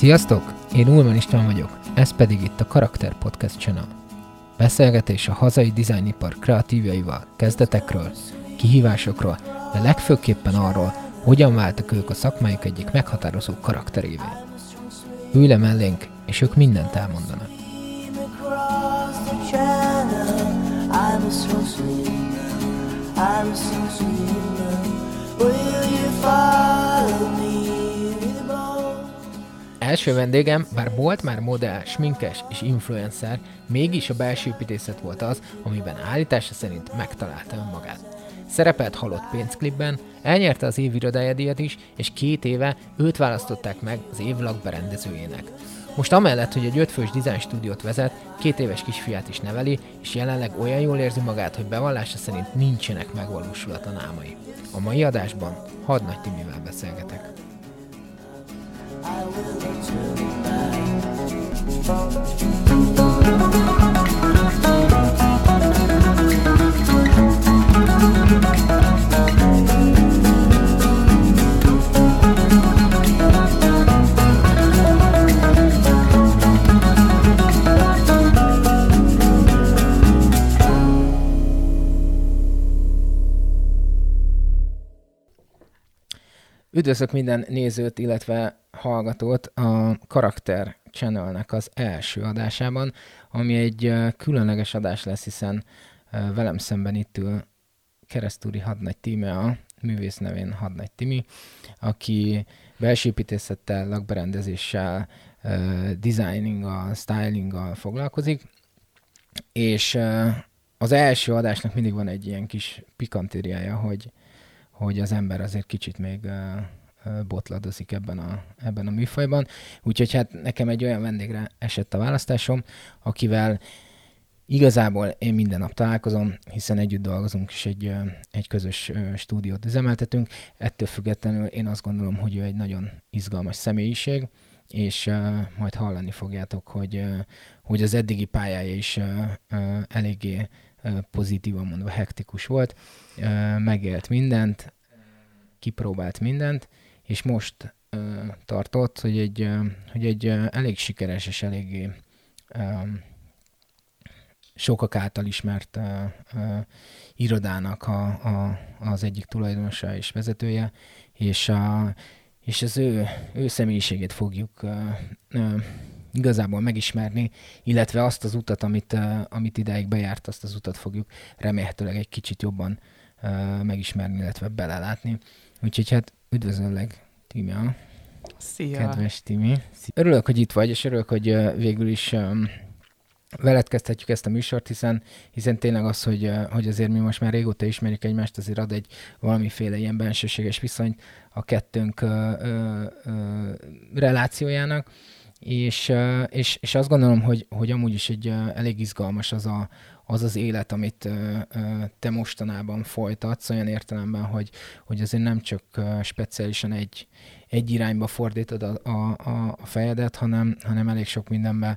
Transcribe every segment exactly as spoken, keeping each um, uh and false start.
Sziasztok! Én Ulman István vagyok, ez pedig itt a Karakter Podcast Channel. Beszélgetés a hazai dizájnipar kreatívjaival, kezdetekről, kihívásokról, de legfőképpen arról, hogyan váltak ők a szakmájuk egyik meghatározó karakterévé. Ülj le mellénk, és ők mindent elmondanak. Első vendégem, bár volt már modell, sminkes és influencer, mégis a belső építészet volt az, amiben állítása szerint megtalálta önmagát. Szerepelt Halott pénzklipben, elnyerte az év irodájadíjat is, és két éve őt választották meg az év lakberendezőjének. Most amellett, hogy egy ötfős design stúdiót vezet, két éves kisfiát is neveli, és jelenleg olyan jól érzi magát, hogy bevallása szerint nincsenek megvalósulatlan álmai. A mai adásban Hadnagy Timivel beszélgetek. Üdvözlök minden nézőt, illetve hallgatót a Karakter Channelnek az első adásában, ami egy különleges adás lesz, hiszen velem szemben itt ül Keresztúri Hadnagy Timi, a művész nevén Hadnagy Timi, aki belsőépítészettel, lakberendezéssel, designingal, stylinggal foglalkozik, és az első adásnak mindig van egy ilyen kis pikantériája, hogy hogy az ember azért kicsit még uh, botladozik ebben a, ebben a műfajban. Úgyhogy hát nekem egy olyan vendégre esett a választásom, akivel igazából én minden nap találkozom, hiszen együtt dolgozunk, és egy, uh, egy közös uh, stúdiót üzemeltetünk. Ettől függetlenül én azt gondolom, hogy ő egy nagyon izgalmas személyiség, és uh, majd hallani fogjátok, hogy, uh, hogy az eddigi pályája is uh, uh, eléggé pozitívan mondva hektikus volt, megélt mindent, kipróbált mindent, és most tartott, hogy egy, hogy egy elég sikeres és eléggé sokak által ismert irodának a, a, az egyik tulajdonosa és vezetője, és, a, és az ő, ő személyiségét fogjuk igazából megismerni, illetve azt az utat, amit, uh, amit idáig bejárt, azt az utat fogjuk remélhetőleg egy kicsit jobban uh, megismerni, illetve belelátni. Úgyhogy hát üdvözöllek, Timi. Szia! Kedves Timi. Örülök, hogy itt vagy, és örülök, hogy uh, végül is um, veled kezdhetjük ezt a műsort, hiszen, hiszen tényleg az, hogy, uh, hogy azért mi most már régóta ismerjük egymást, azért ad egy valamiféle ilyen bensőséges viszonyt a kettőnk uh, uh, uh, relációjának. És, és, és azt gondolom, hogy, hogy amúgy is egy elég izgalmas az a, az, az élet, amit te mostanában folytatsz, olyan értelemben, hogy, hogy azért nem csak speciálisan egy, egy irányba fordítod a, a, a fejedet, hanem, hanem elég sok mindenbe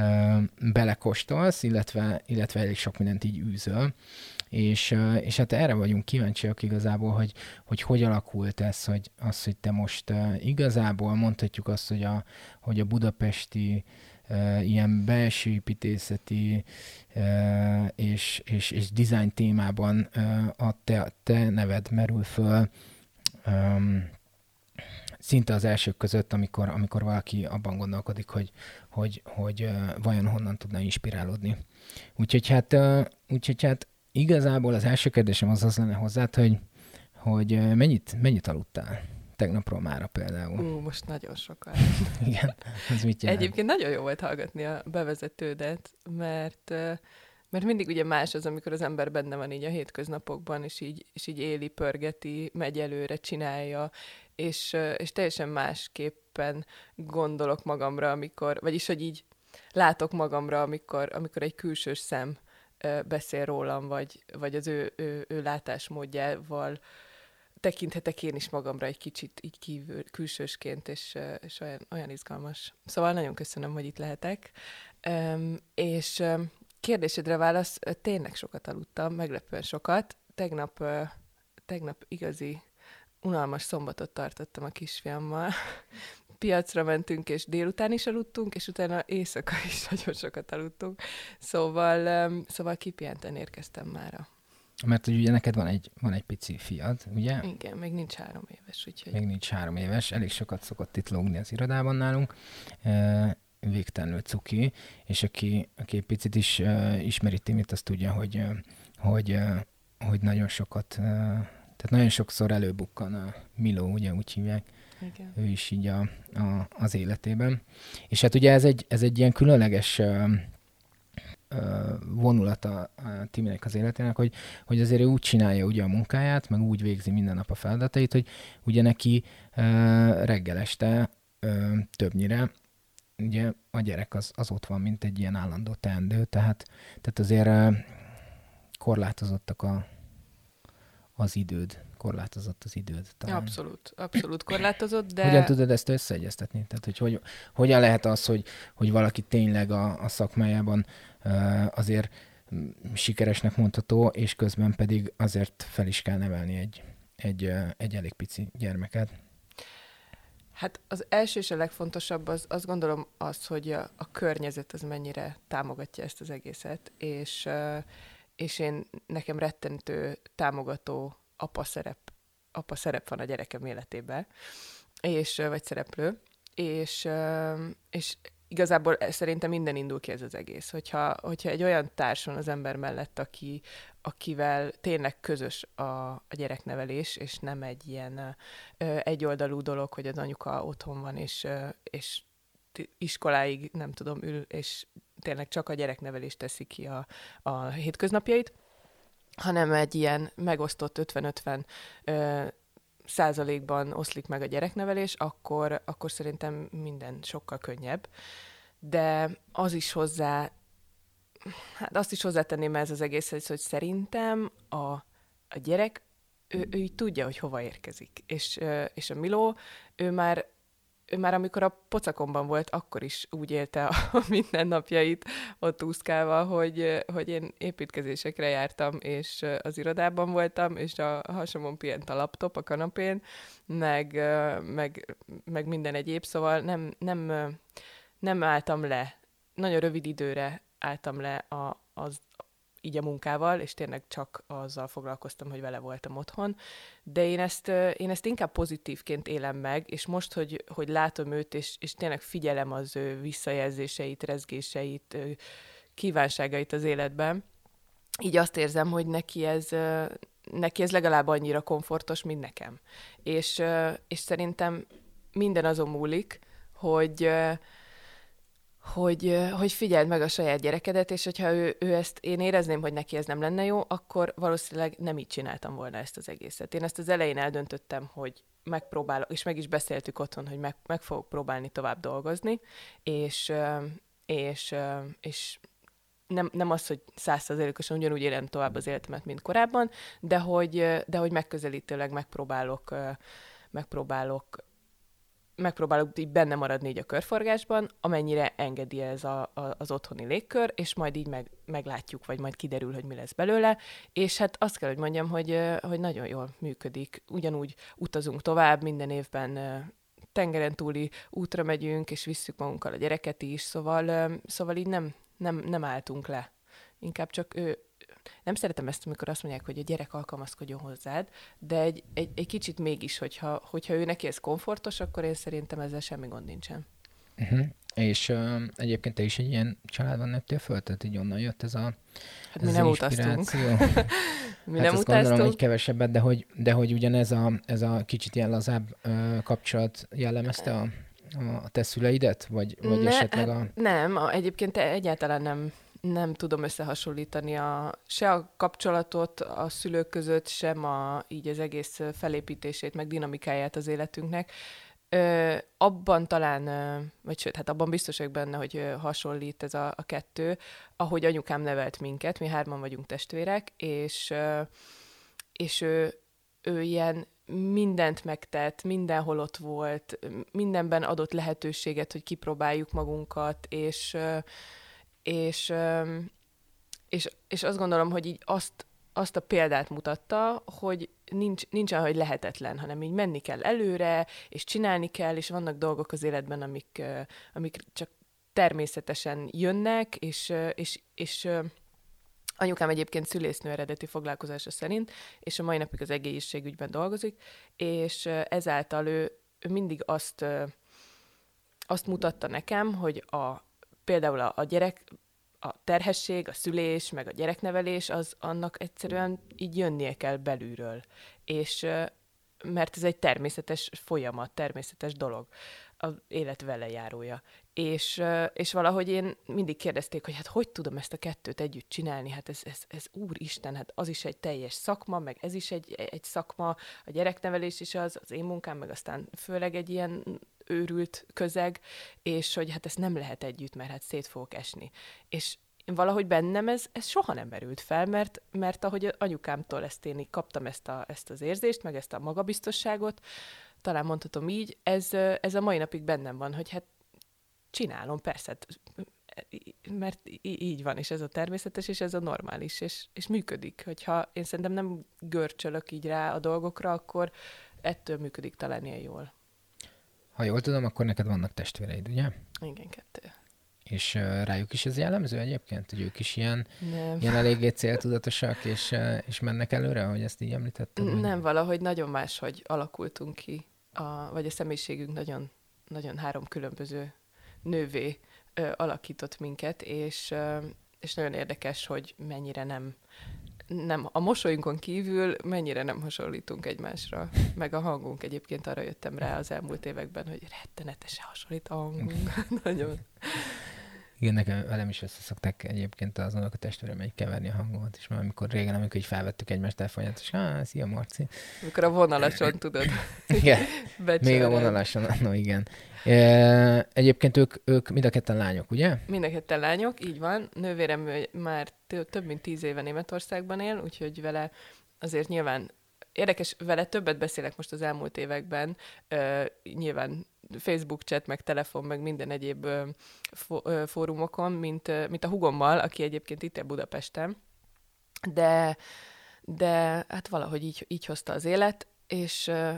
belekóstolsz, illetve, illetve elég sok mindent így űzöl. És, és hát erre vagyunk kíváncsiak igazából, hogy, hogy hogy alakult ez, hogy az, hogy te most uh, igazából mondhatjuk azt, hogy a, hogy a budapesti uh, ilyen belső építészeti uh, és, és, és design témában uh, a te, te neved merül föl um, szinte az elsők között, amikor, amikor valaki abban gondolkodik, hogy, hogy, hogy uh, vajon honnan tudna inspirálódni. Úgyhogy hát, uh, úgyhogy hát igazából az első kérdésem az az lenne hozzád, hogy, hogy mennyit, mennyit aludtál tegnapról mára például? Ú, most nagyon sokat. Igen, ez mit jelent? Egyébként nagyon jó volt hallgatni a bevezetődet, mert, mert mindig ugye más az, amikor az ember benne van így a hétköznapokban, és így, és így éli, pörgeti, megy előre, csinálja, és, és teljesen másképpen gondolok magamra, amikor, vagyis hogy így látok magamra, amikor, amikor egy külsős szem beszél rólam, vagy, vagy az ő, ő, ő látásmódjával tekinthetek én is magamra egy kicsit így kívül, külsősként, és, és olyan, olyan izgalmas. Szóval nagyon köszönöm, hogy itt lehetek. Um, és um, kérdésedre válasz, tényleg sokat aludtam, meglepően sokat. Tegnap, uh, tegnap igazi unalmas szombatot tartottam a kisfiammal. piacra mentünk, és délután is aludtunk, és utána éjszaka is nagyon sokat aludtunk. Szóval, szóval kipihenten érkeztem mára. Mert ugye neked van egy, van egy pici fiad, ugye? Igen, még nincs három éves, úgyhogy... Még nincs három éves, elég sokat szokott itt lógni az irodában nálunk. Végtelenül cuki, és aki, aki egy picit is uh, ismeri Timit, azt tudja, hogy, uh, hogy, uh, hogy nagyon sokat, uh, tehát nagyon sokszor előbukkan a Miló, ugye úgy hívják, igen. Ő is így a, a, az életében. És hát ugye ez egy, ez egy ilyen különleges uh, uh, vonulata a Timinek az életének, hogy, hogy azért ő úgy csinálja ugye a munkáját, meg úgy végzi minden nap a feladatait, hogy ugye neki uh, reggel este uh, többnyire ugye a gyerek az, az ott van, mint egy ilyen állandó teendő, tehát, tehát azért uh, korlátozottak a, az időd, korlátozott az időd. Talán. Abszolút, abszolút korlátozott, de... Hogyan tudod ezt összeegyeztetni? Tehát, hogy, hogy hogyan lehet az, hogy, hogy valaki tényleg a, a szakmájában uh, azért sikeresnek mondható, és közben pedig azért fel is kell nevelni egy, egy, uh, egy elég pici gyermeket? Hát az első és a legfontosabb az, azt gondolom az, hogy a, a környezet az mennyire támogatja ezt az egészet, és, uh, és én nekem rettentő támogató apa szerep, apa szerep van a gyerekem életében, és, vagy szereplő, és, és igazából szerintem minden indul ki ez az egész. Hogyha, hogyha egy olyan társ van az ember mellett, aki, akivel tényleg közös a, a gyereknevelés, és nem egy ilyen ö, egyoldalú dolog, hogy az anyuka otthon van, és, ö, és iskoláig, nem tudom, ül, és tényleg csak a gyereknevelés teszi ki a, a hétköznapjait, hanem egy ilyen megosztott ötven-ötven ö, százalékban oszlik meg a gyereknevelés, akkor, akkor szerintem minden sokkal könnyebb. De az is hozzá, hát azt is hozzátenném ez az egészhez, hogy szerintem a, a gyerek, ő, ő így tudja, hogy hova érkezik. És, és a Miló, ő már ő már amikor a pocakomban volt, akkor is úgy élte a mindennapjait ott úszkálva, hogy, hogy én építkezésekre jártam, és az irodában voltam, és a hasamon pihent a laptop a kanapén, meg, meg, meg minden egyéb, szóval nem, nem, nem álltam le. Nagyon rövid időre álltam le a, az, így a munkával, és tényleg csak azzal foglalkoztam, hogy vele voltam otthon. De én ezt, én ezt inkább pozitívként élem meg, és most, hogy, hogy látom őt, és, és tényleg figyelem az ő visszajelzéseit, rezgéseit, kívánságait az életben, így azt érzem, hogy neki ez, neki ez legalább annyira komfortos, mint nekem. És, és szerintem minden azon múlik, hogy Hogy, hogy figyeld meg a saját gyerekedet, és hogyha ő, ő ezt, én érezném, hogy neki ez nem lenne jó, akkor valószínűleg nem így csináltam volna ezt az egészet. Én ezt az elején eldöntöttem, hogy megpróbálok, és meg is beszéltük otthon, hogy meg, meg fogok próbálni tovább dolgozni, és, és, és nem, nem az, hogy százszázalékosan ugyanúgy élem tovább az életemet, mint korábban, de hogy, de hogy megközelítőleg megpróbálok, megpróbálok megpróbálok így benne maradni így a körforgásban, amennyire engedi ez a, a, az otthoni légkör, és majd így meg, meglátjuk, vagy majd kiderül, hogy mi lesz belőle, és hát azt kell, hogy mondjam, hogy, hogy nagyon jól működik. Ugyanúgy utazunk tovább, minden évben tengeren túli útra megyünk, és visszük magunkkal a gyereket is, szóval, szóval így nem, nem, nem álltunk le. Inkább csak ő, nem szeretem ezt, amikor azt mondják, hogy a gyerek alkalmazkodjon hozzád, de egy, egy, egy kicsit mégis, hogyha, hogyha ő neki ez komfortos, akkor én szerintem ezzel semmi gond nincsen. Uh-huh. És uh, egyébként te is egy ilyen családban nőttél föl? Tehát így onnan jött ez a Hát ez mi nem utaztunk. mi hát nem azt utaztunk. gondolom, hogy kevesebbet, de hogy, de hogy ugyanez a, ez a kicsit ilyen lazább uh, kapcsolat jellemezte a, a te szüleidet? Vagy, vagy ne, esetleg hát a... Nem, a, egyébként egyáltalán nem nem tudom összehasonlítani a, se a kapcsolatot a szülők között, sem a, így az egész felépítését, meg dinamikáját az életünknek. Ö, abban talán, vagy sőt, hát abban biztos vagyok benne, hogy hasonlít ez a, a kettő, ahogy anyukám nevelt minket, mi hárman vagyunk testvérek, és, és ő, ő ilyen mindent megtett, mindenhol ott volt, mindenben adott lehetőséget, hogy kipróbáljuk magunkat, és És, és, és azt gondolom, hogy így azt, azt a példát mutatta, hogy nincs, nincs olyan, hogy lehetetlen, hanem így menni kell előre, és csinálni kell, és vannak dolgok az életben, amik, amik csak természetesen jönnek, és, és, és anyukám egyébként szülésznő eredeti foglalkozása szerint, és a mai napig az egészségügyben dolgozik, és ezáltal ő, ő mindig azt, azt mutatta nekem, hogy a, például a, a gyerek, a terhesség, a szülés, meg a gyereknevelés, az annak egyszerűen így jönnie kell belülről. És mert ez egy természetes folyamat, természetes dolog, az élet vele járója. És, és valahogy én mindig kérdezték, hogy hát hogy tudom ezt a kettőt együtt csinálni, hát ez, ez, ez úristen, hát az is egy teljes szakma, meg ez is egy, egy szakma, a gyereknevelés is az, az én munkám, meg aztán főleg egy ilyen őrült közeg, és hogy hát ezt nem lehet együtt, mert hát szét fogok esni. És valahogy bennem ez, ez soha nem merült fel, mert, mert ahogy anyukámtól ezt én így kaptam ezt, a, ezt az érzést, meg ezt a magabiztosságot, talán mondhatom így, ez, ez a mai napig bennem van, hogy hát csinálom, persze, mert így van, és ez a természetes, és ez a normális, és, és működik. Hogyha én szerintem nem görcsölök így rá a dolgokra, akkor ettől működik talán ilyen jól. Ha jól tudom, akkor neked vannak testvéreid, ugye? Igen, kettő. És uh, rájuk is ez jellemző egyébként, hogy ők is ilyen, nem. ilyen eléggé céltudatosak, és, uh, és mennek előre, ahogy ezt így említetted? Nem, valahogy nagyon máshogy alakultunk ki, a, vagy a személyiségünk nagyon, nagyon három különböző nővé ö, alakított minket, és, ö, és nagyon érdekes, hogy mennyire nem, nem, a mosolyunkon kívül mennyire nem hasonlítunk egymásra, meg a hangunk egyébként arra jöttem rá az elmúlt években, hogy rettenetesen hasonlít a hangunk. Nagyon. Igen, nekem velem is össze szokták egyébként az unokatestvérem egy keverni a hangomat, és már amikor régen, amikor így felvettük egymást telefonját, és ah, szia Marci. Amikor a vonalason tudod. Igen, még a vonalason, no igen. E, egyébként ők, ők mind a ketten lányok, ugye? Mind a ketten lányok, így van. Nővérem már több mint tíz éve Németországban él, úgyhogy vele azért nyilván érdekes, vele többet beszélek most az elmúlt években, uh, nyilván Facebook chat, meg telefon, meg minden egyéb uh, fo- uh, fórumokon, mint, uh, mint a hugommal, aki egyébként itt él Budapesten, de, de hát valahogy így, így hozta az élet, és uh,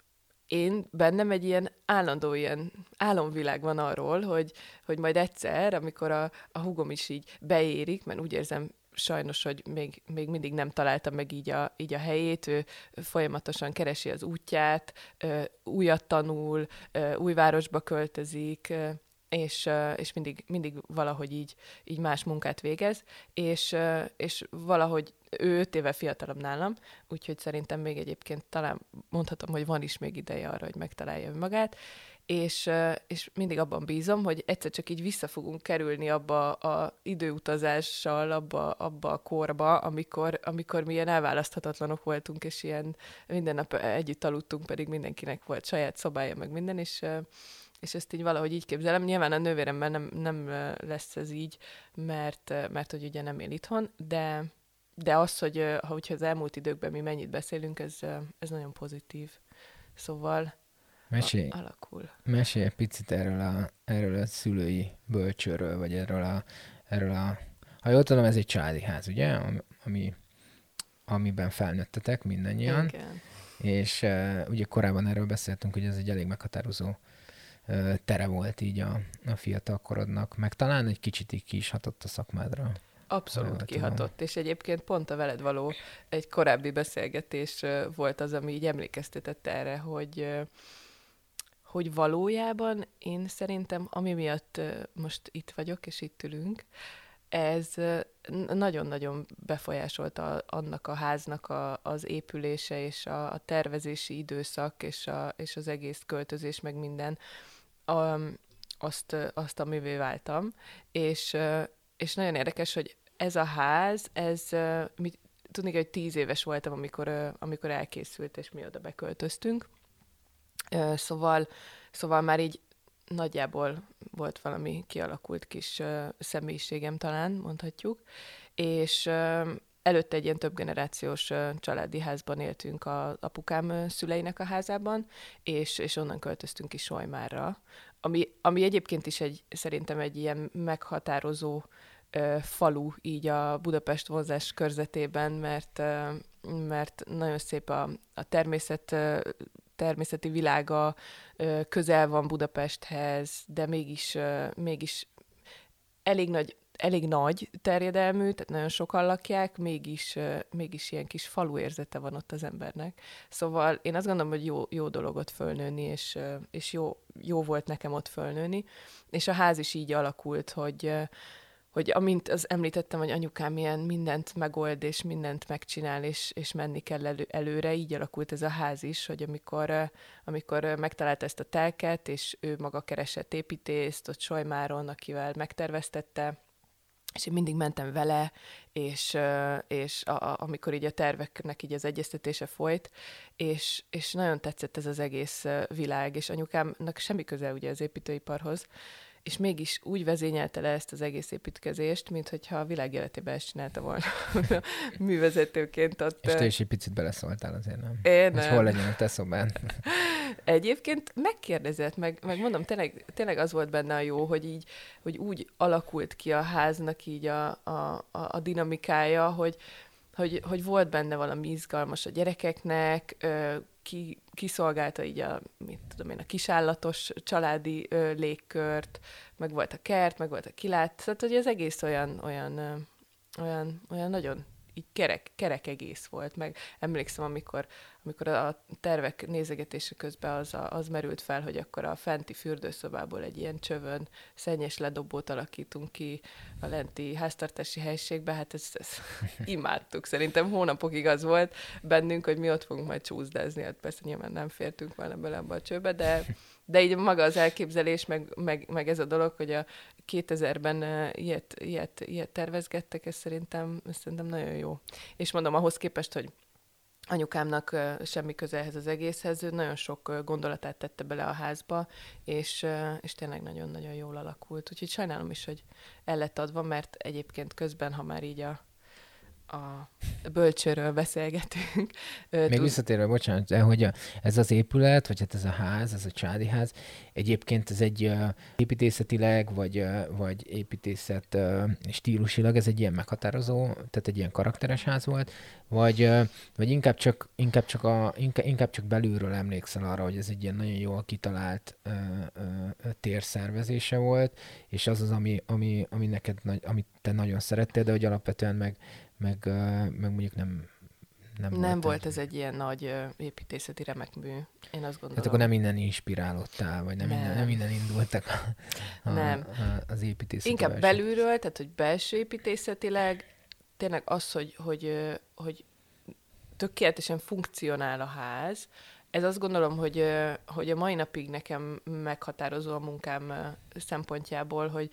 én bennem egy ilyen állandó ilyen álomvilág van arról, hogy, hogy majd egyszer, amikor a, a hugom is így beérik, mert úgy érzem, sajnos, hogy még, még mindig nem találta meg így a, így a helyét, ő folyamatosan keresi az útját, újat tanul, új városba költözik, és, és mindig, mindig valahogy így, így más munkát végez, és, és valahogy ő öt éve fiatalabb nálam, úgyhogy szerintem még egyébként talán mondhatom, hogy van is még ideje arra, hogy megtalálja magát, és, és mindig abban bízom, hogy egyszer csak így vissza fogunk kerülni abba a időutazással, abba, abba a korba, amikor, amikor mi ilyen elválaszthatatlanok voltunk, és ilyen minden nap együtt aludtunk, pedig mindenkinek volt saját szobája, meg minden, és, és ezt így valahogy így képzelem. Nyilván a nővéremmel nem, nem lesz ez így, mert, mert hogy ugye nem él itthon, de, de az, hogy ha az elmúlt időkben mi mennyit beszélünk, ez, ez nagyon pozitív. Szóval Mesélj, alakul. Mesélj egy picit erről a, erről a szülői bölcsőről, vagy erről a, erről a... Ha jól tudom, ez egy családi ház, ugye? Ami, amiben felnőttetek mindannyian. Igen. És uh, ugye korábban erről beszéltünk, hogy ez egy elég meghatározó uh, tere volt így a, a fiatal korodnak, meg talán egy kicsit így ki is hatott a szakmádra. Abszolút kihatott, és egyébként pont a veled való egy korábbi beszélgetés uh, volt az, ami így emlékeztetett erre, hogy uh, hogy valójában én szerintem, ami miatt most itt vagyok, és itt ülünk, ez nagyon-nagyon befolyásolta annak a háznak a, az épülése, és a, a tervezési időszak, és, a, és az egész költözés, meg minden, a, azt, azt, amivé váltam. És, és nagyon érdekes, hogy ez a ház, ez, mi, tudni kell, hogy tíz éves voltam, amikor, amikor elkészült, és mi oda beköltöztünk. Szóval, szóval már így nagyjából volt valami kialakult kis uh, személyiségem talán, mondhatjuk, és uh, előtte egy ilyen több generációs uh, családi házban éltünk az apukám uh, szüleinek a házában, és, és onnan költöztünk ki Solymárra, ami, ami egyébként is egy, szerintem egy ilyen meghatározó ö, falu így a Budapest vonzás körzetében, mert, ö, mert nagyon szép a, a természet, ö, természeti világa, ö, közel van Budapesthez, de mégis, ö, mégis elég nagy, elég nagy terjedelmű, tehát nagyon sokan lakják, mégis, uh, mégis ilyen kis falu érzete van ott az embernek. Szóval én azt gondolom, hogy jó, jó dolog ott fölnőni, és, uh, és jó, jó volt nekem ott fölnőni. És a ház is így alakult, hogy, uh, hogy amint az említettem, hogy anyukám ilyen mindent megold, és mindent megcsinál, és, és menni kell elő, előre, így alakult ez a ház is, hogy amikor, uh, amikor uh, megtalálta ezt a telket, és ő maga keresett építészt, ott Solymáron, akivel megterveztette, és én mindig mentem vele, és, és a, a, amikor így a terveknek így az egyeztetése folyt, és, és nagyon tetszett ez az egész világ, és anyukámnak semmi köze ugye az építőiparhoz, és mégis úgy vezényelte le ezt az egész építkezést, mint hogyha a világ életében ezt csinálta volna művezetőként ott. És te is egy picit beleszóltál azért, nem? Én hogy nem. hol legyen a te szobán. Egyébként megkérdezett, meg, meg mondom, tényleg, tényleg az volt benne a jó, hogy így, hogy úgy alakult ki a háznak így a, a, a, a dinamikája, hogy, hogy, hogy volt benne valami izgalmas a gyerekeknek, ki, kiszolgálta így a, mit tudom én, a kisállatos családi ö, légkört, meg volt a kert, meg volt a kilát, tehát hogy az egész olyan, olyan, ö, olyan, olyan nagyon így kerek, kerek egész volt, meg emlékszem, amikor, amikor a tervek nézegetése közben az, a, az merült fel, hogy akkor a fenti fürdőszobából egy ilyen csövön szennyes ledobót alakítunk ki a lenti háztartási helyiségbe, hát ezt, ezt imádtuk. Szerintem hónapokig az volt bennünk, hogy mi ott fogunk majd csúszdázni, hát persze nyilván nem fértünk volna bele abba a csőbe, de, de így maga az elképzelés, meg, meg, meg ez a dolog, hogy a kétezerben uh, ilyet, ilyet, ilyet tervezgettek, ez szerintem, ez szerintem nagyon jó. És mondom, ahhoz képest, hogy anyukámnak uh, semmi köze ehhez az egészhez, ő nagyon sok uh, gondolatát tette bele a házba, és, uh, és tényleg nagyon-nagyon jól alakult. Úgyhogy sajnálom is, hogy el lett adva, mert egyébként közben, ha már így a a bölcsőről beszélgetünk. Még tud... visszatérve, bocsánat, de hogy a, ez az épület, vagy hát ez a ház, ez a családi ház, egyébként ez egy uh, építészetileg, vagy, uh, vagy építészet uh, stílusilag, ez egy ilyen meghatározó, tehát egy ilyen karakteres ház volt, vagy, uh, vagy inkább, csak, inkább, csak a, inkább, inkább csak belülről emlékszel arra, hogy ez egy ilyen nagyon jól kitalált uh, uh, térszervezése volt, és az az, ami, ami, ami neked, amit te nagyon szerettél, de hogy alapvetően meg Meg, meg mondjuk nem... Nem, nem volt, volt ez egy ilyen nagy uh, építészeti remekmű, én azt gondolom. Tehát akkor nem innen inspirálódtál, vagy nem, nem. Innen, nem innen indultak a, a, nem. A, az építészeti Inkább verseny. Belülről, tehát hogy belső építészetileg, tényleg az, hogy, hogy, hogy tökéletesen funkcionál a ház, ez azt gondolom, hogy, hogy a mai napig nekem meghatározó a munkám szempontjából, hogy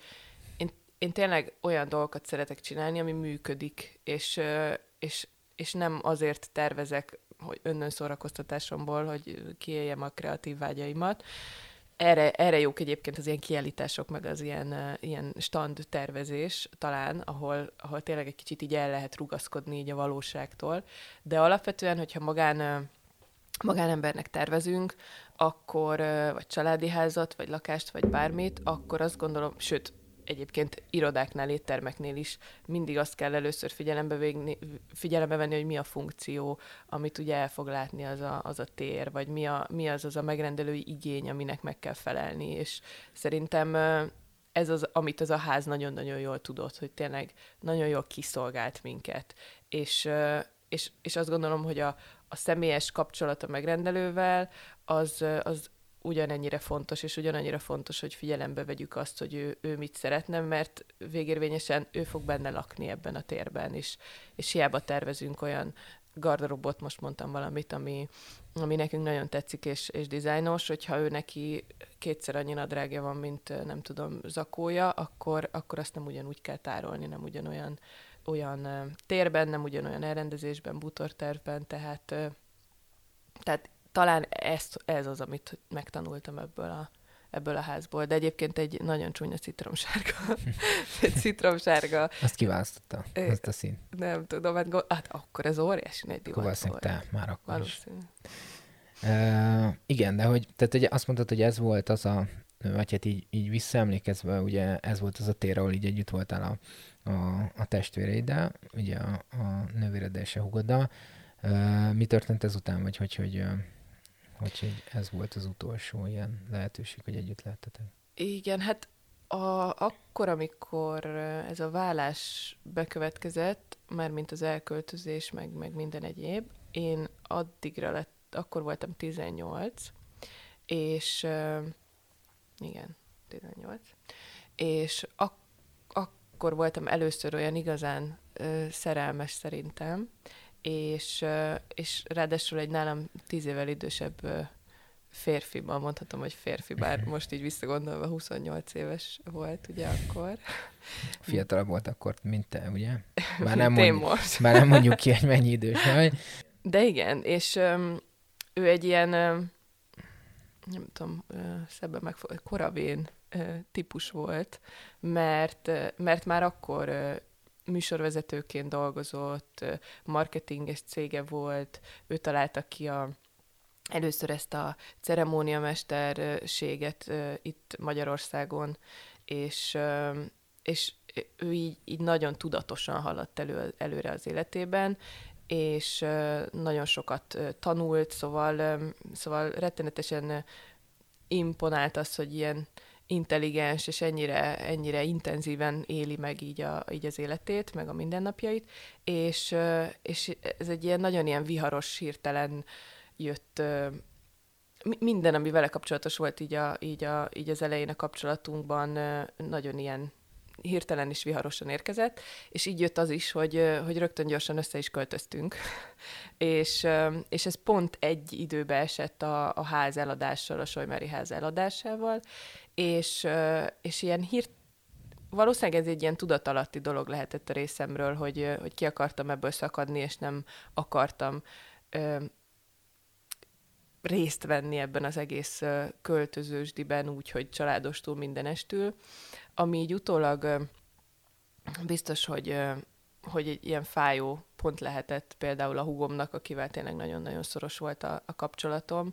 én tényleg olyan dolgokat szeretek csinálni, ami működik, és, és, és nem azért tervezek, hogy önnön szórakoztatásomból, hogy kiéljem a kreatív vágyaimat. Erre, erre jók egyébként az ilyen kiállítások, meg az ilyen, ilyen stand tervezés talán, ahol, ahol tényleg egy kicsit így el lehet rugaszkodni így a valóságtól. De alapvetően, hogyha magán, magánembernek tervezünk, akkor, vagy családi házat, vagy lakást, vagy bármit, akkor azt gondolom, sőt, egyébként irodáknál, éttermeknél is mindig azt kell először figyelembe, végni, figyelembe venni, hogy mi a funkció, amit ugye el fog látni az a, az a tér, vagy mi, a, mi az az a megrendelői igény, aminek meg kell felelni, és szerintem ez az, amit az a ház nagyon-nagyon jól tudott, hogy tényleg nagyon jól kiszolgált minket, és, és, és azt gondolom, hogy a, a személyes kapcsolat a megrendelővel az, az ugyanennyire fontos, és ugyanannyira fontos, hogy figyelembe vegyük azt, hogy ő, ő mit szeretne, mert végérvényesen ő fog benne lakni ebben a térben, és, és hiába tervezünk olyan garderobot, most mondtam valamit, ami, ami nekünk nagyon tetszik, és, és dizájnos, hogyha ő neki kétszer annyi nadrágja van, mint nem tudom, zakója, akkor, akkor azt nem ugyanúgy kell tárolni, nem ugyanolyan olyan térben, nem ugyanolyan elrendezésben, bútortervben, tehát, tehát talán ezt, ez az, amit megtanultam ebből a, ebből a házból. De egyébként egy nagyon csúnya citromsárga. egy citromsárga. Azt kiválasztotta, azt a szín. Nem tudom, hát, go- hát akkor ez óriási nagy divat volt. Te már akkor valószínű. Uh, igen, de hogy tehát ugye azt mondtad, hogy ez volt az a, vagy hát így, így visszaemlékezve, ugye ez volt az a tér, ahol így együtt voltál a, a, a testvéreiddel, ugye a, a nővéreddel és a hugoddal. Mi történt ezután, vagy hogy, hogy, hogy, hogy ez volt az utolsó ilyen lehetőség, hogy együtt lehettetek? Igen, hát a, akkor, amikor ez a vállás bekövetkezett, már mint az elköltözés, meg, meg minden egyéb, én addigra lett, akkor voltam tizennyolc, és uh, igen, tizennyolc, és ak- akkor voltam először olyan igazán uh, szerelmes szerintem, és, uh, és ráadásul egy nálam tíz évvel idősebb uh, férfiban, mondhatom, hogy férfi, bár most így visszagondolva huszonnyolc éves volt, ugye akkor. Fiatalabb volt akkor, mint te, ugye? Már nem, mondjuk, most. már nem mondjuk ki, hogy mennyi idős vagy. De igen, és um, ő egy ilyen, um, nem tudom, uh, szebben megfog, koravén uh, típus volt, mert, uh, mert már akkor uh, műsorvezetőként dolgozott, uh, marketinges cége volt, ő találta ki a először ezt a ceremóniamesterséget uh, itt Magyarországon, és, uh, és ő így, így nagyon tudatosan haladt elő, előre az életében, és uh, nagyon sokat uh, tanult, szóval, um, szóval rettenetesen uh, imponált az, hogy ilyen intelligens, és ennyire, ennyire intenzíven éli meg így, a, így az életét, meg a mindennapjait, és, uh, és ez egy ilyen nagyon ilyen viharos, hirtelen jött uh, minden, ami vele kapcsolatos volt így, a, így, a, így az elején a kapcsolatunkban, uh, nagyon ilyen hirtelen is viharosan érkezett, és így jött az is, hogy, hogy rögtön gyorsan össze is költöztünk. és, és ez pont egy időbe esett a, a ház eladással, a Solymári ház eladásával, és, és ilyen hírt, valószínűleg ez egy ilyen tudatalatti dolog lehetett a részemről, hogy, hogy ki akartam ebből szakadni, és nem akartam ö, részt venni ebben az egész költözősdiben, úgyhogy családostól mindenestül, ami így utólag biztos, hogy, hogy egy ilyen fájó pont lehetett például a húgomnak, akivel tényleg nagyon-nagyon szoros volt a, a kapcsolatom,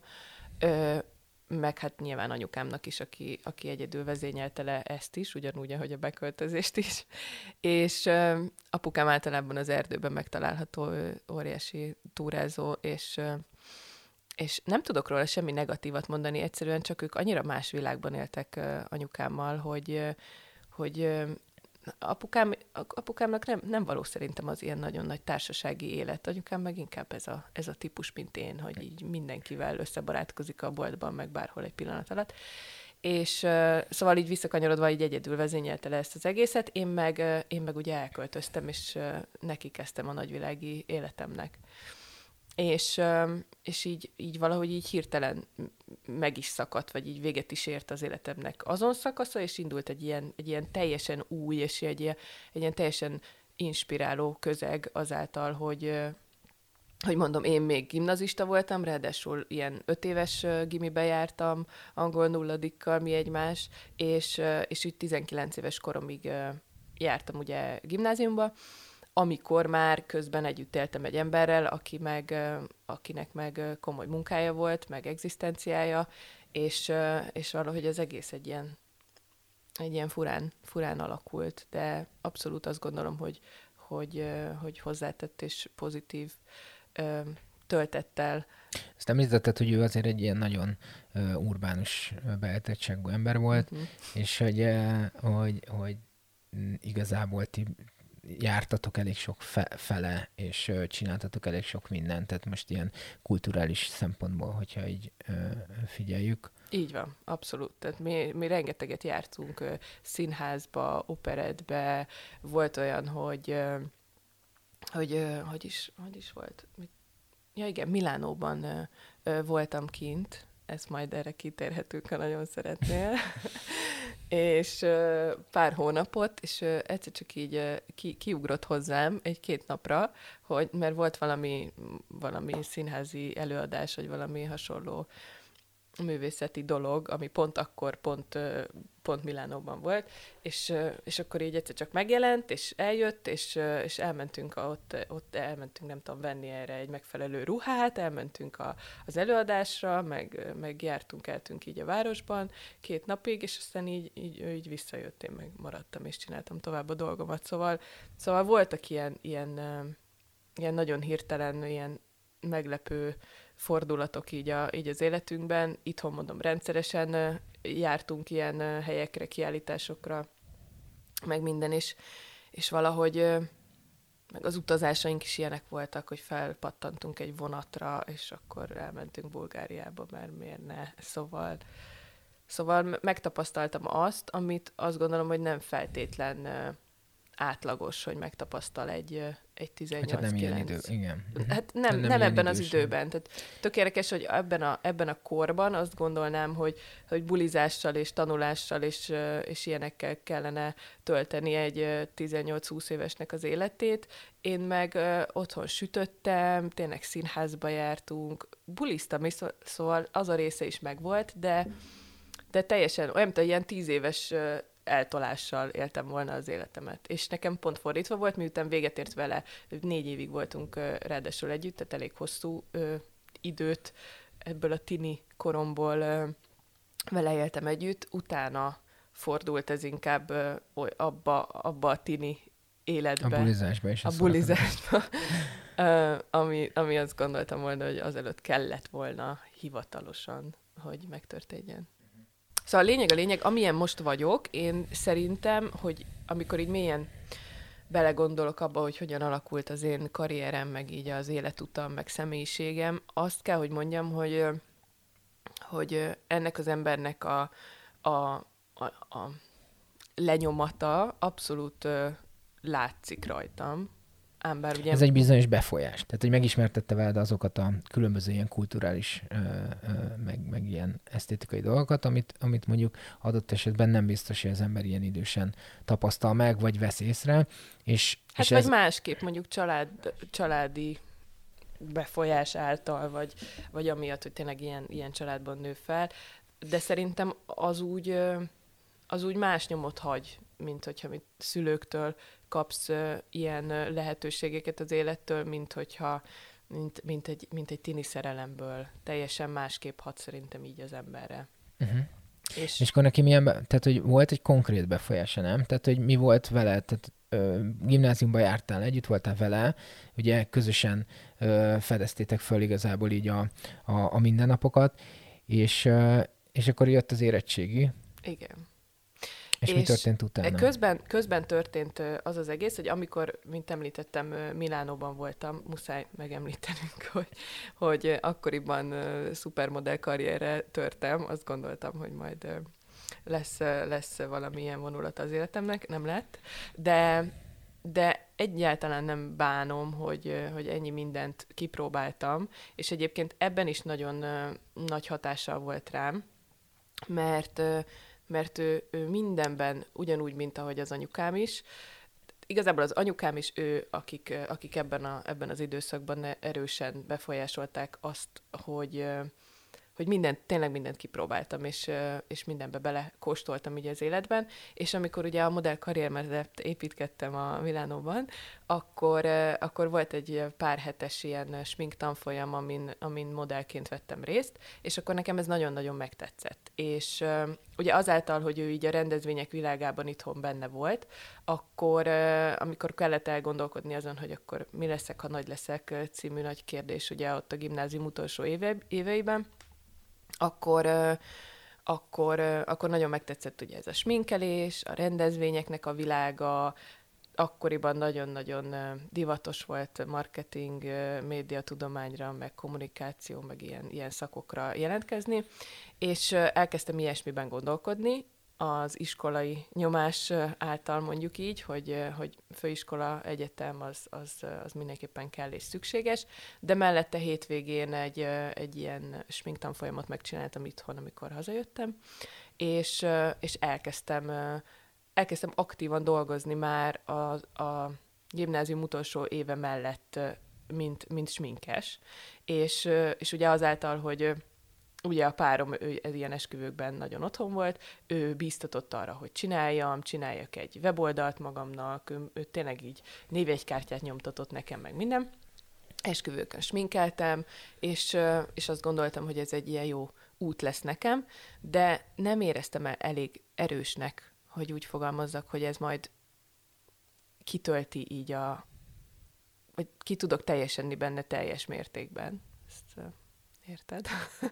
meg hát nyilván anyukámnak is, aki, aki egyedül vezényelte le ezt is, ugyanúgy, ahogy a beköltözést is. És apukám általában az erdőben megtalálható, óriási túrázó, és és nem tudok róla semmi negatívat mondani, egyszerűen csak ők annyira más világban éltek uh, anyukámmal, hogy, uh, hogy uh, apukám, apukámnak nem, nem való szerintem az ilyen nagyon nagy társasági élet. Anyukám meg inkább ez a, ez a típus, mint én, hogy így mindenkivel összebarátkozik a boltban, meg bárhol egy pillanat alatt. És uh, szóval így visszakanyarodva így egyedül vezényelte le ezt az egészet, én meg, uh, én meg ugye elköltöztem, és uh, neki kezdtem a nagyvilági életemnek. És, és így, így valahogy így hirtelen meg is szakadt, vagy így véget is ért az életemnek azon szakasza, és indult egy ilyen, egy ilyen teljesen új, és egy ilyen, egy ilyen teljesen inspiráló közeg azáltal, hogy, hogy mondom, én még gimnazista voltam, ráadásul ilyen öt éves gimibe jártam, angol nulladikkal mi egymás, és, és úgy tizenkilenc éves koromig jártam ugye gimnáziumba, amikor már közben együtt éltem egy emberrel, aki meg, akinek meg komoly munkája volt, meg egzisztenciája, és, és valahogy az egész egy ilyen, egy ilyen furán, furán alakult, de abszolút azt gondolom, hogy, hogy, hogy hozzátett és pozitív töltettel. Ezt említetted, hogy ő azért egy ilyen nagyon uh, urbánus beállítottságú ember volt, uh-huh. és hogy, uh, hogy, hogy igazából ti jártatok elég sok fe- fele, és uh, csináltatok elég sok mindent, tehát most ilyen kulturális szempontból, hogyha így uh, figyeljük. Így van, abszolút. Tehát mi, mi rengeteget jártunk uh, színházba, operettbe, volt olyan, hogy uh, hogy, uh, hogy, is, hogy is volt? Ja igen, Milánóban uh, uh, voltam kint, ezt majd erre kitérhetünk, ha nagyon szeretnél. és uh, pár hónapot, és uh, egyszer csak így uh, ki, kiugrott hozzám egy-két napra, hogy, mert volt valami, valami színházi előadás, vagy valami hasonló művészeti dolog, ami pont akkor, pont, pont Milánóban volt, és, és akkor így egyszer csak megjelent, és eljött, és, és elmentünk, a, ott, ott elmentünk, nem tudom, venni erre egy megfelelő ruhát, elmentünk a, az előadásra, meg, meg jártunk, eltünk így a városban két napig, és aztán így, így, így visszajött, én meg maradtam, és csináltam tovább a dolgomat, szóval, szóval voltak ilyen, ilyen, ilyen nagyon hirtelen, ilyen meglepő fordulatok így, a, így az életünkben. Itthon mondom, rendszeresen jártunk ilyen helyekre, kiállításokra, meg minden is, és valahogy meg az utazásaink is ilyenek voltak, hogy felpattantunk egy vonatra, és akkor elmentünk Bulgáriába, mert miért ne? Szóval, szóval megtapasztaltam azt, amit azt gondolom, hogy nem feltétlen átlagos, hogy megtapasztal egy, egy tizennyolc nem ilyen idő, igen. Hát nem, nem, nem ebben az időben. Tehát tök érdekes, hogy ebben a, ebben a korban azt gondolnám, hogy, hogy bulizással és tanulással és, és ilyenekkel kellene tölteni egy tizennyolc-húsz évesnek az életét. Én meg otthon sütöttem, tényleg színházba jártunk, buliztam is, szóval az a része is megvolt, de, de teljesen olyan, mint ilyen tíz éves eltolással éltem volna az életemet. És nekem pont fordítva volt, miután véget ért vele, négy évig voltunk uh, ráadásul együtt, tehát elég hosszú uh, időt ebből a tini koromból uh, vele éltem együtt, utána fordult ez inkább uh, abba, abba a tini életbe. A bulizásba is. A bulizásba, uh, ami, ami azt gondoltam volna, hogy azelőtt kellett volna hivatalosan, hogy megtörténjen. Szóval a lényeg a lényeg, amilyen most vagyok, én szerintem, hogy amikor így mélyen belegondolok abba, hogy hogyan alakult az én karrierem, meg így az életutam, meg személyiségem, azt kell, hogy mondjam, hogy, hogy ennek az embernek a, a, a, a lenyomata abszolút látszik rajtam. Ám bár ugye... Ez egy bizonyos befolyás. Tehát, hogy megismertette veled azokat a különböző ilyen kulturális, ö, ö, meg, meg ilyen esztétikai dolgokat, amit, amit mondjuk adott esetben nem biztos, hogy az ember ilyen idősen tapasztal meg, vagy vesz észre. És, hát és vagy ez... másképp, mondjuk család, családi befolyás által, vagy, vagy amiatt, hogy tényleg ilyen, ilyen családban nő fel. De szerintem az úgy, az úgy más nyomot hagy, mint hogyha mit szülőktől kapsz uh, ilyen uh, lehetőségeket az élettől, mint hogyha mint, mint, egy, mint egy tini szerelemből. Teljesen másképp hat szerintem így az emberre. Uh-huh. És... és akkor neki milyen, be... tehát hogy volt egy konkrét befolyása, nem? Tehát, hogy mi volt vele? Tehát ö, gimnáziumba jártál, együtt voltál vele, ugye közösen ö, fedeztétek föl igazából így a, a, a mindennapokat, és, ö, és akkor jött az érettségi. Igen. És, és mi történt utána? Közben, közben történt az az egész, hogy amikor, mint említettem, Milánóban voltam, muszáj megemlítenünk, hogy, hogy akkoriban szupermodell karrierre törtem, azt gondoltam, hogy majd lesz, lesz valamilyen vonulat az életemnek, nem lett, de, de egyáltalán nem bánom, hogy, hogy ennyi mindent kipróbáltam, és egyébként ebben is nagyon nagy hatással volt rám, mert mert ő, ő mindenben ugyanúgy, mint ahogy az anyukám is. Igazából az anyukám is ő, akik, akik ebben, a, ebben az időszakban erősen befolyásolták azt, hogy, hogy mindent, tényleg mindent kipróbáltam, és, és mindenbe belekóstoltam ugye az életben, és amikor ugye a modell karrieremet építgettem a Milánóban, akkor, akkor volt egy pár hetes ilyen smink tanfolyam, amin, amin modellként vettem részt, és akkor nekem ez nagyon-nagyon megtetszett. És ugye azáltal, hogy ő így a rendezvények világában itthon benne volt, akkor amikor kellett elgondolkodni azon, hogy akkor mi leszek, ha nagy leszek című nagy kérdés, ugye ott a gimnázium utolsó éve, éveiben, akkor, akkor, akkor nagyon megtetszett ugye ez a sminkelés, a rendezvényeknek a világa, akkoriban nagyon-nagyon divatos volt marketing, médiatudományra, meg kommunikáció, meg ilyen, ilyen szakokra jelentkezni, és elkezdtem ilyesmiben gondolkodni, az iskolai nyomás által mondjuk így, hogy, hogy főiskola, egyetem az, az, az mindenképpen kell és szükséges, de mellette hétvégén egy, egy ilyen sminktanfolyamot megcsináltam itthon, amikor hazajöttem, és, és elkezdtem, elkezdtem aktívan dolgozni már a, a gimnázium utolsó éve mellett, mint, mint sminkes, és, és ugye azáltal, hogy ugye a párom ő, ilyen esküvőkben nagyon otthon volt, ő bíztatott arra, hogy csináljam, csináljak egy weboldalt magamnak, ő, ő tényleg így névjegykártyát nyomtatott nekem, meg minden. Esküvőkön sminkeltem, és, és azt gondoltam, hogy ez egy ilyen jó út lesz nekem, de nem éreztem el elég erősnek, hogy úgy fogalmazzak, hogy ez majd kitölti így a... vagy ki tudok teljesedni benne teljes mértékben. Ezt uh, érted?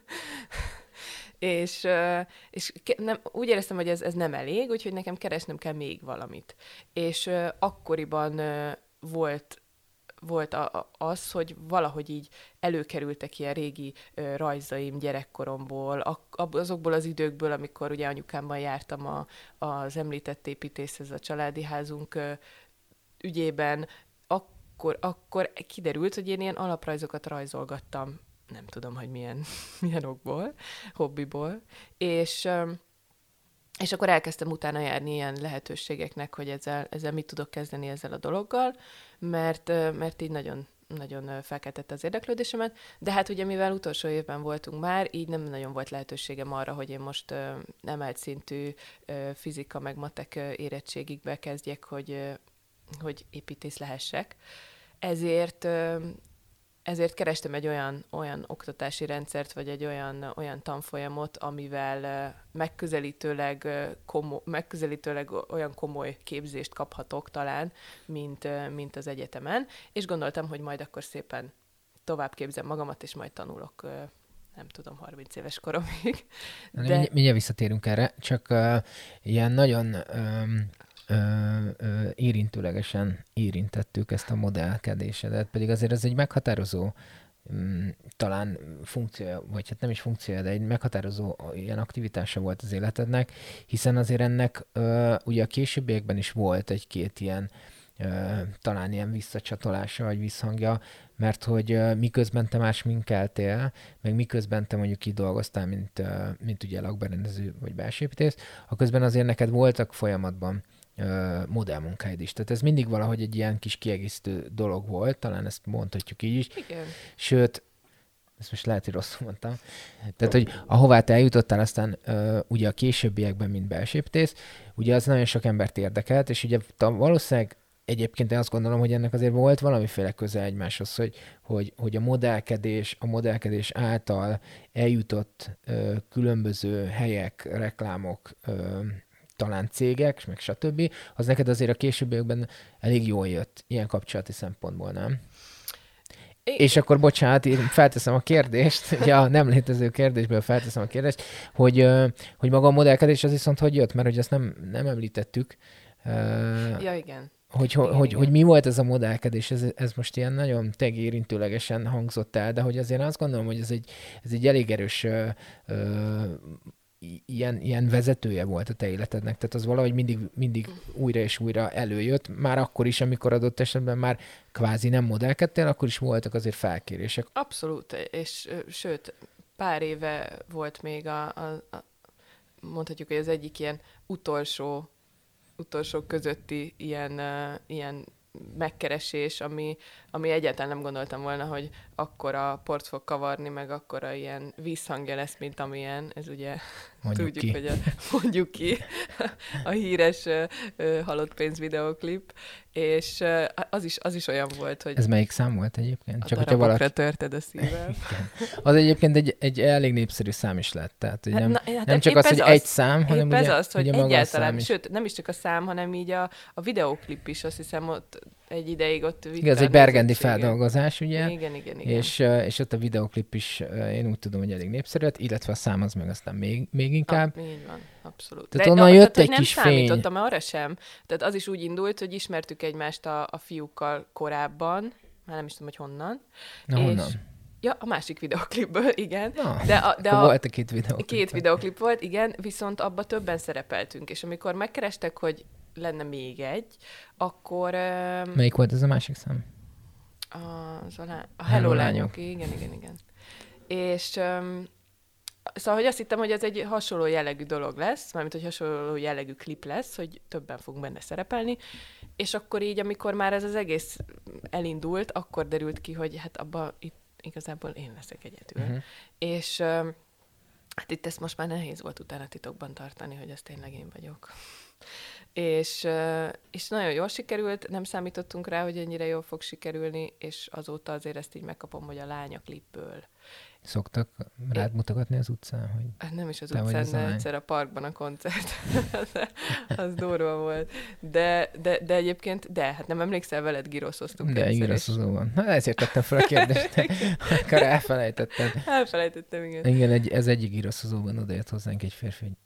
és uh, és nem, úgy éreztem, hogy ez, ez nem elég, úgyhogy nekem keresnem kell még valamit. És uh, akkoriban uh, volt volt a, a, az, hogy valahogy így előkerültek ilyen régi ö, rajzaim gyerekkoromból, a, azokból az időkből, amikor ugye anyukámmal jártam a, az említett építészhez a családi házunk ö, ügyében, akkor, akkor kiderült, hogy én ilyen alaprajzokat rajzolgattam, nem tudom, hogy milyen, milyen okból, hobbiból, és... Ö, És akkor elkezdtem utána járni ilyen lehetőségeknek, hogy ezzel, ezzel mit tudok kezdeni ezzel a dologgal, mert, mert így nagyon, nagyon felkeltette az érdeklődésemet. De hát ugye mivel utolsó évben voltunk már, így nem nagyon volt lehetőségem arra, hogy én most emelt szintű fizika meg matek érettségig kezdjek, hogy, hogy építész lehessek. Ezért... Ezért kerestem egy olyan, olyan oktatási rendszert, vagy egy olyan, olyan tanfolyamot, amivel megközelítőleg, komo, megközelítőleg olyan komoly képzést kaphatok talán, mint, mint az egyetemen, és gondoltam, hogy majd akkor szépen tovább képzem magamat, és majd tanulok, nem tudom, harminc éves koromig. De... Mindjárt visszatérünk erre, csak uh, ilyen nagyon... Um... Ö, ö, érintőlegesen érintettük ezt a modellkedésedet, pedig azért ez egy meghatározó m, talán funkciója, vagy hát nem is funkciója, de egy meghatározó ilyen aktivitása volt az életednek, hiszen azért ennek ö, ugye a későbbiekben is volt egy-két ilyen ö, talán ilyen visszacsatolása, vagy visszhangja, mert hogy ö, miközben te más minkeltél, meg miközben te mondjuk így dolgoztál, mint, ö, mint ugye lakberendező vagy belsőépítész, aközben azért neked voltak folyamatban modellmunkáid is. Tehát ez mindig valahogy egy ilyen kis kiegészítő dolog volt, talán ezt mondhatjuk így is. Igen. Sőt, ezt most lehet, hogy rosszul mondtam. Tehát, hogy ahová te eljutottál aztán uh, ugye a későbbiekben, mint belsőépítész, ugye az nagyon sok embert érdekelt, és ugye valószínűleg egyébként én azt gondolom, hogy ennek azért volt valamiféle köze egymáshoz, hogy, hogy, hogy a modellkedés, a modellkedés által eljutott uh, különböző helyek, reklámok, uh, talán cégek, meg stb., az neked azért a későbbiekben elég jól jött ilyen kapcsolati szempontból, nem? É. És akkor, bocsánat, én felteszem a kérdést, ugye a nem létező kérdésből felteszem a kérdést, hogy, hogy maga a modellkedés az viszont hogy jött, mert hogy ezt nem, nem említettük. Ja, igen. Hogy, igen, hogy, igen. hogy mi volt ez a modellkedés, ez, ez most ilyen nagyon tegérintőlegesen hangzott el, de hogy azért azt gondolom, hogy ez egy, ez egy elég erős ö, ö, Ilyen, ilyen vezetője volt a te életednek, tehát az valahogy mindig, mindig újra és újra előjött, már akkor is, amikor adott esetben már kvázi nem modellkedtél, akkor is voltak azért felkérések. Abszolút, és sőt, pár éve volt még a, a, a mondhatjuk, hogy az egyik ilyen utolsó, utolsó közötti ilyen, uh, ilyen megkeresés, ami, ami egyáltalán nem gondoltam volna, hogy akkora port fog kavarni, meg akkora ilyen vízhangja lesz, mint amilyen, ez ugye mondjuk tudjuk, ki. hogy a, mondjuk ki, a híres uh, uh, halott pénz videóklip, és uh, az, is, az is olyan volt, hogy... Ez melyik szám volt egyébként? A Csak darabokra valaki... törted a szívem. Az egyébként egy, egy elég népszerű szám is lett, tehát hogy nem, hát, na, hát nem csak az, hogy az, egy szám, hanem ugye, ez az, hogy ugye egyáltalán, sőt, nem is csak a szám, hanem így a, a videóklip is, azt hiszem ott egy ideig ott... Igen, egy bergendi feldolgozás, ugye? Igen, igen, igen. És, és ott a videóklip is, én úgy tudom, hogy elég népszerű, illetve a szám az meg aztán még, még inkább. Ah, így van, abszolút. Tehát de, onnan de, jött tehát, egy kis fény. Nem számítottam arra sem. Tehát az is úgy indult, hogy ismertük egymást a, a fiúkkal korábban, már nem is tudom, hogy honnan. Na, és, honnan? Ja, a másik videóklipből, igen. Na, de a, de a, volt a két videóklip. Két videóklip volt, igen, viszont abban többen szerepeltünk, és amikor megkerestek, hogy lenne még egy, akkor... Um, Melyik volt ez a másik szám? Az a, lá- a Hello, Hello lányok. Igen, igen, igen. És um, szóval, hogy azt hittem, hogy ez egy hasonló jellegű dolog lesz, mármint, hogy hasonló jellegű klip lesz, hogy többen fogunk benne szerepelni, és akkor így, amikor már ez az egész elindult, akkor derült ki, hogy hát abban itt igazából én leszek egyedül. Uh-huh. És... Um, Hát itt ezt most már nehéz volt utána titokban tartani, hogy ez tényleg én vagyok. És, és nagyon jól sikerült, nem számítottunk rá, hogy ennyire jól fog sikerülni, és azóta azért ezt így megkapom, hogy a lány a klipből. Szoktak rád mutogatni az utcán? Hogy hát nem is az utcán, de egyszer a parkban a koncert. Az durva volt. De, de, de egyébként, de, hát nem emlékszel, veled giroszoztunk. De giroszozóban. Na, ezért tettem fel a kérdést. Akár elfelejtettem. Elfelejtettem, igen. Igen, egy, ez egyik giroszozóban odajött hozzánk egy férfi, hogy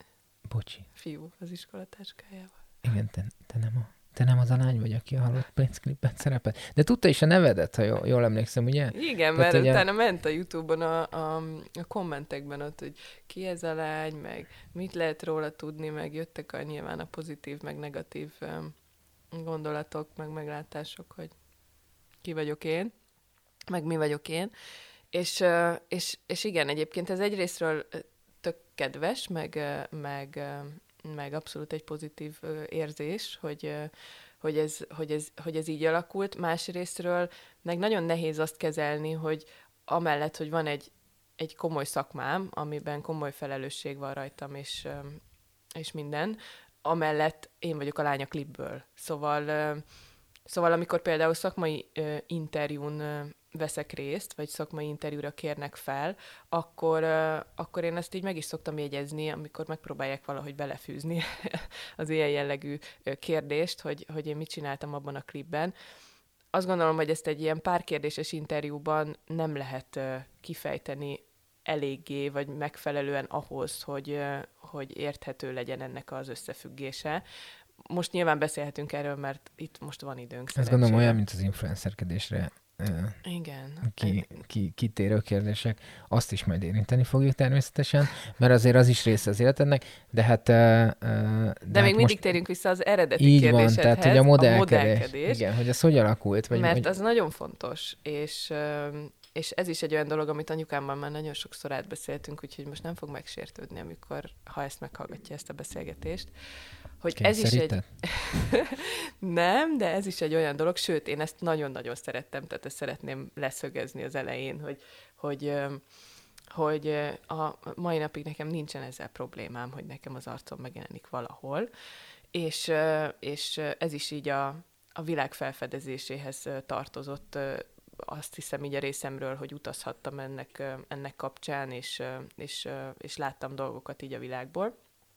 bocsi. Fiú az iskolatáskájával. Igen, te, te nem a... Te nem az a lány vagy, aki a halott pénzklipben szerepel. De tudta is a nevedet, ha jól, jól emlékszem, ugye? Igen, tehát, mert ugye... utána ment a YouTube-on a, a, a kommentekben ott, hogy ki ez a lány, meg mit lehet róla tudni, meg jöttek a, nyilván a pozitív, meg negatív um, gondolatok, meg meglátások, hogy ki vagyok én, meg mi vagyok én. És, uh, és, és igen, egyébként ez egyrésztről tök kedves, meg, meg meg abszolút egy pozitív ö, érzés, hogy, ö, hogy, ez, hogy, ez, hogy ez így alakult. Másrésztről meg nagyon nehéz azt kezelni, hogy amellett, hogy van egy, egy komoly szakmám, amiben komoly felelősség van rajtam, és, ö, és minden, amellett én vagyok a lány a klipből. Szóval, ö, szóval amikor például szakmai ö, interjún ö, veszek részt, vagy szakmai interjúra kérnek fel, akkor, uh, akkor én ezt így meg is szoktam jegyezni, amikor megpróbálják valahogy belefűzni az ilyen jellegű kérdést, hogy, hogy én mit csináltam abban a klipben. Azt gondolom, hogy ezt egy ilyen párkérdéses interjúban nem lehet uh, kifejteni eléggé, vagy megfelelően ahhoz, hogy, uh, hogy érthető legyen ennek az összefüggése. Most nyilván beszélhetünk erről, mert itt most van időnk. Ezt gondolom olyan, mint az influencerkedésre Igen. Ki, ki, kitérő kérdések, azt is majd érinteni fogjuk természetesen, mert azért az is része az életednek, de hát... De, de hát még mindig térünk vissza az eredeti így kérdésedhez. Így van, tehát hogy a modellkedés. A modellkedés. Igen, hogy ez hogy alakult. Vagy mert hogy... az nagyon fontos, és, és ez is egy olyan dolog, amit anyukámmal már nagyon sokszor átbeszéltünk, úgyhogy most nem fog megsértődni, amikor, ha ezt meghallgatja, ezt a beszélgetést. Hogy ez is egy... Nem, de ez is egy olyan dolog, sőt, én ezt nagyon-nagyon szerettem, tehát ezt szeretném leszögezni az elején, hogy, hogy, hogy a mai napig nekem nincsen ezzel problémám, hogy nekem az arcom megjelenik valahol, és, és ez is így a, a világ felfedezéséhez tartozott, azt hiszem így a részemről, hogy utazhattam ennek, ennek kapcsán, és, és, és láttam dolgokat így a világból.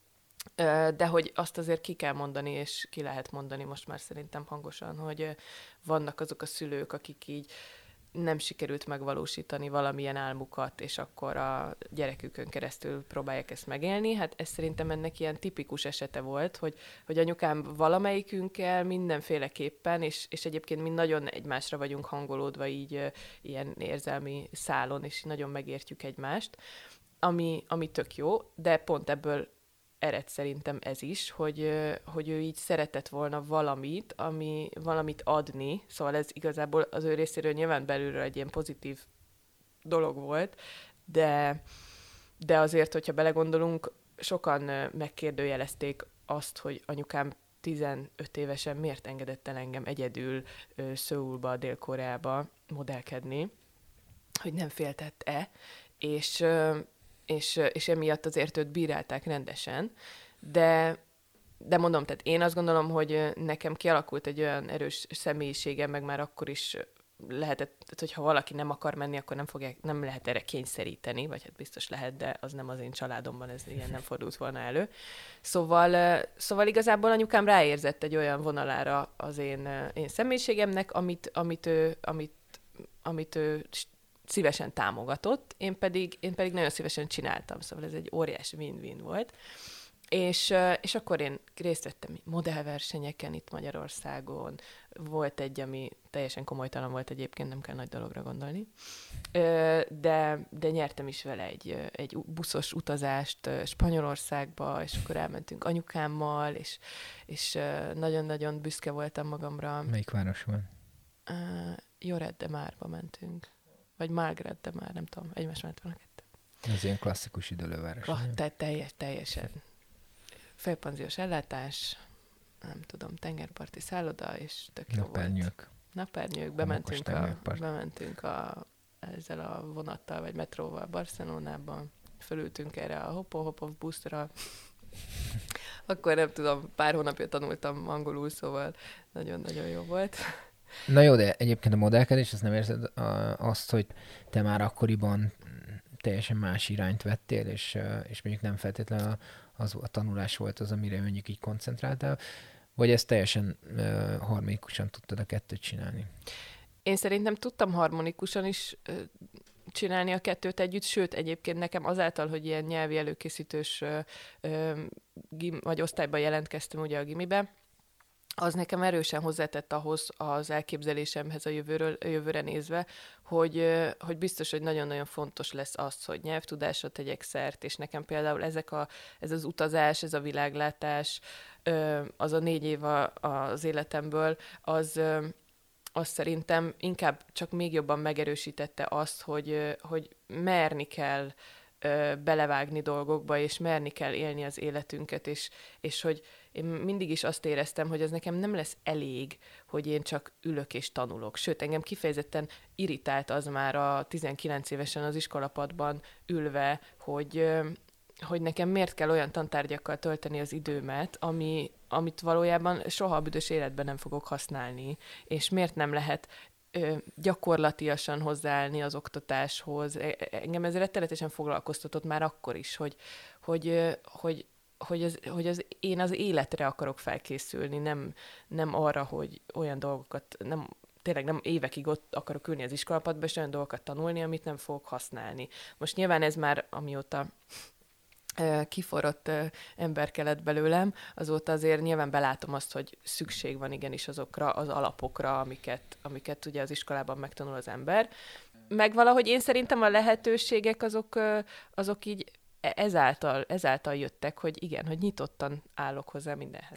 De hogy azt azért ki kell mondani, és ki lehet mondani most már szerintem hangosan, hogy vannak azok a szülők, akik így nem sikerült megvalósítani valamilyen álmukat, és akkor a gyerekükön keresztül próbálják ezt megélni. Hát ez szerintem ennek ilyen tipikus esete volt, hogy, hogy anyukám valamelyikünkkel mindenféleképpen, és, és egyébként mi nagyon egymásra vagyunk hangolódva így ilyen érzelmi szálon, és nagyon megértjük egymást, ami, ami tök jó, de pont ebből ered szerintem ez is, hogy, hogy ő így szeretett volna valamit, ami, valamit adni, szóval ez igazából az ő részéről nyilván belülről egy ilyen pozitív dolog volt, de, de azért, hogyha belegondolunk, sokan megkérdőjelezték azt, hogy anyukám tizenöt évesen miért engedett el engem egyedül Szöulba, Dél-Koreába modellkedni, hogy nem féltett-e, és... És, és emiatt azért őt bírálták rendesen, de, de mondom, tehát én azt gondolom, hogy nekem kialakult egy olyan erős személyiségem, meg már akkor is lehetett, hogyha valaki nem akar menni, akkor nem, fogják, nem lehet erre kényszeríteni, vagy hát biztos lehet, de az nem az én családomban, ez ilyen nem fordult volna elő. Szóval, szóval igazából anyukám ráérzett egy olyan vonalára az én, én személyiségemnek, amit, amit, ő, amit, amit ő szívesen támogatott, én pedig, én pedig nagyon szívesen csináltam, szóval ez egy óriási win-win volt. És, és akkor én részt vettem modellversenyeken itt Magyarországon, volt egy, ami teljesen komolytalan volt egyébként, nem kell nagy dologra gondolni, de, de nyertem is vele egy, egy buszos utazást Spanyolországba, és akkor elmentünk anyukámmal, és, és nagyon-nagyon büszke voltam magamra. Melyik városban? Lloret de Marba mentünk. Vagy Margaret, de már nem tudom, egymás mellett van a kettő. Ez ilyen klasszikus időlőváros. Ah, tehát teljes, teljesen. Félpanziós ellátás, nem tudom, tengerparti szálloda, és tök jó Napernyők. volt. Napernyők. Bementünk, a, bementünk a, ezzel a vonattal, vagy metróval Barcelonában. felültünk erre a Hopon-Hopov buszra. Akkor nem tudom, pár hónapja tanultam angolul, szóval nagyon-nagyon jó volt. Na jó, de egyébként a modellkedés, azt nem érzed azt, hogy te már akkoriban teljesen más irányt vettél, és, és mondjuk nem feltétlenül az a tanulás volt az, amire mondjuk így koncentráltál, vagy ezt teljesen uh, harmonikusan tudtad a kettőt csinálni? Én szerintem tudtam harmonikusan is uh, csinálni a kettőt együtt, sőt, egyébként nekem azáltal, hogy ilyen nyelvi előkészítős uh, uh, gim, vagy osztályban jelentkeztem ugye a gimibe, az nekem erősen hozzátett ahhoz az elképzelésemhez a jövőről, a jövőre nézve, hogy, hogy biztos, hogy nagyon-nagyon fontos lesz az, hogy nyelvtudásra tegyek szert, és nekem például ezek a, ez az utazás, ez a világlátás, az a négy év az életemből, az, az szerintem inkább csak még jobban megerősítette azt, hogy, hogy merni kell belevágni dolgokba, és merni kell élni az életünket, és, és hogy én mindig is azt éreztem, hogy ez nekem nem lesz elég, hogy én csak ülök és tanulok. Sőt, engem kifejezetten irritált az már a tizenkilenc évesen az iskolapadban ülve, hogy, hogy nekem miért kell olyan tantárgyakkal tölteni az időmet, ami, amit valójában soha a büdös életben nem fogok használni, és miért nem lehet gyakorlatiasan hozzáállni az oktatáshoz. Engem ez rettenetesen foglalkoztatott már akkor is, hogy, hogy, hogy, hogy, az, hogy az, én az életre akarok felkészülni, nem, nem arra, hogy olyan dolgokat, nem, tényleg nem évekig ott akarok ülni az iskolapadba, és olyan dolgokat tanulni, amit nem fogok használni. Most nyilván ez már, amióta kiforrott ember lett belőlem, azóta azért nyilván belátom azt, hogy szükség van igenis azokra az alapokra, amiket, amiket ugye az iskolában megtanul az ember. Meg valahogy én szerintem a lehetőségek azok, azok így ezáltal, ezáltal jöttek, hogy igen, hogy nyitottan állok hozzá mindenhez.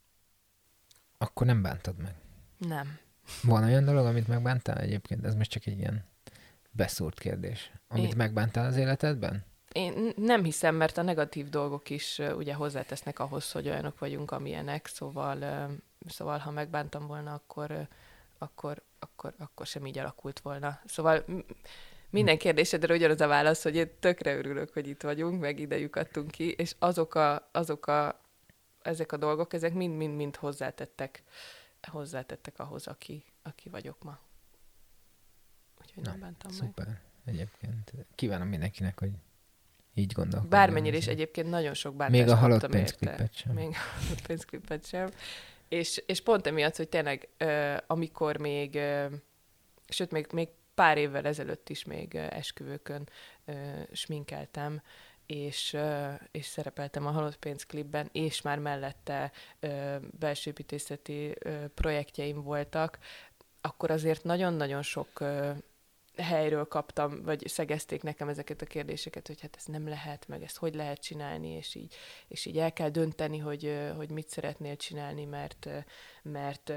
Akkor nem bántad meg? Nem. Van olyan dolog, amit megbántál egyébként? Ez most csak egy ilyen beszúrt kérdés. Amit én... megbántál az életedben? Én nem hiszem, mert a negatív dolgok is uh, ugye hozzátesznek ahhoz, hogy olyanok vagyunk, amilyenek, szóval, uh, szóval ha megbántam volna, akkor, uh, akkor, akkor, akkor sem így alakult volna. Szóval m- minden kérdésedre ugyanaz a válasz, hogy én tökre örülök, hogy itt vagyunk, meg idejük adtunk ki, és azok a, azok a, ezek a dolgok, ezek mind-mind-mind hozzátettek, hozzátettek ahhoz, aki, aki vagyok ma. Úgyhogy Na, nem bántam szuper. meg. Egyébként kívánom mindenkinek, hogy így gondolkodjon. Bármennyire is egyébként nagyon sok bántást Még a halott kaptam pénzklipet sem. Még a halott pénzklipet sem. És, és pont emiatt, hogy tényleg uh, amikor még, uh, sőt, még, még pár évvel ezelőtt is még uh, esküvőkön uh, sminkeltem, és, uh, és szerepeltem a halott pénzklipben, és már mellette uh, belsőépítészeti uh, projektjeim voltak, akkor azért nagyon-nagyon sok uh, helyről kaptam, vagy szegezték nekem ezeket a kérdéseket, hogy hát ez nem lehet, meg ezt hogy lehet csinálni, és így, és így el kell dönteni, hogy, hogy mit szeretnél csinálni, mert mert,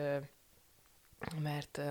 mert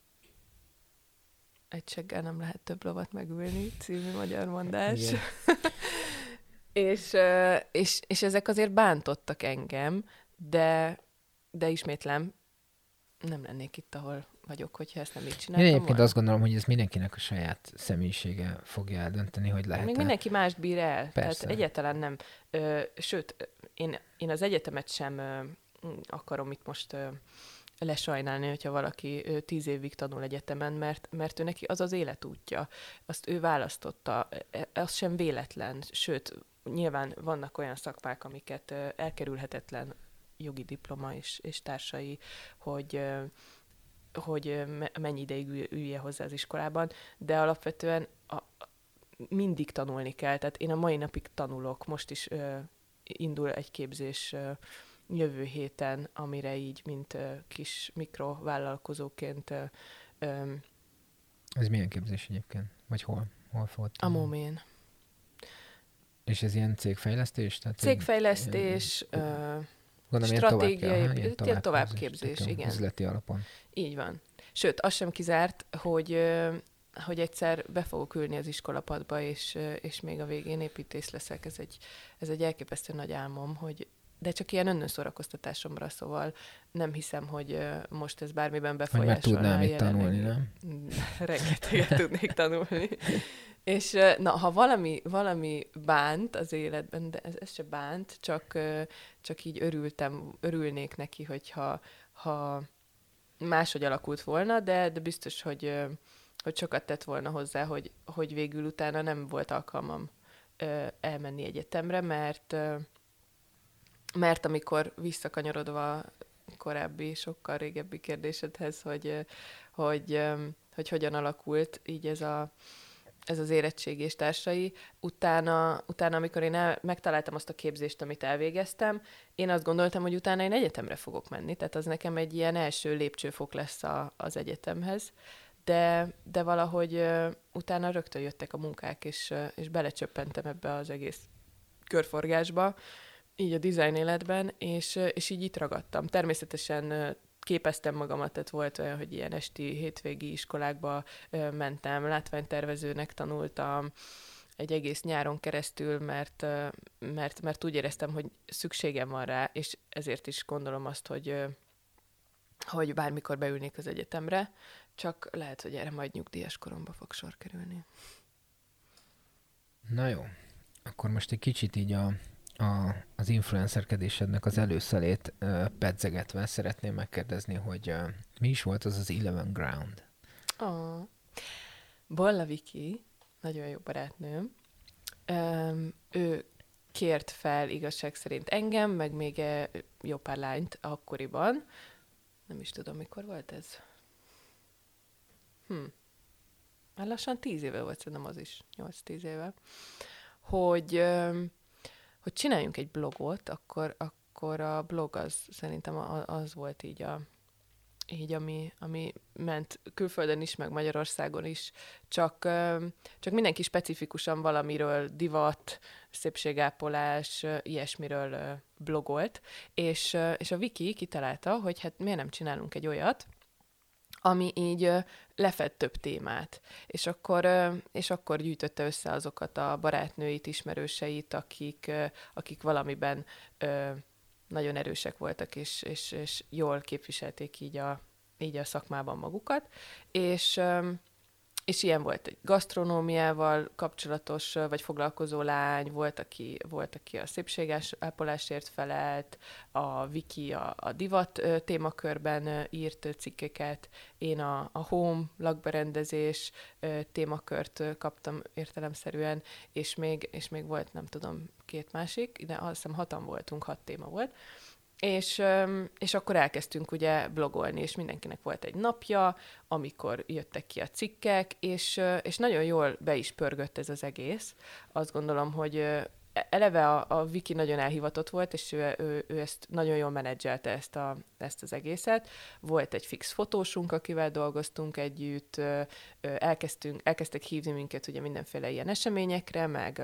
egy seggel nem lehet több lovat megülni, című magyar mondás. és, és, és ezek azért bántottak engem, de, de ismétlem, nem lennék itt, ahol vagyok, hogyha ezt nem így csináltam. Én egyébként volna. azt gondolom, hogy ez mindenkinek a saját személyisége fogja eldönteni, hogy lehet. Még mindenki mást bír el. Persze. Tehát egyáltalán nem. Ö, sőt, én, én az egyetemet sem ö, akarom itt most ö, lesajnálni, hogyha valaki ö, tíz évig tanul egyetemen, mert, mert ő neki az az életútja. Azt ő választotta. Az sem véletlen. Sőt, nyilván vannak olyan szakmák, amiket ö, elkerülhetetlen jogi diploma és, és társai, hogy... Ö, hogy mennyi ideig ülje hozzá az iskolában, de alapvetően a, a, mindig tanulni kell. Tehát én a mai napig tanulok, most is ö, indul egy képzés ö, jövő héten, amire így, mint ö, kis mikrovállalkozóként... Ö, ö, Ez milyen képzés egyébként? Vagy hol? Hol volt? A Momén. És ez ilyen cégfejlesztés? Tehát Cégfejlesztés... Egy, ö, Gondolom, stratégiai, ilyen tovább, továbbképzés, továbbképzés, igen. Üzleti alapon. Így van. Sőt, az sem kizárt, hogy, hogy egyszer be fogok ülni az iskolapadba, és, és még a végén építész leszek. Ez egy, ez egy elképesztő nagy álmom, hogy, de csak ilyen önszórakoztatásomra, szóval nem hiszem, hogy most ez bármiben befolyásolná. Vagy már tudnám itt tanulni, nem? Rengeteget tudnék tanulni. És na, ha valami, valami bánt az életben, de ez, ez se bánt, csak, csak így örültem, örülnék neki, hogyha ha máshogy alakult volna, de, de biztos, hogy, hogy sokat tett volna hozzá, hogy, hogy végül utána nem volt alkalmam elmenni egyetemre, mert, mert amikor visszakanyarodva korábbi, sokkal régebbi kérdésedhez, hogy, hogy, hogy hogyan alakult így ez a ez az érettség és társai. Utána, utána amikor én el, megtaláltam azt a képzést, amit elvégeztem, én azt gondoltam, hogy utána én egyetemre fogok menni, tehát az nekem egy ilyen első lépcsőfok lesz a, az egyetemhez, de, de valahogy uh, utána rögtön jöttek a munkák, és, uh, és belecsöppentem ebbe az egész körforgásba, így a design életben, és, uh, és így itt ragadtam. Természetesen uh, képeztem magamat, tehát volt olyan, hogy ilyen esti, hétvégi iskolákba ö, mentem, látványtervezőnek tanultam egy egész nyáron keresztül, mert, ö, mert, mert úgy éreztem, hogy szükségem van rá, és ezért is gondolom azt, hogy, ö, hogy bármikor beülnék az egyetemre, csak lehet, hogy erre majd nyugdíjas koromba fog sor kerülni. Na jó, akkor most egy kicsit így a A, az influencerkedésednek az előszelét uh, pedzegetve szeretném megkérdezni, hogy uh, mi is volt az az Eleven Ground? Oh. Bolla Viki, nagyon jó barátnőm, um, ő kért fel igazság szerint engem, meg még jó pár lányt akkoriban. Nem is tudom, mikor volt ez. Hm. Már lassan tíz éve volt, szerintem az is, nyolc-tíz éve. Hogy... Um, hogy csináljunk egy blogot, akkor, akkor a blog az szerintem az volt így, a, így ami, ami ment külföldön is, meg Magyarországon is, csak, csak mindenki specifikusan valamiről, divat, szépségápolás, ilyesmiről blogolt, és, és a Viki kitalálta, hogy hát miért nem csinálunk egy olyat, ami így lefed több témát. És akkor, és akkor gyűjtötte össze azokat a barátnőit, ismerőseit, akik, akik valamiben nagyon erősek voltak, és, és, és jól képviselték így a, így a szakmában magukat. És, és ilyen volt egy gasztronómiával kapcsolatos, vagy foglalkozó lány, volt, aki, volt, aki a szépségápolásért felelt, a Viki a, a divat témakörben írt cikkeket, én a, a home, lakberendezés témakört kaptam értelemszerűen, és még, és még volt, nem tudom, két másik, de azt hiszem hatan voltunk, hat téma volt. És, és akkor elkezdtünk ugye blogolni, és mindenkinek volt egy napja, amikor jöttek ki a cikkek, és, és nagyon jól be is pörgött ez az egész. Azt gondolom, hogy eleve a, a Viki nagyon elhivatott volt, és ő, ő, ő ezt nagyon jól menedzselte ezt, a, ezt az egészet. Volt egy fix fotósunk, akivel dolgoztunk együtt, elkezdtünk, elkezdtek hívni minket ugye mindenféle ilyen eseményekre, meg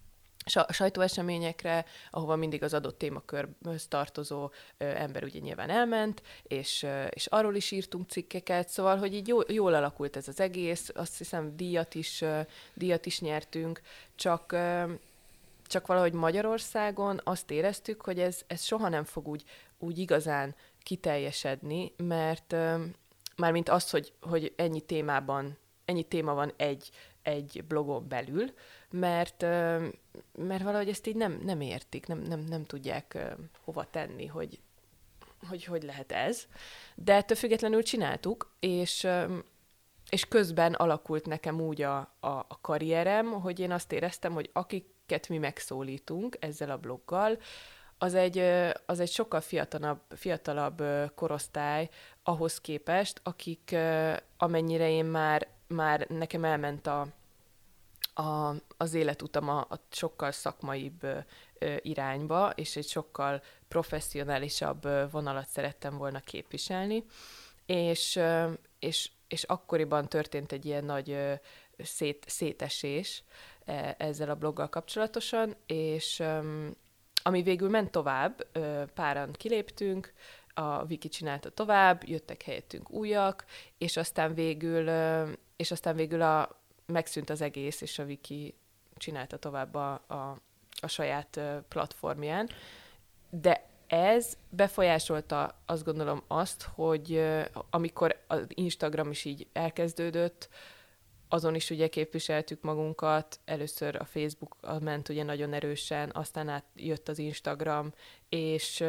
sajtóeseményekre, ahova mindig az adott témakörhöz tartozó ö, ember ugye nyilván elment, és, ö, és arról is írtunk cikkeket, szóval, hogy így jó, jól alakult ez az egész, azt hiszem díjat is, ö, díjat is nyertünk, csak, ö, csak valahogy Magyarországon azt éreztük, hogy ez, ez soha nem fog úgy, úgy igazán kiteljesedni, mert ö, mármint az, hogy, hogy ennyi témában, ennyi téma van egy, egy blogon belül, mert, mert valahogy ezt így nem, nem értik, nem, nem, nem tudják hova tenni, hogy, hogy hogy lehet ez. De ettől függetlenül csináltuk, és, és közben alakult nekem úgy a, a, a karrierem, hogy én azt éreztem, hogy akiket mi megszólítunk ezzel a bloggal, az egy, az egy sokkal fiatalabb, fiatalabb korosztály ahhoz képest, akik amennyire én már, már nekem elment a A, az életutam a, a sokkal szakmaibb ö, ö, irányba, és egy sokkal professzionálisabb ö, vonalat szerettem volna képviselni, és, ö, és, és akkoriban történt egy ilyen nagy ö, szét, szétesés e, ezzel a bloggal kapcsolatosan, és ö, ami végül ment tovább, ö, páran kiléptünk, a Viki csinálta tovább, jöttek helyettünk újak, és aztán végül, ö, és aztán végül a megszűnt az egész, és a Viki csinálta tovább a, a, a saját platformján. De ez befolyásolta, azt gondolom azt, hogy amikor az Instagram is így elkezdődött, azon is ugye képviseltük magunkat, először a Facebook ment ugye nagyon erősen, aztán át jött az Instagram, és,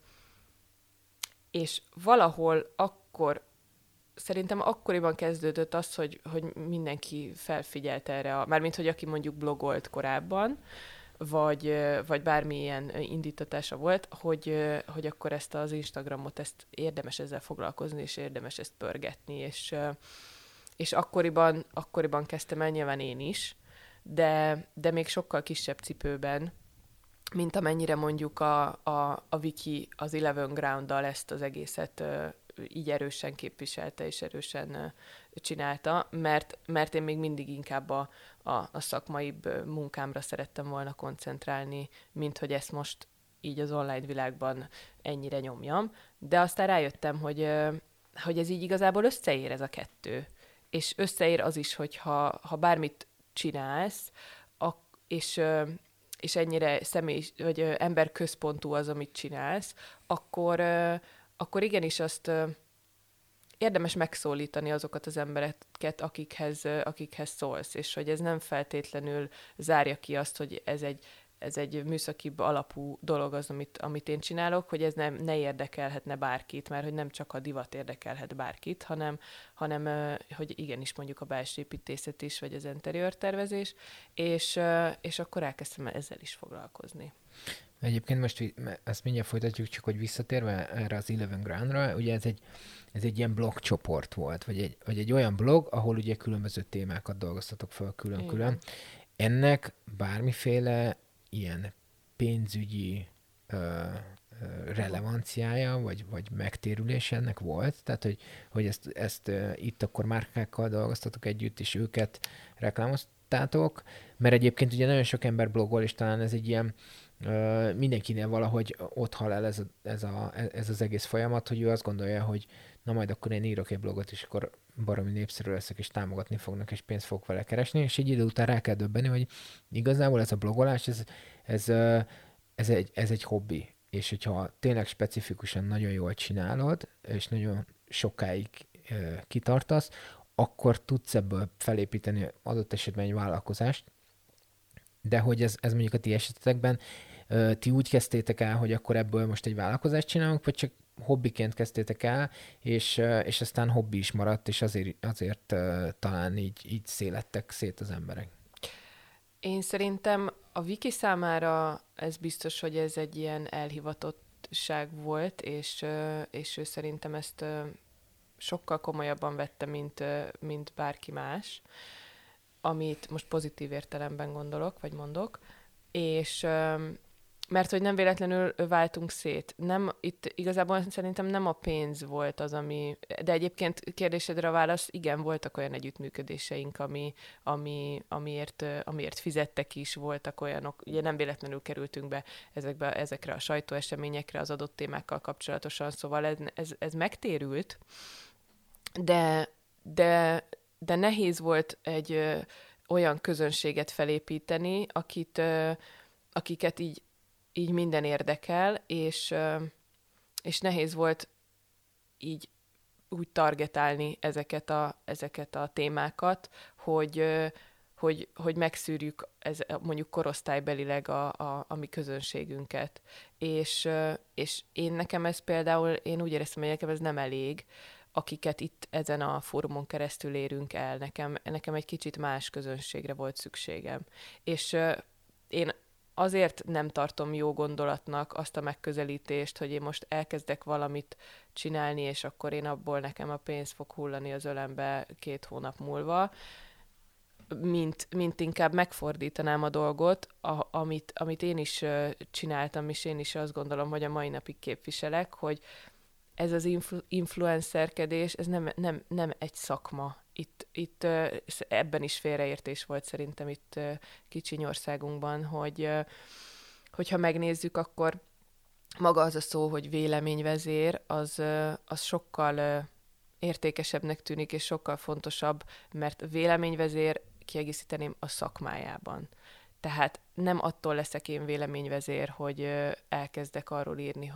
és valahol akkor, szerintem akkoriban kezdődött az, hogy, hogy mindenki felfigyelt erre, a, mármint, hogy aki mondjuk blogolt korábban, vagy, vagy bármilyen indítatása volt, hogy, hogy akkor ezt az Instagramot, ezt érdemes ezzel foglalkozni, és érdemes ezt pörgetni, és, és akkoriban, akkoriban kezdtem el, nyilván én is, de, de még sokkal kisebb cipőben, mint amennyire mondjuk a, a, a Wiki az Eleven Ground-dal ezt az egészet így erősen képviselte és erősen csinálta, mert, mert én még mindig inkább a, a, a szakmaibb munkámra szerettem volna koncentrálni, mint hogy ezt most így az online világban ennyire nyomjam. De aztán rájöttem, hogy, hogy ez így igazából összeér ez a kettő. És összeér az is, hogy ha, ha bármit csinálsz, a, és, és ennyire személy, vagy emberközpontú az, amit csinálsz, akkor akkor igenis azt érdemes megszólítani azokat az embereket, akikhez, akikhez szólsz, és hogy ez nem feltétlenül zárja ki azt, hogy ez egy, ez egy műszakibb alapú dolog az, amit, amit én csinálok, hogy ez nem, ne érdekelhetne bárkit, mert hogy nem csak a divat érdekelhet bárkit, hanem, hanem hogy igenis mondjuk a belső építészet is, vagy az interiőr tervezés, és, és akkor elkezdtem ezzel is foglalkozni. Egyébként most ezt mindjárt folytatjuk, csak hogy visszatérve erre az Eleven Ground-ra, ugye ez egy, ez egy ilyen blogcsoport volt, vagy egy, vagy egy olyan blog, ahol ugye különböző témákat dolgoztatok fel külön-külön. Igen. Ennek bármiféle ilyen pénzügyi ö, ö, relevanciája, vagy, vagy megtérülése ennek volt? Tehát, hogy, hogy ezt, ezt ö, itt akkor márkákkal dolgoztatok együtt, és őket reklámoztátok, mert egyébként ugye nagyon sok ember blogol, és talán ez egy ilyen Uh, mindenkinél valahogy ott hal el ez, a, ez, a, ez az egész folyamat, hogy ő azt gondolja, hogy na majd akkor én írok egy blogot, és akkor baromi népszerű leszek, és támogatni fognak, és pénzt fogok vele keresni, és egy idő után rá kell döbbenni, hogy igazából ez a blogolás, ez, ez, ez, egy, ez egy hobbi, és hogyha tényleg specifikusan nagyon jól csinálod, és nagyon sokáig kitartasz, akkor tudsz ebből felépíteni adott esetben egy vállalkozást, de hogy ez, ez mondjuk a ti esetetekben, ti úgy kezdtétek el, hogy akkor ebből most egy vállalkozást csinálunk, vagy csak hobbiként kezdtétek el, és, és aztán hobbi is maradt, és azért, azért talán így, így szélettek szét az emberek. Én szerintem a Wiki számára ez biztos, hogy ez egy ilyen elhivatottság volt, és, és ő szerintem ezt sokkal komolyabban vette, mint, mint bárki más, amit most pozitív értelemben gondolok, vagy mondok, és mert hogy nem véletlenül váltunk szét. Nem, itt igazából szerintem nem a pénz volt az, ami... De egyébként kérdésedre a válasz, igen, voltak olyan együttműködéseink, ami, ami, amiért, amiért fizettek is, voltak olyanok, ugye nem véletlenül kerültünk be ezekbe, ezekre a sajtóeseményekre az adott témákkal kapcsolatosan, szóval ez, ez, ez megtérült, de, de, de nehéz volt egy ö, olyan közönséget felépíteni, akit, ö, akiket így így minden érdekel, és, és nehéz volt így úgy targetálni ezeket a, ezeket a témákat, hogy, hogy, hogy megszűrjük ez, mondjuk korosztálybelileg a, a, a mi közönségünket. És, és én nekem ez például, én úgy éreztem, hogy nekem ez nem elég, akiket itt ezen a fórumon keresztül érünk el. Nekem, nekem egy kicsit más közönségre volt szükségem. És én azért nem tartom jó gondolatnak azt a megközelítést, hogy én most elkezdek valamit csinálni, és akkor én abból nekem a pénz fog hullani az ölembe két hónap múlva, mint, mint inkább megfordítanám a dolgot, a, amit, amit én is csináltam, és én is azt gondolom, hogy a mai napig képviselek, hogy ez az influ- influencerkedés, ez nem, nem, nem egy szakma. Itt, itt ebben is félreértés volt szerintem itt kicsiny országunkban, hogy hogyha megnézzük, akkor maga az a szó, hogy véleményvezér, az, az sokkal értékesebbnek tűnik, és sokkal fontosabb, mert véleményvezér, kiegészíteném, a szakmájában. Tehát nem attól leszek én véleményvezér, hogy elkezdek arról írni, hogy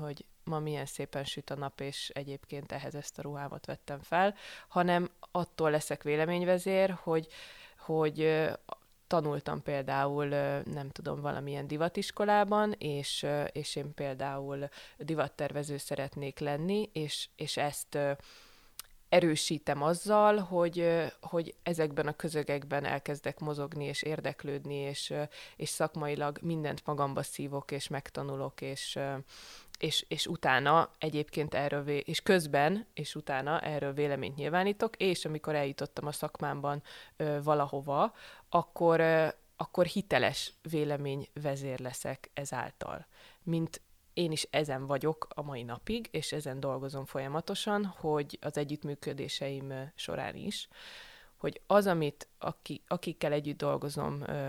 ma milyen szépen süt a nap, és egyébként ehhez ezt a ruhámat vettem fel, hanem attól leszek véleményvezér, hogy, hogy tanultam például, nem tudom, valamilyen divatiskolában, és, és én például divattervező szeretnék lenni, és, és ezt erősítem azzal, hogy, hogy ezekben a közögekben elkezdek mozogni, és érdeklődni, és, és szakmailag mindent magamba szívok, és megtanulok, és, és, és utána egyébként erről, vé- és közben, és utána erről véleményt nyilvánítok, és amikor eljutottam a szakmámban ö, valahova, akkor, ö, akkor hiteles véleményvezér leszek ezáltal, mint én is ezen vagyok a mai napig, és ezen dolgozom folyamatosan, hogy az együttműködéseim során is, hogy az, amit aki, akikkel együtt dolgozom ö,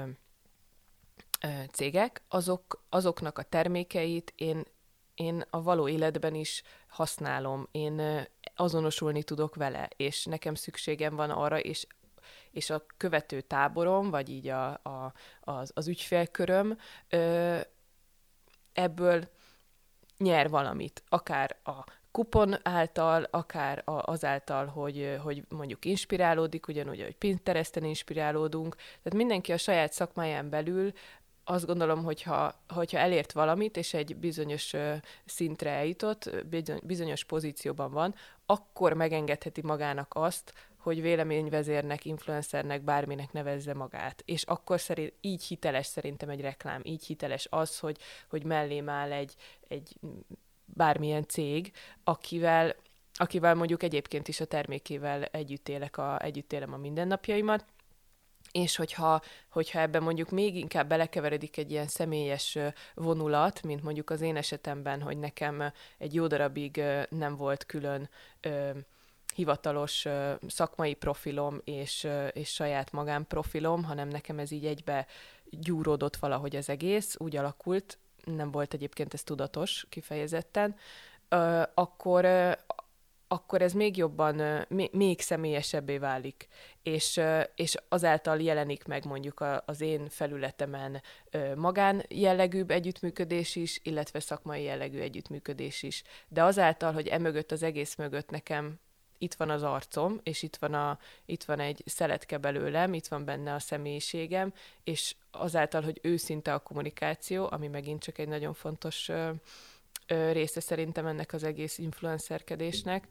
ö, cégek, azok, azoknak a termékeit én, én a való életben is használom, én ö, azonosulni tudok vele, és nekem szükségem van arra, és és a követő táborom, vagy így a, a, az, az ügyfélköröm ö, ebből nyer valamit, akár a kupon által, akár a, azáltal, hogy, hogy mondjuk inspirálódik, ugyanúgy, hogy Pinteresten inspirálódunk. Tehát mindenki a saját szakmáján belül azt gondolom, hogyha, hogyha elért valamit, és egy bizonyos szintre eljutott, bizonyos pozícióban van, akkor megengedheti magának azt, hogy véleményvezérnek, influencernek, bárminek nevezze magát. És akkor szerint, így hiteles szerintem egy reklám, így hiteles az, hogy, hogy mellém áll egy, egy bármilyen cég, akivel, akivel mondjuk egyébként is a termékével együtt élek a, együtt élem a mindennapjaimat, és hogyha, hogyha ebben mondjuk még inkább belekeveredik egy ilyen személyes vonulat, mint mondjuk az én esetemben, hogy nekem egy jó darabig nem volt külön hivatalos uh, szakmai profilom és, uh, és saját magánprofilom, hanem nekem ez így egybe gyúródott valahogy az egész, úgy alakult, nem volt egyébként ez tudatos kifejezetten, uh, akkor, uh, akkor ez még jobban, uh, még személyesebbé válik, és, uh, és azáltal jelenik meg mondjuk a, az én felületemen uh, magán jellegűbb együttműködés is, illetve szakmai jellegű együttműködés is. De azáltal, hogy emögött az egész mögött nekem itt van az arcom, és itt van, a, itt van egy szeletke belőlem, itt van benne a személyiségem, és azáltal, hogy őszinte a kommunikáció, ami megint csak egy nagyon fontos ö, ö, része szerintem ennek az egész influencerkedésnek,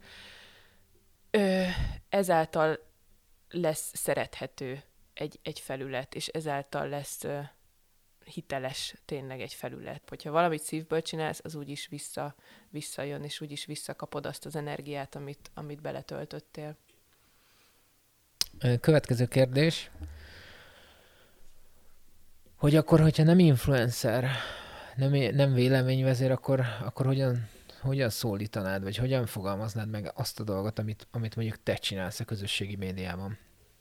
ö, ezáltal lesz szerethető egy, egy felület, és ezáltal lesz ö, hiteles tényleg egy felület. Hogyha valamit szívből csinálsz, az úgyis vissza, visszajön, és úgyis visszakapod azt az energiát, amit, amit beletöltöttél. Következő kérdés, hogy akkor, hogyha nem influencer, nem, nem véleményvezér, akkor, akkor hogyan, hogyan szólítanád, vagy hogyan fogalmaznád meg azt a dolgot, amit, amit mondjuk te csinálsz a közösségi médiában?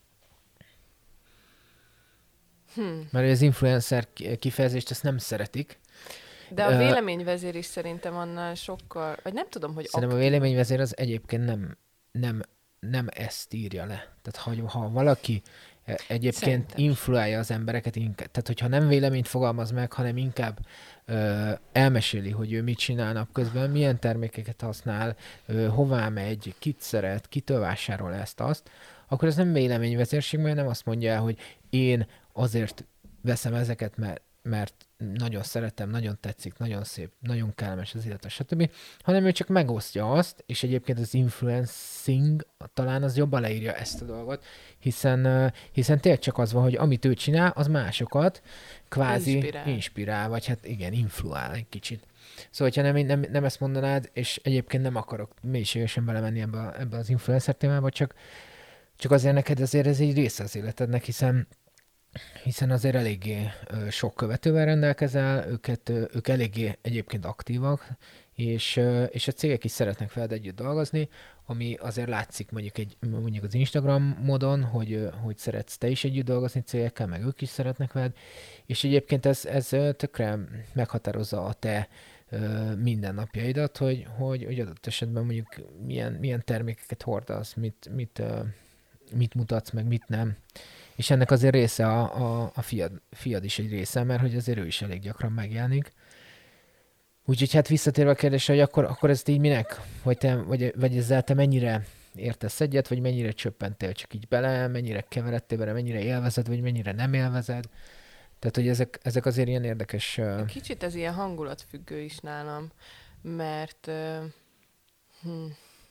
Hmm. Mert az influencer kifejezést ezt nem szeretik. De a véleményvezér is szerintem annál sokkal, vagy nem tudom, hogy Szerintem aktív. A véleményvezér az egyébként nem, nem, nem ezt írja le. Tehát ha, ha valaki egyébként szerintem influálja az embereket, inkább, tehát hogyha nem véleményt fogalmaz meg, hanem inkább ö, elmeséli, hogy ő mit csinál napközben, milyen termékeket használ, ö, hová megy, kit szeret, kitől vásárol ezt-azt, akkor ez nem véleményvezérség, mert nem azt mondja el, hogy én azért veszem ezeket, mert, mert nagyon szeretem, nagyon tetszik, nagyon szép, nagyon kellemes az illetve, stb. Hanem ő csak megosztja azt, és egyébként az influencing talán az jobban leírja ezt a dolgot, hiszen, hiszen tényleg csak az van, hogy amit ő csinál, az másokat kvázi inspirál, inspirál vagy hát igen, influál egy kicsit. Szóval, hogyha nem, nem, nem ezt mondanád, és egyébként nem akarok mélységesen belemenni ebbe, ebbe az influencer témába, csak, csak azért neked azért ez egy része az életednek, hiszen hiszen azért eléggé ö, sok követővel rendelkezel, őket, ö, ők eléggé egyébként aktívak, és, ö, és a cégek is szeretnek veled együtt dolgozni, ami azért látszik mondjuk, egy, mondjuk az Instagram módon, hogy, ö, hogy szeretsz te is együtt dolgozni cégekkel, meg ők is szeretnek veled, és egyébként ez, ez tökre meghatározza a te ö, mindennapjaidat, hogy, hogy, hogy adott esetben mondjuk milyen, milyen termékeket hordasz, mit, mit, ö, mit mutatsz, meg mit nem. És ennek azért része a, a, a fiad, fiad is egy része, mert hogy azért ő is elég gyakran megjelenik. Úgyhogy hát visszatérve a kérdésre, hogy akkor, akkor ezt így minek? Vagy, te, vagy, vagy ezzel te mennyire értesz egyet, vagy mennyire csöppentél csak így bele, mennyire keveredtél bele, mennyire élvezed, vagy mennyire nem élvezed? Tehát, hogy ezek, ezek azért ilyen érdekes... Uh... Kicsit ez ilyen hangulatfüggő is nálam, mert uh, hm,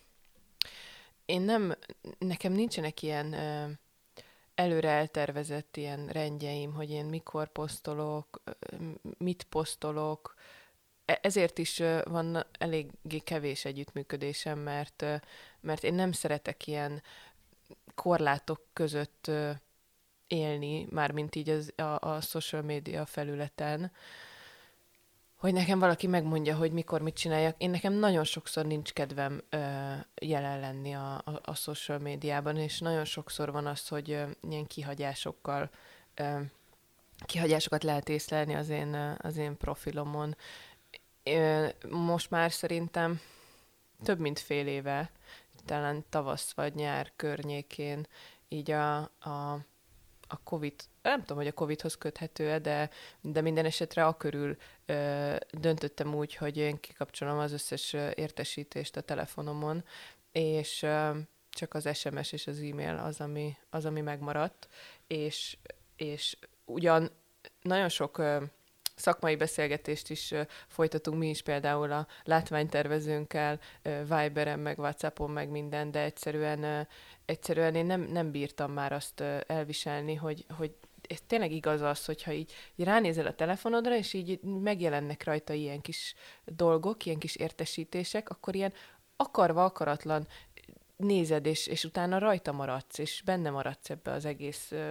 én nem, nekem nincsenek ilyen uh, előre eltervezett ilyen rendjeim, hogy én mikor posztolok, mit posztolok. Ezért is van eléggé kevés együttműködésem, mert, mert én nem szeretek ilyen korlátok között élni, mármint így az, a, a social media felületen, hogy nekem valaki megmondja, hogy mikor mit csináljak. Én nekem nagyon sokszor nincs kedvem ö, jelen lenni a, a, a social médiában, és nagyon sokszor van az, hogy ö, ilyen kihagyásokkal, ö, kihagyásokat lehet észlelni az én, az én profilomon. Ö, most már szerintem több mint fél éve, talán tavasz vagy nyár környékén, így a, a a Covid, nem tudom, hogy a Covidhoz köthető-e, de, de minden esetre akörül ö, döntöttem úgy, hogy én kikapcsolom az összes értesítést a telefonomon, és ö, csak az es em es és az e-mail az, ami, az, ami megmaradt, és, és ugyan nagyon sok ö, szakmai beszélgetést is ö, folytatunk mi is, például a látványtervezőnkkel, ö, Viberen, meg Whatsappon, meg minden, de egyszerűen ö, egyszerűen én nem, nem bírtam már azt uh, elviselni, hogy, hogy ez tényleg igaz az, hogyha így, így ránézel a telefonodra, és így megjelennek rajta ilyen kis dolgok, ilyen kis értesítések, akkor ilyen akarva, akaratlan nézed, és, és utána rajta maradsz, és benne maradsz ebbe az egész uh,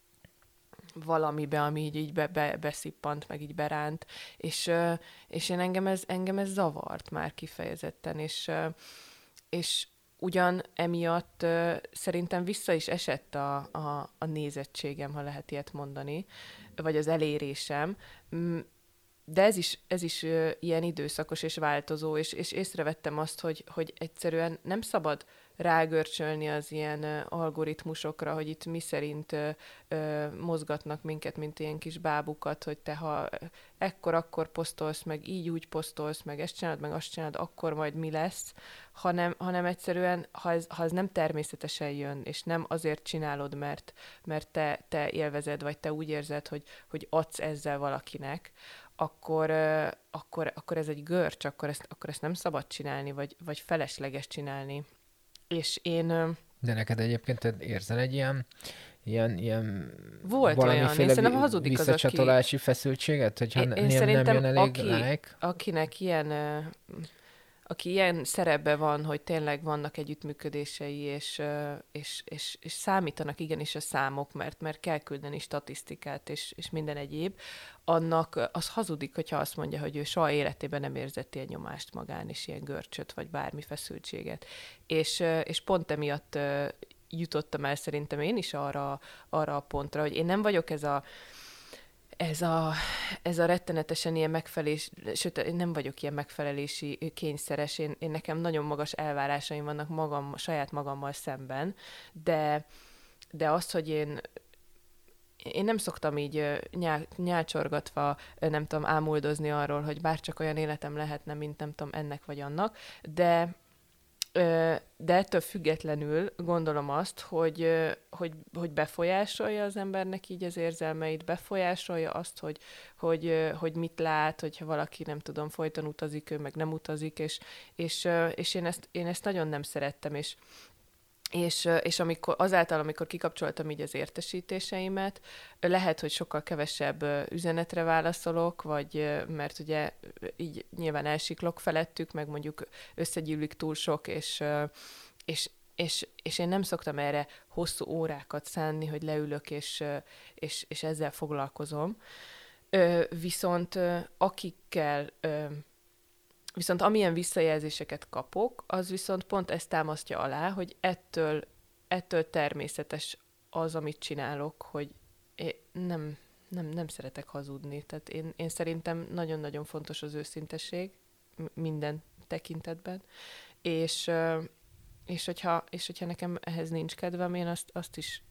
valamibe, ami így, így be, be, beszippant, meg így beránt, és, uh, és én engem ez, engem ez zavart már kifejezetten, és, uh, és ugyan emiatt uh, szerintem vissza is esett a, a, a nézettségem, ha lehet ilyet mondani, vagy az elérésem, de ez is, ez is uh, ilyen időszakos és változó, és, és észrevettem azt, hogy, hogy egyszerűen nem szabad rágörcsölni az ilyen uh, algoritmusokra, hogy itt mi szerint uh, uh, mozgatnak minket, mint ilyen kis bábukat, hogy te ha ekkor-akkor posztolsz, meg így úgy posztolsz, meg ezt csinálod, meg azt csinálod, akkor majd mi lesz, hanem, hanem egyszerűen, ha ez, ha ez nem természetesen jön, és nem azért csinálod, mert, mert te, te élvezed, vagy te úgy érzed, hogy, hogy adsz ezzel valakinek, akkor, uh, akkor, akkor ez egy görcs, akkor ezt, akkor ezt nem szabad csinálni, vagy, vagy felesleges csinálni. És én... Uh, De neked egyébként érzel egy ilyen, ilyen, ilyen volt valamiféle olyan, én hazudik visszacsatolási az, aki... feszültséget, hogyha én, n- én nem, nem jön elég aki, like? akinek ilyen... Uh, aki ilyen szerepben van, hogy tényleg vannak együttműködései, és, és, és, és számítanak igenis a számok, mert, mert kell küldeni statisztikát, és, és minden egyéb, annak az hazudik, hogyha azt mondja, hogy ő soha életében nem érzett ilyen nyomást magán, és ilyen görcsöt, vagy bármi feszültséget. És, és pont emiatt jutottam el szerintem én is arra, arra a pontra, hogy én nem vagyok ez a Ez a, ez a rettenetesen ilyen megfelelés, sőt, én nem vagyok ilyen megfelelési kényszeres, én, én nekem nagyon magas elvárásaim vannak magam, saját magammal szemben, de, de az, hogy én, én nem szoktam így nyál, nyálcsorgatva, nem tudom, ámuldozni arról, hogy bárcsak olyan életem lehetne, mint nem tudom, ennek vagy annak, de de ettől függetlenül gondolom azt, hogy, hogy, hogy befolyásolja az embernek így az érzelmeit, befolyásolja azt, hogy, hogy, hogy mit lát, hogyha valaki, nem tudom, folyton utazik, ő meg nem utazik, és, és, és én, ezt, én ezt nagyon nem szerettem, és És, és amikor, azáltal, amikor kikapcsoltam így az értesítéseimet, lehet, hogy sokkal kevesebb üzenetre válaszolok, vagy mert ugye így nyilván elsiklok felettük, meg mondjuk összegyűlik túl sok, és, és, és, és én nem szoktam erre hosszú órákat szánni, hogy leülök, és, és, és ezzel foglalkozom. Viszont akikkel... Viszont amilyen visszajelzéseket kapok, az viszont pont ezt támasztja alá, hogy ettől, ettől természetes az, amit csinálok, hogy nem, nem, nem szeretek hazudni. Tehát én, én szerintem nagyon-nagyon fontos az őszintesség minden tekintetben, és, és, hogyha, és hogyha nekem ehhez nincs kedvem, én azt, azt, is,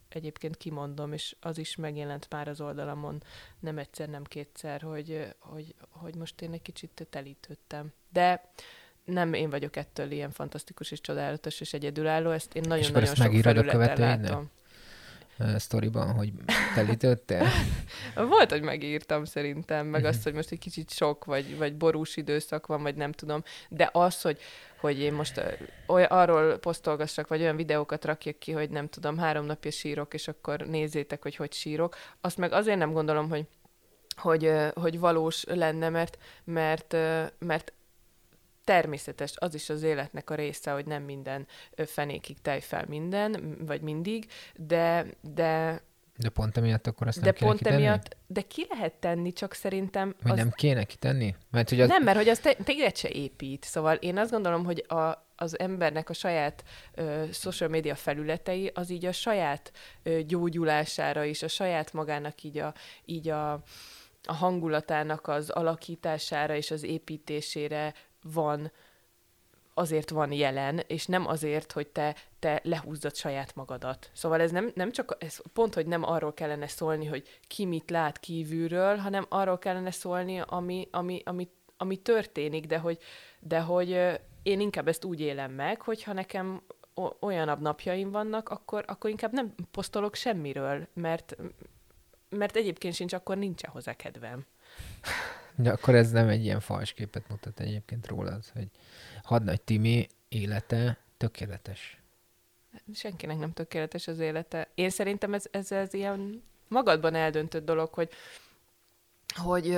egyébként kimondom, és az is megjelent már az oldalamon nem egyszer, nem kétszer, hogy, hogy, hogy most én egy kicsit telítődtem. De nem én vagyok ettől ilyen fantasztikus és csodálatos és egyedülálló, ezt én nagyon-nagyon sok felületen látom. Sztoriban, hogy telítődtél? Volt, hogy megírtam szerintem, meg azt, hogy most egy kicsit sok, vagy, vagy borús időszak van, vagy nem tudom, de az, hogy, hogy én most oly, arról posztolgassak, vagy olyan videókat rakjak ki, hogy nem tudom, három napja sírok, és akkor nézzétek, hogy hogy sírok, azt meg azért nem gondolom, hogy, hogy, hogy valós lenne, mert, mert, mert természetes, az is az életnek a része, hogy nem minden fenékig tej fel minden, vagy mindig, de... De, de pont emiatt akkor azt de nem kéne pont kitenni? Emiatt, de ki lehet tenni, csak szerintem... Hogy az... nem kéne kitenni? Mert, hogy az... Nem, mert hogy az te, téged se épít. Szóval én azt gondolom, hogy a, az embernek a saját ö, social media felületei, az így a saját ö, gyógyulására is, a saját magának így a... Így a a hangulatának az alakítására és az építésére van, azért van jelen, és nem azért, hogy te, te lehúzzad saját magadat. Szóval ez nem, nem csak, ez pont, hogy nem arról kellene szólni, hogy ki mit lát kívülről, hanem arról kellene szólni, ami, ami, ami, ami történik, de hogy, de hogy én inkább ezt úgy élem meg, hogyha nekem olyanabb napjaim vannak, akkor, akkor inkább nem posztolok semmiről, mert mert egyébként sincs, akkor nincsen hozzá kedvem. De akkor ez nem egy ilyen fals képet mutat egyébként rólad, hogy Hadnagy Timi élete tökéletes. Senkinek nem tökéletes az élete. Én szerintem ez, ez, ez ilyen magadban eldöntött dolog, hogy, hogy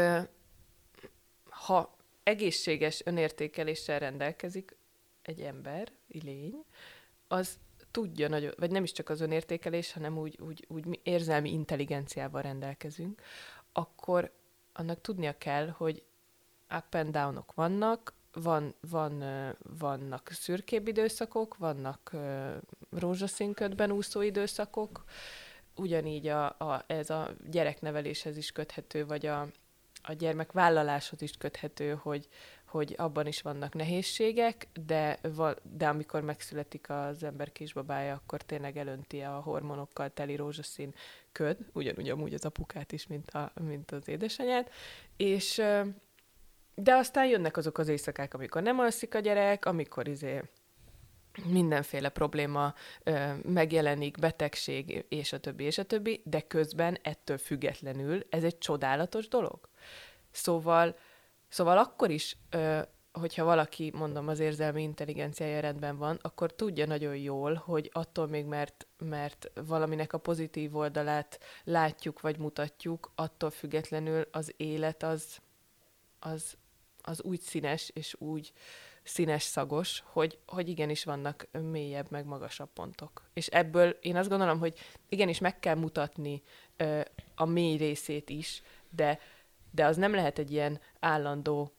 ha egészséges önértékeléssel rendelkezik egy ember, egy lény, az tudja nagyon, vagy nem is csak az önértékelés, hanem úgy, úgy, úgy érzelmi intelligenciával rendelkezünk, akkor annak tudnia kell, hogy up and downok vannak, van, van, vannak szürkébb időszakok, vannak rózsaszínködben úszó időszakok, ugyanígy a, a, ez a gyerekneveléshez is köthető, vagy a, a gyermekvállaláshoz is köthető, hogy, hogy abban is vannak nehézségek, de, va, de amikor megszületik az ember kisbabája, akkor tényleg elönti a hormonokkal teli rózsaszín köd, ugyanúgy amúgy az apukát is, mint, a, mint az édesanyát, és de aztán jönnek azok az éjszakák, amikor nem alszik a gyerek, amikor izé mindenféle probléma ö, megjelenik, betegség, és a többi, és a többi, de közben ettől függetlenül ez egy csodálatos dolog. Szóval, szóval akkor is, ö, hogyha valaki, mondom, az érzelmi intelligenciája rendben van, akkor tudja nagyon jól, hogy attól még, mert, mert valaminek a pozitív oldalát látjuk, vagy mutatjuk, attól függetlenül az élet az, az, az úgy színes, és úgy színes szagos, hogy, hogy igenis vannak mélyebb, meg magasabb pontok. És ebből én azt gondolom, hogy igenis meg kell mutatni ö, a mély részét is, de, de az nem lehet egy ilyen állandó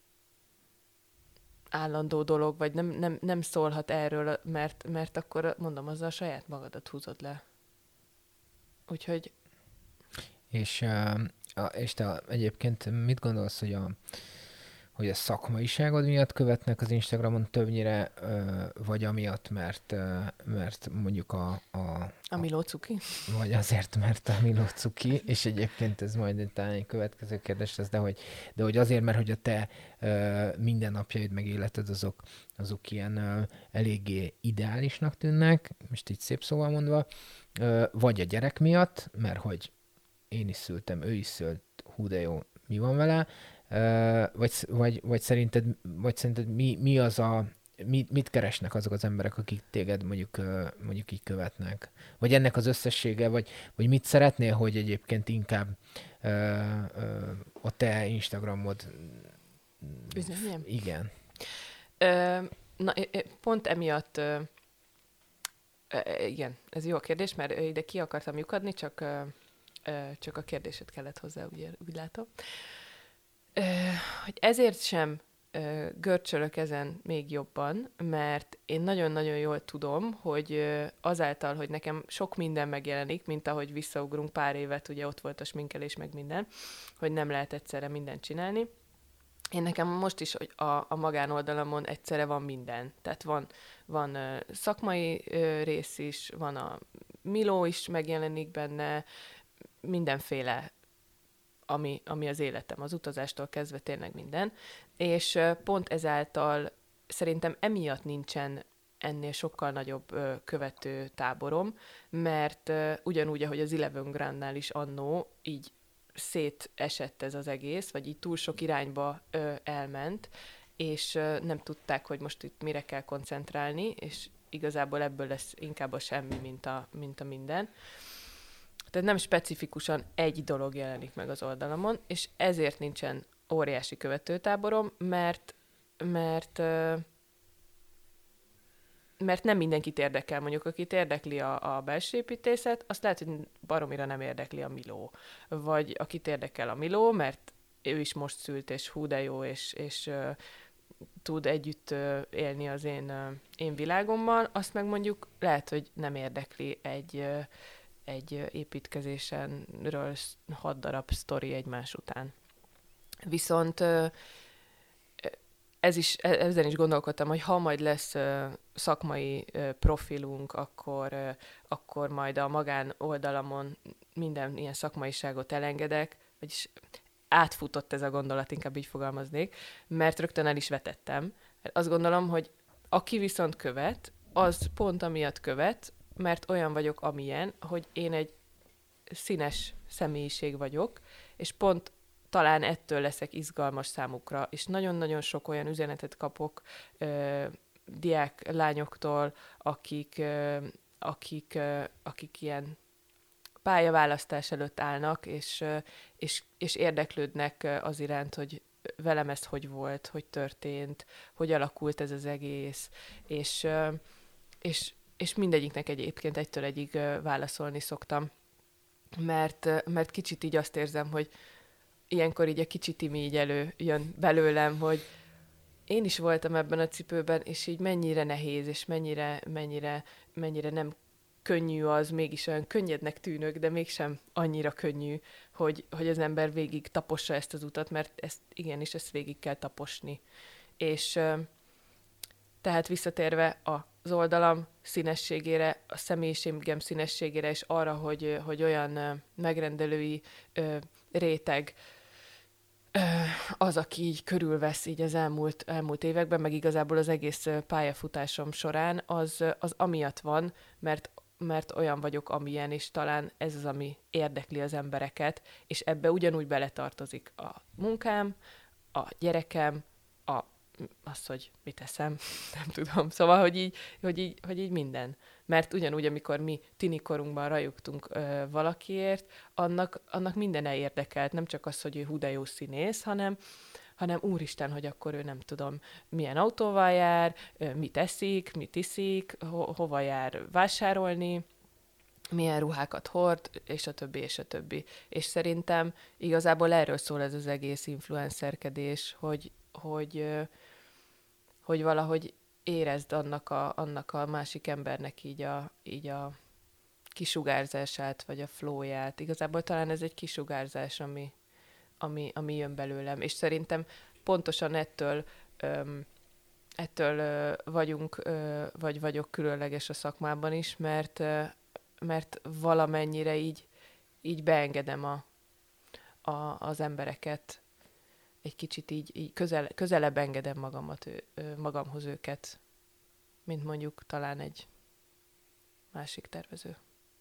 állandó dolog, vagy nem, nem, nem szólhat erről, mert, mert akkor, mondom, azzal saját magadat húzod le. Úgyhogy... És, és te egyébként mit gondolsz, hogy a hogy a szakmaiságod miatt követnek az Instagramon többnyire, vagy amiatt, mert, mert mondjuk a... A, a Miló cuki? Vagy azért, mert a Miló cuki, és egyébként ez majd talán egy következő kérdés lesz, de hogy, de hogy azért, mert hogy a te mindennapjaid meg életed azok, azok ilyen eléggé ideálisnak tűnnek, most így szép szóval mondva, vagy a gyerek miatt, mert hogy én is szültem, ő is szült, hú de jó, mi van vele, Uh, vagy, vagy, vagy szerinted, vagy szerinted mi, mi az a, mi, mit keresnek azok az emberek, akik téged mondjuk, uh, mondjuk így követnek? Vagy ennek az összessége, vagy, vagy mit szeretnél, hogy egyébként inkább uh, uh, a te Instagramod... Üzenjem? Igen. Uh, na, pont emiatt, uh, uh, igen, ez jó a kérdés, mert ide ki akartam lyukadni, csak, uh, uh, csak a kérdésed kellett hozzá, úgy, úgy látom. Hogy ezért sem ö, görcsölök ezen még jobban, mert én nagyon-nagyon jól tudom, hogy ö, azáltal, hogy nekem sok minden megjelenik, mint ahogy visszaugrunk pár évet, ugye ott volt a sminkelés meg minden, hogy nem lehet egyszerre mindent csinálni. Én nekem most is hogy a, a magánoldalamon egyszerre van minden. Tehát van, van ö, szakmai ö, rész is, van a Miló is megjelenik benne, mindenféle, ami, ami az életem, az utazástól kezdve tényleg minden, és pont ezáltal szerintem emiatt nincsen ennél sokkal nagyobb ö, követő táborom, mert ö, ugyanúgy, ahogy az Eleven Grandnál is annó, így szétesett ez az egész, vagy így túl sok irányba ö, elment, és ö, nem tudták, hogy most itt mire kell koncentrálni, és igazából ebből lesz inkább a semmi, mint a, mint a minden. Tehát nem specifikusan egy dolog jelenik meg az oldalamon, és ezért nincsen óriási követőtáborom, mert mert ö, mert nem mindenkit érdekel, mondjuk akit érdekli a, a belső építészet, azt lehet, hogy baromira nem érdekli a Miló. Vagy akit érdekel a Miló, mert ő is most szült, és hú de jó, és, és uh, tud együtt uh, élni az én, uh, én világommal, azt meg mondjuk lehet, hogy nem érdekli egy, uh, egy építkezésenről hat darab sztori egymás után. Viszont uh, Ez is, ezen is gondolkodtam, hogy ha majd lesz uh, szakmai uh, profilunk, akkor, uh, akkor majd a magán oldalamon minden ilyen szakmaiságot elengedek, vagyis átfutott ez a gondolat, inkább így fogalmaznék, mert rögtön el is vetettem. Azt gondolom, hogy aki viszont követ, az pont amiatt követ, mert olyan vagyok, amilyen, hogy én egy színes személyiség vagyok, és pont talán ettől leszek izgalmas számukra, és nagyon-nagyon sok olyan üzenetet kapok ö, diák lányoktól, akik, ö, akik, ö, akik ilyen pályaválasztás előtt állnak, és, ö, és, és érdeklődnek az iránt, hogy velem ez hogy volt, hogy történt, hogy alakult ez az egész, és, ö, és, és mindegyiknek egyébként egytől egyig ö, válaszolni szoktam, mert, ö, mert kicsit így azt érzem, hogy ilyenkor így a kicsi Timi így előjön belőlem, hogy én is voltam ebben a cipőben, és így mennyire nehéz, és mennyire, mennyire, mennyire nem könnyű az, mégis olyan könnyednek tűnök, de mégsem annyira könnyű, hogy, hogy az ember végig tapossa ezt az utat, mert ezt igenis, ezt végig kell taposni. És tehát visszatérve az oldalam színességére, a személyiségem színességére, és arra, hogy, hogy olyan megrendelői réteg az, aki így körülvesz így az elmúlt, elmúlt években, meg igazából az egész pályafutásom során, az, az amiatt van, mert, mert olyan vagyok, amilyen, és talán ez az, ami érdekli az embereket, és ebbe ugyanúgy beletartozik a munkám, a gyerekem, a, az, hogy mit eszem, nem tudom. Szóval, hogy így, hogy így, hogy így minden. Mert ugyanúgy, amikor mi tinikorunkban rajogtunk ö, valakiért, annak, annak minden érdekelt, nem csak az, hogy ő hú de jó színész, hanem, hanem úristen, hogy akkor ő nem tudom, milyen autóval jár, ö, mit eszik, mit iszik, ho- hova jár vásárolni, milyen ruhákat hord, és a többi, és a többi. És szerintem igazából erről szól ez az egész influencerkedés, hogy, hogy, ö, hogy valahogy érezd annak a, annak a másik embernek így a, így a kisugárzását, vagy a flowját. Igazából talán ez egy kisugárzás, ami, ami, ami jön belőlem. És szerintem pontosan ettől, öm, ettől ö, vagyunk, ö, vagy vagyok különleges a szakmában is, mert, ö, mert valamennyire így, így beengedem a, a, az embereket, egy kicsit így, így közel, közelebb engedem magamat, ő, magamhoz őket, mint mondjuk talán egy másik tervező.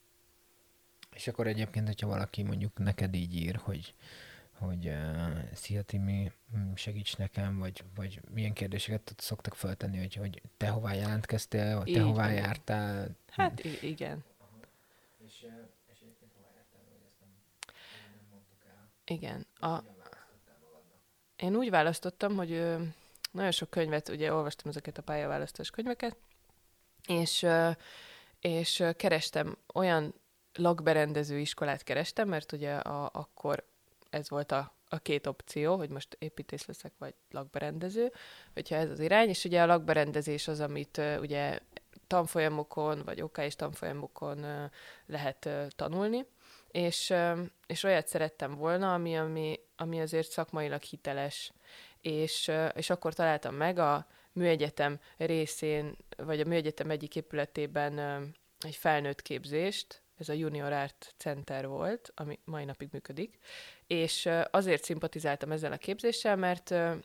És akkor egyébként, hogyha valaki mondjuk neked így ír, hogy, hogy uh, szia Timi, segíts nekem, vagy, vagy milyen kérdéseket szoktak feltenni, hogy, hogy te hová jelentkeztél, vagy te így hová van. Jártál? Hát i- igen. És, és egyébként hová jártál, hogy ezt nem, nem mondtuk el? Igen. A... Én úgy választottam, hogy ö, nagyon sok könyvet, ugye olvastam ezeket a pályaválasztás könyveket, és, ö, és ö, kerestem olyan lakberendező iskolát kerestem, mert ugye a, akkor ez volt a, a két opció, hogy most építész leszek, vagy lakberendező, hogyha ez az irány, és ugye a lakberendezés az, amit ö, ugye tanfolyamokon, vagy ok és tanfolyamokon ö, lehet ö, tanulni, és, és olyat szerettem volna, ami, ami, ami azért szakmailag hiteles, és, és akkor találtam meg a műegyetem részén, vagy a műegyetem egyik épületében egy felnőtt képzést, ez a Junior Art Center volt, ami mai napig működik, és azért szimpatizáltam ezzel a képzéssel, mert,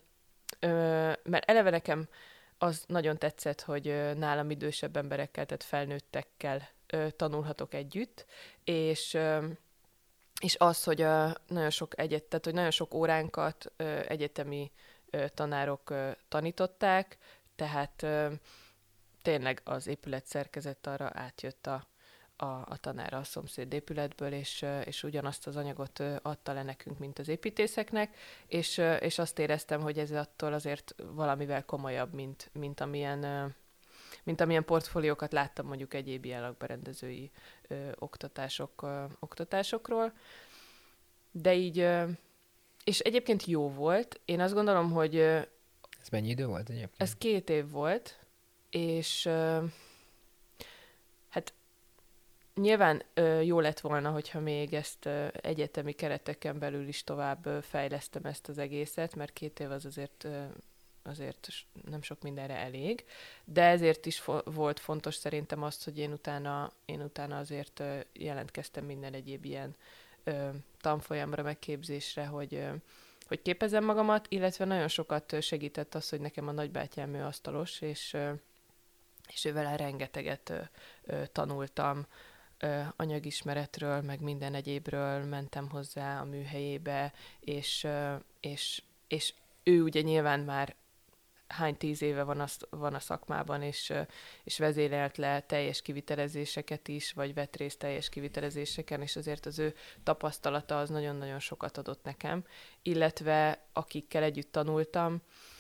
mert eleve nekem az nagyon tetszett, hogy nálam idősebb emberekkel, tehát felnőttekkel tanulhatok együtt, és, és az, hogy a nagyon sok egyet, tehát hogy nagyon sok óránkat egyetemi tanárok tanították, tehát tényleg az épület szerkezet arra átjött a, a, a tanára a szomszéd épületből, és, és ugyanazt az anyagot adta le nekünk, mint az építészeknek, és, és azt éreztem, hogy ez attól azért valamivel komolyabb, mint, mint amilyen, mint amilyen portfóliókat láttam mondjuk egyéb ilyen lakberendezői ö, oktatások, ö, oktatásokról. De így, ö, és egyébként jó volt. Én azt gondolom, hogy... Ö, ez mennyi idő volt egyébként? Ez két év volt, és ö, hát nyilván ö, jó lett volna, hogyha még ezt ö, egyetemi kereteken belül is tovább ö, fejlesztem ezt az egészet, mert két év az azért... Ö, azért nem sok mindenre elég, de ezért is fo- volt fontos szerintem azt, hogy én utána, én utána azért ö, jelentkeztem minden egyéb ilyen ö, tanfolyamra, megképzésre, hogy, ö, hogy képezem magamat, illetve nagyon sokat segített az, hogy nekem a nagybátyám ő asztalos, és, ö, és ővel rengeteget ö, ö, tanultam ö, anyagismeretről, meg minden egyébről, mentem hozzá a műhelyébe, és, ö, és, és ő ugye nyilván már hány tíz éve van a, van a szakmában, és, és vezérelt le teljes kivitelezéseket is, vagy vett részt teljes kivitelezéseken, és azért az ő tapasztalata az nagyon-nagyon sokat adott nekem. Illetve akikkel együtt tanultam,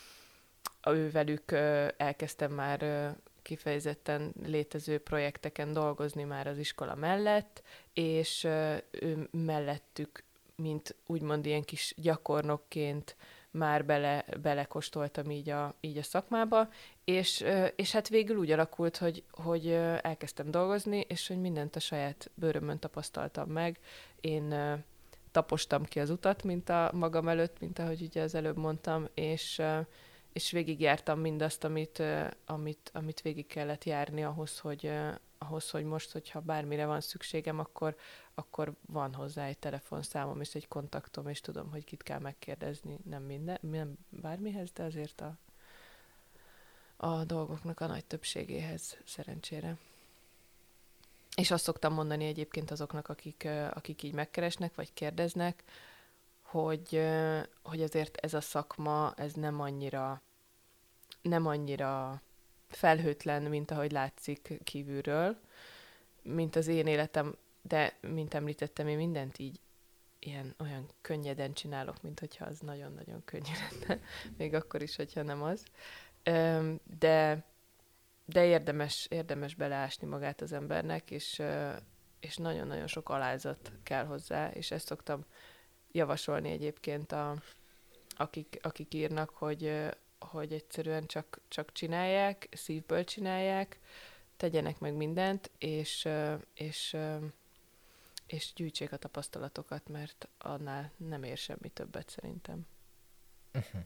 ővelük elkezdtem már kifejezetten létező projekteken dolgozni már az iskola mellett, és ő mellettük, mint úgymond ilyen kis gyakornokként már bele, belekóstoltam így a, így a szakmába, és, és hát végül úgy alakult, hogy, hogy elkezdtem dolgozni, és hogy mindent a saját bőrömön tapasztaltam meg. Én tapostam ki az utat, mint a magam előtt, mint ahogy ugye az előbb mondtam, és, és végigjártam mindazt, amit, amit, amit végig kellett járni ahhoz, hogy, ahhoz, hogy most, hogyha bármire van szükségem, akkor, akkor van hozzá egy telefonszámom és egy kontaktom, és tudom, hogy kit kell megkérdezni. Nem minden, nem bármihez, de azért a, a dolgoknak a nagy többségéhez, szerencsére. És azt szoktam mondani egyébként azoknak, akik, akik így megkeresnek, vagy kérdeznek, hogy, hogy azért ez a szakma, ez nem annyira, nem annyira felhőtlen, mint ahogy látszik kívülről, mint az én életem, de mint említettem, én mindent így ilyen olyan könnyeden csinálok, mint hogyha az nagyon-nagyon könnyű lenne, még akkor is, hogyha nem az. De, de érdemes, érdemes beleásni magát az embernek, és, és nagyon-nagyon sok alázat kell hozzá, és ezt szoktam javasolni egyébként, a, akik, akik írnak, hogy, hogy egyszerűen csak, csak csinálják, szívből csinálják, tegyenek meg mindent, és, és, és gyűjtsék a tapasztalatokat, mert annál nem ér semmi többet szerintem. Uh-huh.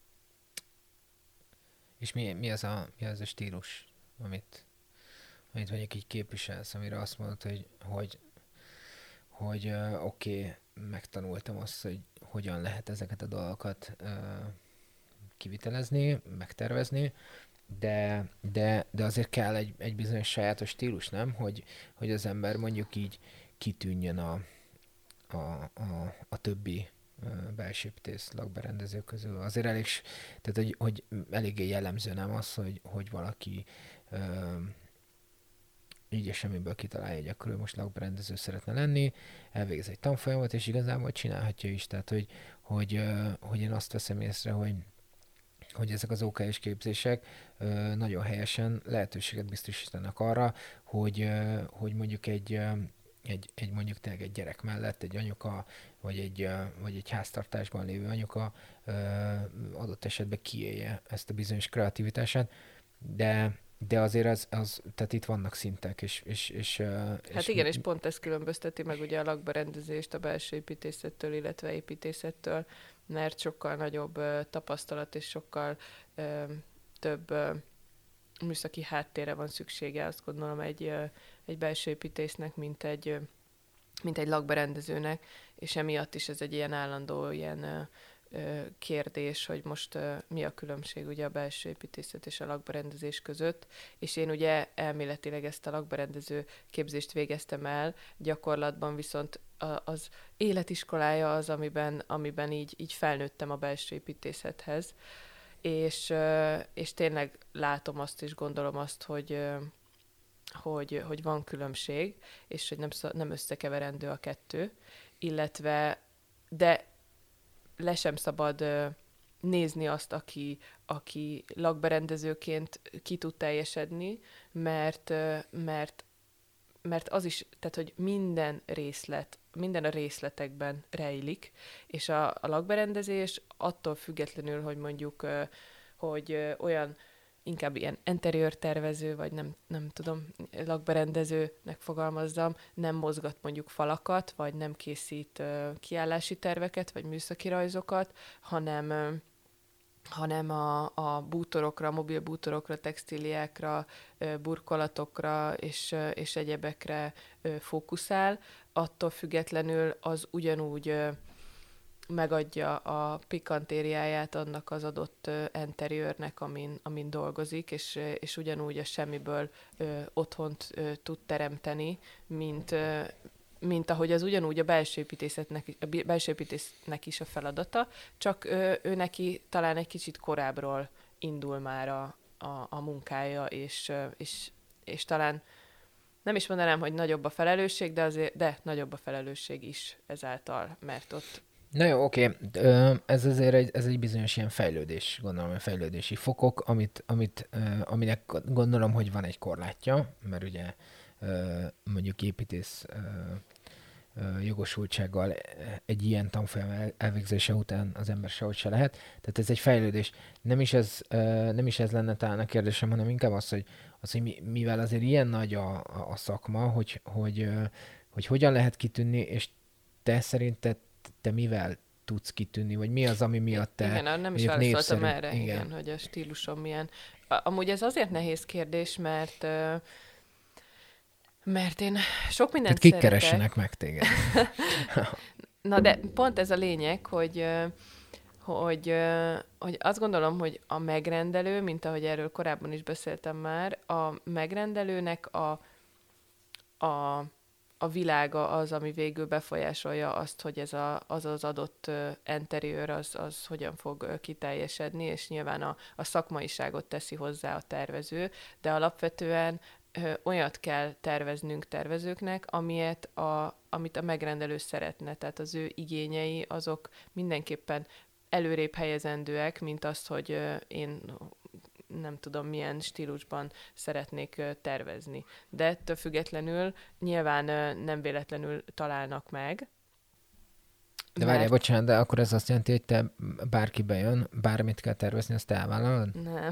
És mi, mi, az a, mi az a stílus, amit, amit mondjuk így képviselsz, amire azt mondod, hogy, hogy, hogy uh, oké, okay, megtanultam azt, hogy hogyan lehet ezeket a dolgokat uh, kivitelezni, megtervezni, de, de, de azért kell egy, egy bizonyos sajátos stílus, nem? Hogy, hogy az ember mondjuk így kitűnjön a, a, a, a többi belsőépítész lakberendező közül. Azért elég, tehát, hogy, hogy eléggé jellemző nem az, hogy, hogy valaki ö, így és semmiből kitalálja, hogy akkor ő most lakberendező szeretne lenni, elvégez egy tanfolyamot, és igazából csinálhatja is. Tehát, hogy, hogy, ö, hogy én azt veszem észre, hogy hogy ezek az ó ká es képzések ö, nagyon helyesen lehetőséget biztosítanak arra, hogy, ö, hogy mondjuk egy, ö, egy, egy mondjuk tényleg egy gyerek mellett egy anyuka, vagy egy, ö, vagy egy háztartásban lévő anyuka ö, adott esetben kiélje ezt a bizonyos kreativitását, de de azért az, az, tehát itt vannak szintek, és... és, és hát és igen, és pont ez különbözteti meg ugye a lakberendezést a belső építészettől, illetve építészettől, mert sokkal nagyobb uh, tapasztalat és sokkal uh, több uh, műszaki háttérre van szüksége, azt gondolom, egy, uh, egy belső építésznek, mint egy, mint egy lakberendezőnek, és emiatt is ez egy ilyen állandó ilyen kérdés, hogy most mi a különbség ugye a belső építészet és a lakberendezés között, és én ugye elméletileg ezt a lakberendező képzést végeztem el, gyakorlatban viszont az életiskolája az, amiben, amiben így, így felnőttem a belső építészethez, és, és tényleg látom azt és gondolom azt, hogy, hogy, hogy van különbség, és hogy nem, nem összekeverendő a kettő, illetve de le sem szabad nézni azt, aki, aki lakberendezőként ki tud teljesedni, mert, mert, mert az is, tehát hogy minden részlet, minden a részletekben rejlik, és a, a lakberendezés attól függetlenül, hogy mondjuk, hogy olyan inkább ilyen interiőr tervező, vagy nem, nem tudom, lakberendezőnek fogalmazzam, nem mozgat mondjuk falakat, vagy nem készít uh, kiállási terveket, vagy műszaki rajzokat, hanem, uh, hanem a, a bútorokra, mobil bútorokra, textíliákra, uh, burkolatokra és, uh, és egyebekre uh, fókuszál. Attól függetlenül az ugyanúgy uh, megadja a pikantériáját annak az adott uh, interiőrnek, amin, amin dolgozik, és, uh, és ugyanúgy a semmiből uh, otthont uh, tud teremteni, mint, uh, mint ahogy az ugyanúgy a belső építészetnek, a belső építésznek is a feladata, csak uh, ő neki talán egy kicsit korábbról indul már a, a, a munkája, és, uh, és, és talán nem is mondanám, hogy nagyobb a felelősség, de, azért, de nagyobb a felelősség is ezáltal, mert ott Na jó, oké. Ez azért egy, ez egy bizonyos ilyen fejlődés, gondolom, a fejlődési fokok, amit, amit, aminek gondolom, hogy van egy korlátja, mert ugye mondjuk építész jogosultsággal egy ilyen tanfolyam elvégzése után az ember sehogy se lehet. Tehát ez egy fejlődés. Nem is ez, nem is ez lenne talán a kérdésem, hanem inkább az, hogy, az, hogy mivel azért ilyen nagy a, a, a szakma, hogy, hogy, hogy hogyan lehet kitűnni, és te szerinted te mivel tudsz kitűnni, vagy mi az, ami miatt te igen, nem is válaszoltam erre, igen. igen, hogy a stílusom milyen. Amúgy ez azért nehéz kérdés, mert mert én sok mindent Tehát kik keressenek meg téged? Na de pont ez a lényeg, hogy, hogy, hogy azt gondolom, hogy a megrendelő, mint ahogy erről korábban is beszéltem már, a megrendelőnek a, a a világa az, ami végül befolyásolja azt, hogy ez a, az az adott interiőr az, az hogyan fog kiteljesedni, és nyilván a, a szakmaiságot teszi hozzá a tervező, de alapvetően ö, olyat kell terveznünk tervezőknek, amilyet a, amit a megrendelő szeretne, tehát az ő igényei azok mindenképpen előrébb helyezendőek, mint az, hogy ö, én nem tudom, milyen stílusban szeretnék tervezni. De ettől függetlenül nyilván nem véletlenül találnak meg. De várjál, mert... bocsánat, de akkor ez azt jelenti, hogy te bárki bejön, bármit kell tervezni, azt te elvállalod? Nem.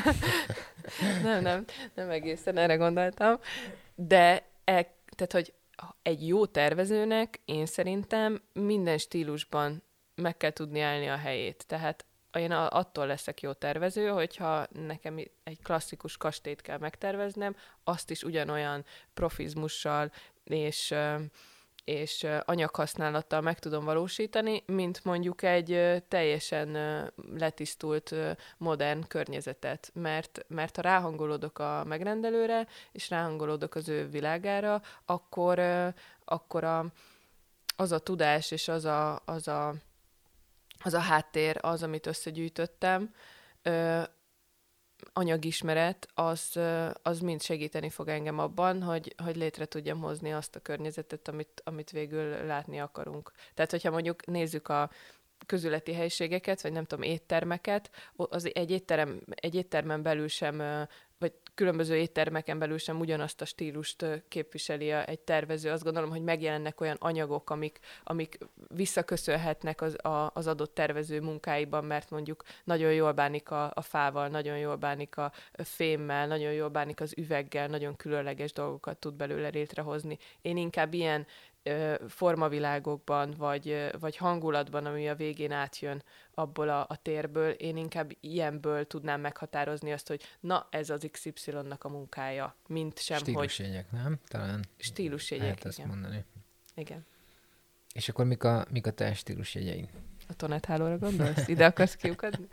nem, nem, nem egészen erre gondoltam. De e, tehát, hogy egy jó tervezőnek én szerintem minden stílusban meg kell tudni állni a helyét. Tehát én attól leszek jó tervező, hogyha nekem egy klasszikus kastélyt kell megterveznem, azt is ugyanolyan profizmussal és, és anyaghasználattal meg tudom valósítani, mint mondjuk egy teljesen letisztult, modern környezetet. Mert, mert ha ráhangolódok a megrendelőre, és ráhangolódok az ő világára, akkor, akkor a, az a tudás és az a, az a az a háttér, az, amit összegyűjtöttem, ö, anyagismeret, az, az mind segíteni fog engem abban, hogy, hogy létre tudjam hozni azt a környezetet, amit, amit végül látni akarunk. Tehát, hogyha mondjuk nézzük a közületi helyiségeket, vagy nem tudom, éttermeket, az egy, étterem, egy éttermen belül sem, vagy különböző éttermeken belül sem ugyanazt a stílust képviseli egy tervező. Azt gondolom, hogy megjelennek olyan anyagok, amik, amik visszaköszönhetnek az, a, az adott tervező munkáiban, mert mondjuk nagyon jól bánik a, a fával, nagyon jól bánik a fémmel, nagyon jól bánik az üveggel, nagyon különleges dolgokat tud belőle létrehozni. Én inkább ilyen formavilágokban, vagy, vagy hangulatban, ami a végén átjön abból a, a térből. Én inkább ilyenből tudnám meghatározni azt, hogy na, ez az iksz ipszilonnak a munkája, mint sem, hogy... Stílusjegyek, nem? Talán Stílusjegyek, lehet ezt igen. mondani. Igen. És akkor mik a, mik a te stílusjegyeid? A Tonet hálóra gondolsz? Ide akarsz kiukadni?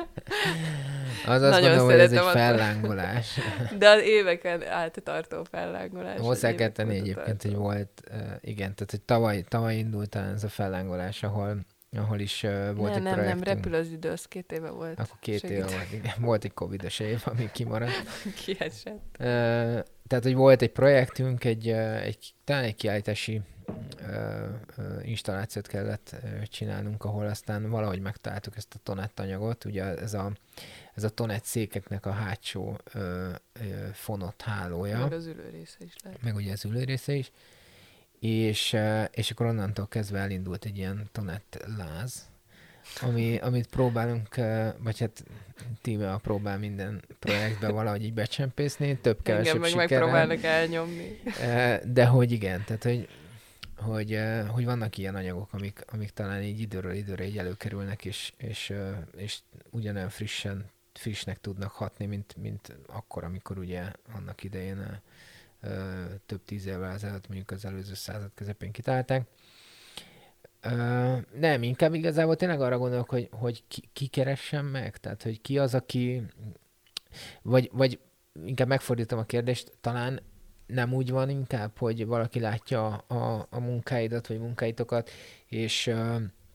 Az azt mondom, hogy ez egy fellángolás. De az éveken át tartó fellángolás. Hozzá kell tenni egyébként, hogy volt, uh, igen, tehát hogy tavaly, tavaly indult talán ez a fellángolás, ahol, ahol is uh, volt nem, egy nem, projektünk. Nem, repül az idő, az két éve volt. Akkor két Segít. éve volt, igen. Volt egy covidos év, ami kimaradt. Kiesett. Uh, tehát, hogy volt egy projektünk, egy, uh, egy talán egy kiállítási uh, uh, installációt kellett uh, csinálnunk, ahol aztán valahogy megtaláltuk ezt a Tonet anyagot. Ugye ez a Ez a Tonet székeknek a hátsó ö, ö, fonott hálója. Meg az ülőrésze is lehet. Meg ugye az ülőrésze is. És, és akkor onnantól kezdve elindult egy ilyen Tonet láz, ami, amit próbálunk, vagy hát Tíme próbál minden projektbe valahogy így becsempészni, több-kevesebb sikerrel. Engem meg megpróbálnak elnyomni. De hogy igen, tehát hogy, hogy, hogy vannak ilyen anyagok, amik, amik talán így időről időre így előkerülnek, és, és, és ugyanolyan frissen frissnek tudnak hatni, mint, mint akkor, amikor ugye annak idején ö, több tíz évvel ezelőtt, mondjuk az előző század közepén kitálták. Ö, nem, inkább igazából tényleg arra gondolok, hogy, hogy ki, ki keressen meg, tehát hogy ki az, aki, vagy, vagy inkább megfordítom a kérdést, talán nem úgy van inkább, hogy valaki látja a, a munkáidat, vagy munkáitokat, és ö,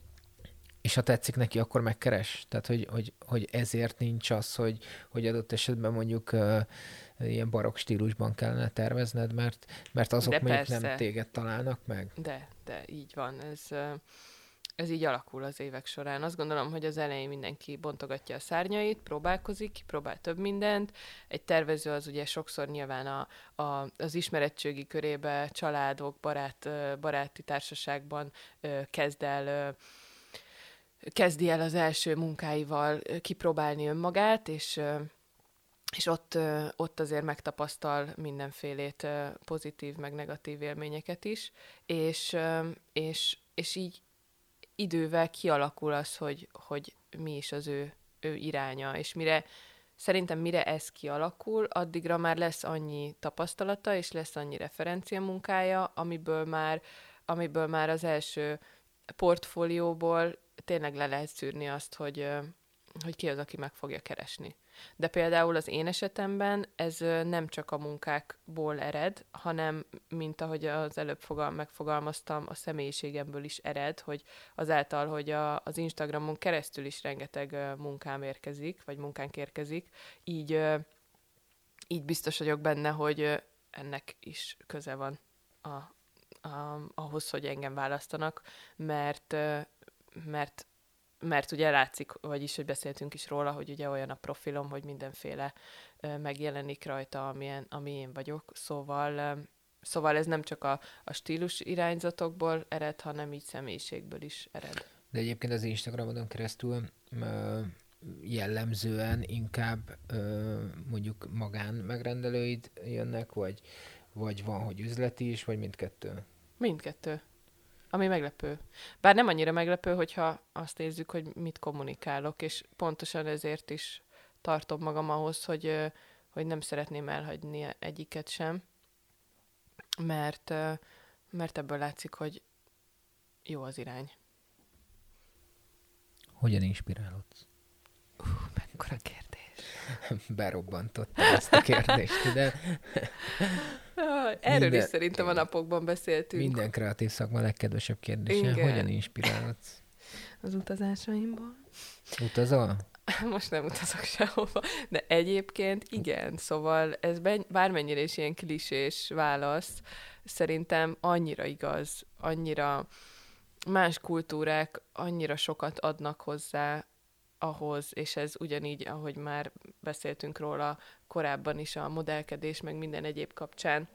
és ha tetszik neki, akkor megkeres. Tehát, hogy, hogy, hogy ezért nincs az, hogy, hogy adott esetben mondjuk uh, ilyen barokk stílusban kellene tervezned, mert, mert azok de mondjuk persze. nem téged találnak meg. De, de így van. Ez, ez így alakul az évek során. Azt gondolom, hogy az elején mindenki bontogatja a szárnyait, próbálkozik, próbál több mindent. Egy tervező az ugye sokszor nyilván a, a, az ismeretségi körébe, családok, barát, baráti társaságban kezd el kezdi el az első munkáival kipróbálni önmagát, és, és ott, ott azért megtapasztal mindenfélét, pozitív, meg negatív élményeket is, és, és, és így idővel kialakul az, hogy, hogy mi is az ő, ő iránya, és mire, szerintem mire ez kialakul, addigra már lesz annyi tapasztalata, és lesz annyi referencia munkája, amiből már, amiből már az első portfólióból tényleg le lehet szűrni azt, hogy, hogy ki az, aki meg fogja keresni. De például az én esetemben ez nem csak a munkákból ered, hanem, mint ahogy az előbb fogal- megfogalmaztam, a személyiségemből is ered, hogy azáltal, hogy a, az Instagramon keresztül is rengeteg munkám érkezik, vagy munkánk érkezik, így, így biztos vagyok benne, hogy ennek is köze van a, a, ahhoz, hogy engem választanak, mert mert, mert ugye látszik, vagyis, hogy beszéltünk is róla, hogy ugye olyan a profilom, hogy mindenféle ö, megjelenik rajta, amilyen, ami én vagyok. Szóval, ö, szóval ez nem csak a, a stílus irányzatokból ered, hanem így személyiségből is ered. De egyébként az Instagramodon keresztül ö, jellemzően inkább ö, mondjuk magán megrendelőid jönnek, vagy, vagy van, hogy üzleti is, vagy mindkettő? Mindkettő. Ami meglepő. Bár nem annyira meglepő, hogyha azt nézzük, hogy mit kommunikálok, és pontosan ezért is tartom magam ahhoz, hogy, hogy nem szeretném elhagyni egyiket sem, mert, mert ebből látszik, hogy jó az irány. Hogyan inspirálódsz? Uh, mekkora kérdés. Berobbantotta ezt a kérdést ide. Erről minden, is szerintem a napokban beszéltünk. Minden kreatív szakma legkedvesebb kérdése. Igen. Hogyan inspirálódsz? Az utazásaimból. Utazol? Most nem utazok sehova, de egyébként igen. Szóval ez bármennyire is ilyen klisés válasz, szerintem annyira igaz, annyira más kultúrák annyira sokat adnak hozzá ahhoz, és ez ugyanígy, ahogy már beszéltünk róla korábban is a modellkedés, meg minden egyéb kapcsán,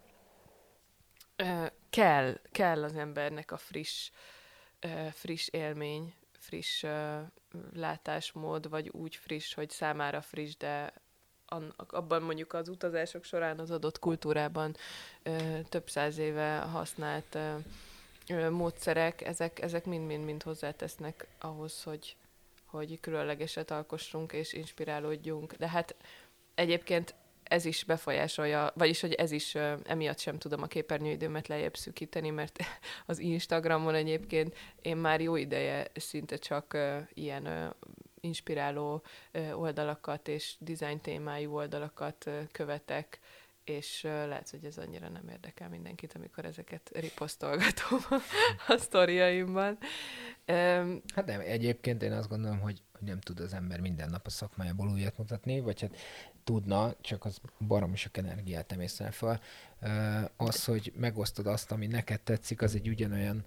kell, kell az embernek a friss, friss élmény, friss látásmód, vagy úgy friss, hogy számára friss, de abban mondjuk az utazások során az adott kultúrában több száz éve használt módszerek, ezek, ezek mind-mind-mind hozzátesznek ahhoz, hogy, hogy különlegeset alkossunk és inspirálódjunk. De hát egyébként ez is befolyásolja, vagyis hogy ez is emiatt sem tudom a képernyőidőmet lejjebb szűkíteni, mert az Instagramon egyébként én már jó ideje szinte csak ilyen inspiráló oldalakat és design témájú oldalakat követek, és lehet, hogy ez annyira nem érdekel mindenkit, amikor ezeket riposztolgatom a sztoriaimban. Hát nem, egyébként én azt gondolom, hogy, hogy nem tud az ember minden nap a szakmájából újat mutatni, vagy hát tudna, csak az baromi sok energiát nem észre fel. Az, hogy megosztod azt, ami neked tetszik, az egy ugyanolyan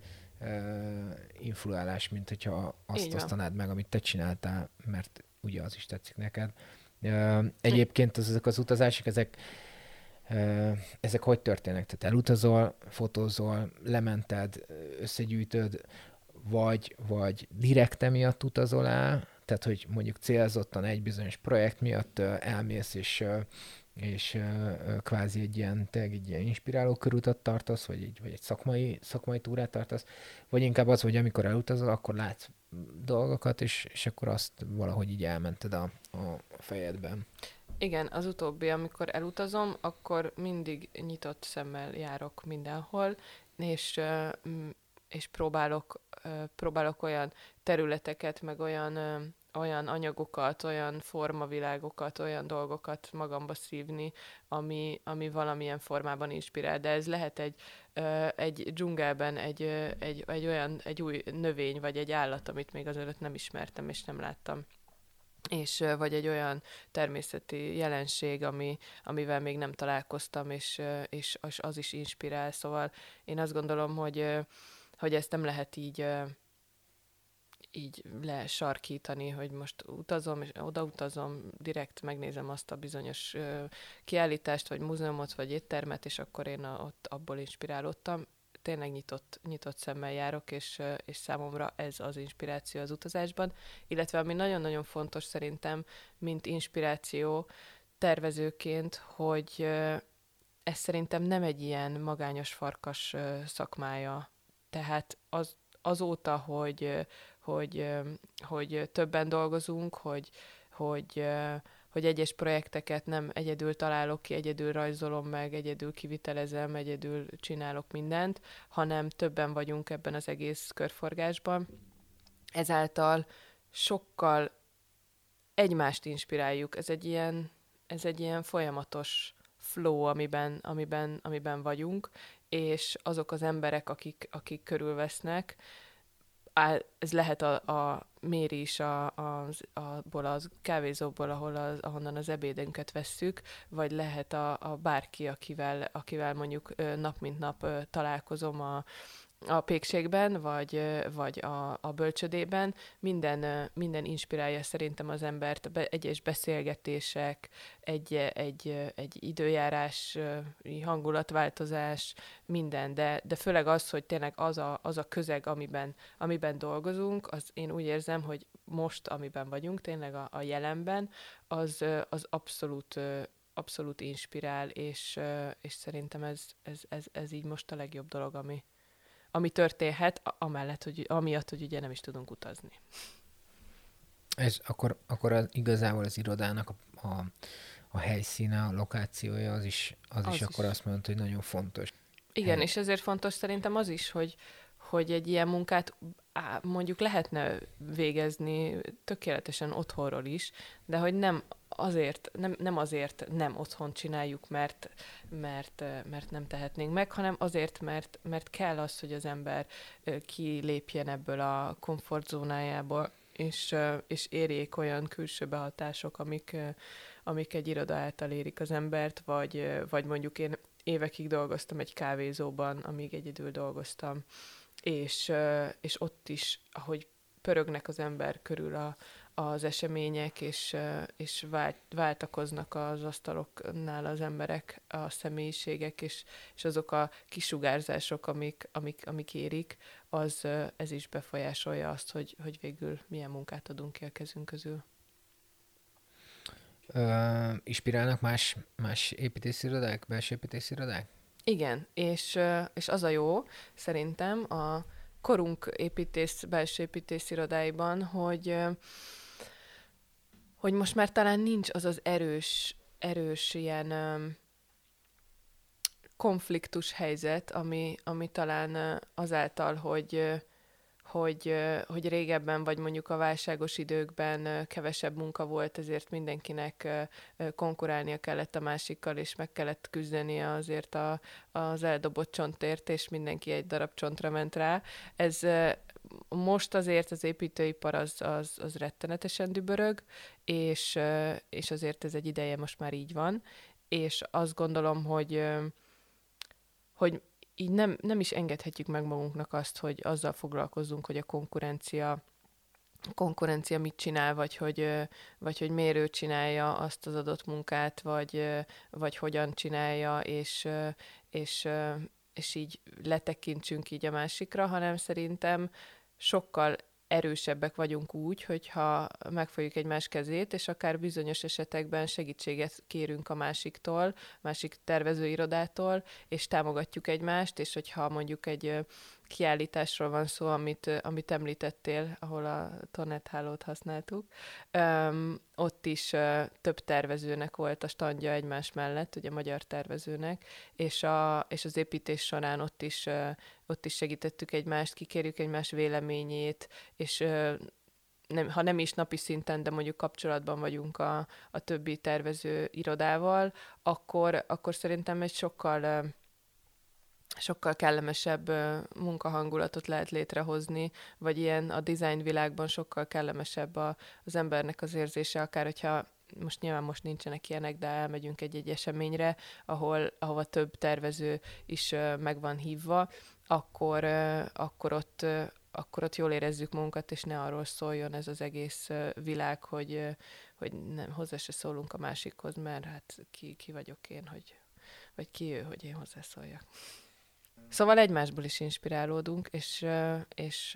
influálás, mint hogyha azt osztanád meg, amit te csináltál, mert ugye az is tetszik neked. Egyébként az, ezek az utazások, ezek ezek hogy történnek? Tehát elutazol, fotózol, lemented, összegyűjtöd, vagy, vagy direkt emiatt utazol el, tehát hogy mondjuk célzottan egy bizonyos projekt miatt elmész, és, és kvázi egy ilyen, egy ilyen inspiráló körutat tartasz, vagy egy, vagy egy szakmai, szakmai túrát tartasz, vagy inkább az, hogy amikor elutazol, akkor látsz dolgokat, és, és akkor azt valahogy így elmented a, a fejedben. Igen, az utóbbi, amikor elutazom, akkor mindig nyitott szemmel járok mindenhol, és, és próbálok, próbálok olyan területeket, meg olyan, olyan anyagokat, olyan formavilágokat, olyan dolgokat magamba szívni, ami, ami valamilyen formában inspirál. De ez lehet egy, egy dzsungelben egy, egy, egy olyan, egy új növény, vagy egy állat, amit még azelőtt nem ismertem, és nem láttam. És vagy egy olyan természeti jelenség, ami, amivel még nem találkoztam, és, és az is inspirál. Szóval én azt gondolom, hogy, hogy ezt nem lehet így, így lesarkítani, hogy most utazom, és odautazom, direkt megnézem azt a bizonyos kiállítást, vagy múzeumot, vagy éttermet, és akkor én ott abból inspirálódtam. Tényleg nyitott, nyitott szemmel járok, és, és számomra ez az inspiráció az utazásban. Illetve ami nagyon-nagyon fontos szerintem, mint inspiráció tervezőként, hogy ez szerintem nem egy ilyen magányos farkas szakmája. Tehát az, azóta, hogy, hogy, hogy többen dolgozunk, hogy, hogy hogy egyes projekteket nem egyedül találok ki, egyedül rajzolom meg, egyedül kivitelezem, egyedül csinálok mindent, hanem többen vagyunk ebben az egész körforgásban. Ezáltal sokkal egymást inspiráljuk. Ez egy ilyen, ez egy ilyen folyamatos flow, amiben, amiben, amiben vagyunk, és azok az emberek, akik, akik körülvesznek, ez lehet a, a Méri is a, a, abból az kávézóból, ahol az, ahonnan az ebédünket vesszük, vagy lehet a, a bárki, akivel, akivel mondjuk nap mint nap találkozom a, a pékségben, vagy, vagy a, a bölcsödében. Minden, minden inspirálja szerintem az embert, be, egyes beszélgetések, egy, egy, egy időjárás, hangulatváltozás, minden, de, de főleg az, hogy tényleg az a, az a közeg, amiben, amiben dolgozunk, az én úgy érzem, hogy most, amiben vagyunk, tényleg a, a jelenben, az, az abszolút, abszolút inspirál, és, és szerintem ez, ez, ez, ez így most a legjobb dolog, ami, ami történhet, amellett, hogy, amiatt, hogy ugye nem is tudunk utazni. Ez akkor, akkor az, igazából az irodának a, a, a helyszíne, a lokációja, az is, az, az is, is akkor azt mondod, hogy nagyon fontos. Igen, hely. És ezért fontos szerintem az is, hogy, hogy egy ilyen munkát á, mondjuk lehetne végezni tökéletesen otthonról is, de hogy nem azért, nem, nem azért nem otthon csináljuk, mert, mert, mert nem tehetnénk meg, hanem azért, mert, mert kell az, hogy az ember kilépjen ebből a komfortzónájából, és, és érjék olyan külső behatások, amik, amik egy iroda által érik az embert, vagy, vagy mondjuk én évekig dolgoztam egy kávézóban, amíg egyedül dolgoztam, és, és ott is, ahogy pörögnek az ember körül a, az események, és, és vált, váltakoznak az asztaloknál az emberek, a személyiségek, és, és azok a kisugárzások, amik, amik, amik érik, az, ez is befolyásolja azt, hogy, hogy végül milyen munkát adunk ki a kezünk közül. Uh, inspirálnak más, más építészirodák, belső építészirodák? Igen, és, és az a jó, szerintem a korunk építész, belső építész irodáiban, hogy, hogy most már talán nincs az az erős, erős ilyen konfliktus helyzet, ami, ami talán azáltal, hogy hogy, hogy régebben, vagy mondjuk a válságos időkben kevesebb munka volt, ezért mindenkinek konkurálnia kellett a másikkal, és meg kellett küzdenie azért a, az eldobott csontért, és mindenki egy darab csontra ment rá. Ez most azért az építőipar az, az, az rettenetesen dübörög, és, és azért ez egy ideje most már így van, és azt gondolom, hogy, hogy így nem, nem is engedhetjük meg magunknak azt, hogy azzal foglalkozzunk, hogy a konkurencia, konkurencia mit csinál, vagy hogy, vagy hogy miért ő csinálja azt az adott munkát, vagy, vagy hogyan csinálja, és, és, és így letekintsünk így a másikra, hanem szerintem sokkal erősebbek vagyunk úgy, hogyha megfogjuk egymás kezét, és akár bizonyos esetekben segítséget kérünk a másiktól, másik tervezőirodától, és támogatjuk egymást, és hogyha mondjuk egy kiállításról van szó, amit, amit említettél, ahol a Tornet hálót használtuk, öm, ott is ö, több tervezőnek volt a standja egymás mellett, ugye magyar tervezőnek, és, a, és az építés során ott is, ö, ott is segítettük egymást, kikérjük egymás véleményét, és ö, nem, ha nem is napi szinten, de mondjuk kapcsolatban vagyunk a, a többi tervező irodával, akkor, akkor szerintem egy sokkal ö, sokkal kellemesebb munkahangulatot lehet létrehozni, vagy ilyen a design világban sokkal kellemesebb a, az embernek az érzése, akár hogyha most nyilván most nincsenek ilyenek, de elmegyünk egy-egy eseményre, ahol, ahova több tervező is meg van hívva, akkor, akkor ott akkor ott jól érezzük magunkat, és ne arról szóljon ez az egész világ, hogy, hogy nem, hozzá se szólunk a másikhoz, mert hát ki, ki vagyok én, hogy, vagy ki ő, hogy én hozzászóljak. Szóval egymásból is inspirálódunk, és, és,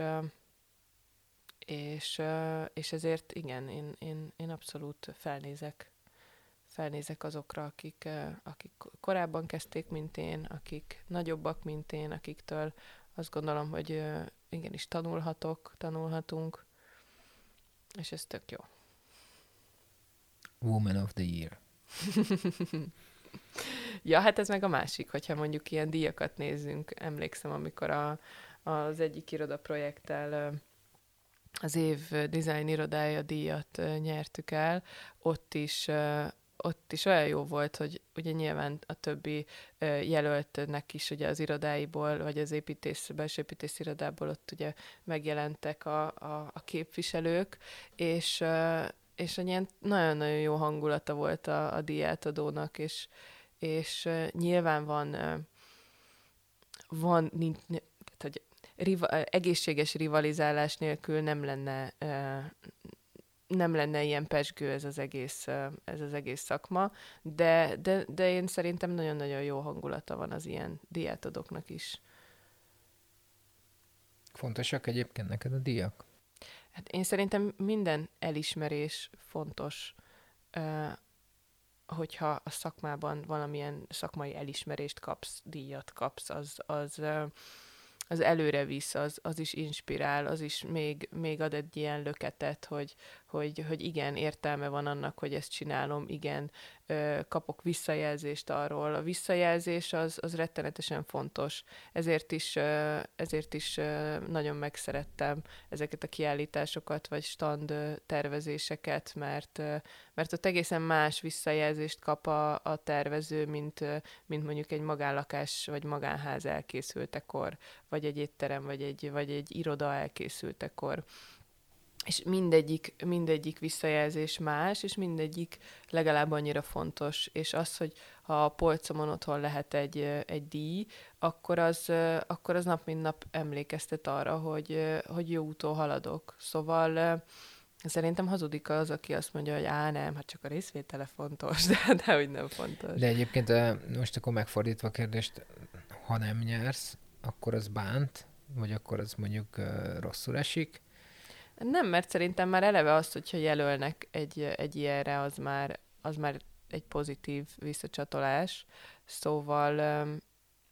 és, és ezért igen, én, én, én abszolút felnézek, felnézek azokra, akik, akik korábban kezdték, mint én, akik nagyobbak, mint én, akiktől azt gondolom, hogy igenis tanulhatok, tanulhatunk, és ez tök jó. Woman of the Year. Ja, hát ez meg a másik, hogyha mondjuk ilyen díjakat nézzünk. Emlékszem, amikor a, az egyik irodaprojekttel az év design irodája díjat nyertük el, ott is, ott is olyan jó volt, hogy ugye nyilván a többi jelöltnek is ugye az irodáiból, vagy az építész, belső építész irodából ott ugye megjelentek a, a, a képviselők, és, és ilyen nagyon-nagyon jó hangulata volt a, a díjátadónak, és és uh, nyilván van, uh, van nincs, hogy riva, uh, egészséges rivalizálás nélkül nem lenne, uh, nem lenne ilyen pezsgő ez az egész, uh, ez az egész szakma, de, de, de én szerintem nagyon-nagyon jó hangulata van az ilyen díjátadóknak is. Fontosak egyébként neked a díjak? Hát én szerintem minden elismerés fontos, uh, hogyha a szakmában valamilyen szakmai elismerést kapsz, díjat kapsz, az, az, az előre visz, az, az is inspirál, az is még, még ad egy ilyen löketet, hogy, hogy, hogy igen, értelme van annak, hogy ezt csinálom, igen, kapok visszajelzést arról. A visszajelzés az, az rettenetesen fontos. Ezért is, ezért is nagyon megszerettem ezeket a kiállításokat, vagy stand tervezéseket, mert, mert ott egészen más visszajelzést kap a, a tervező, mint, mint mondjuk egy magánlakás, vagy magánház elkészültekor, vagy egy étterem, vagy egy, vagy egy iroda elkészültekor. És mindegyik, mindegyik visszajelzés más, és mindegyik legalább annyira fontos. És az, hogy ha a polcomon otthon lehet egy, egy díj, akkor az, akkor az nap mint nap emlékeztet arra, hogy, hogy jó úton haladok. Szóval szerintem hazudik az, aki azt mondja, hogy á, nem, hát csak a részvétele fontos, de, de hogy nem fontos. De egyébként most akkor megfordítva a kérdést, ha nem nyersz, akkor az bánt, vagy akkor az mondjuk rosszul esik? Nem, mert szerintem már eleve az, hogyha jelölnek egy, egy ilyenre, az már, az már egy pozitív visszacsatolás. Szóval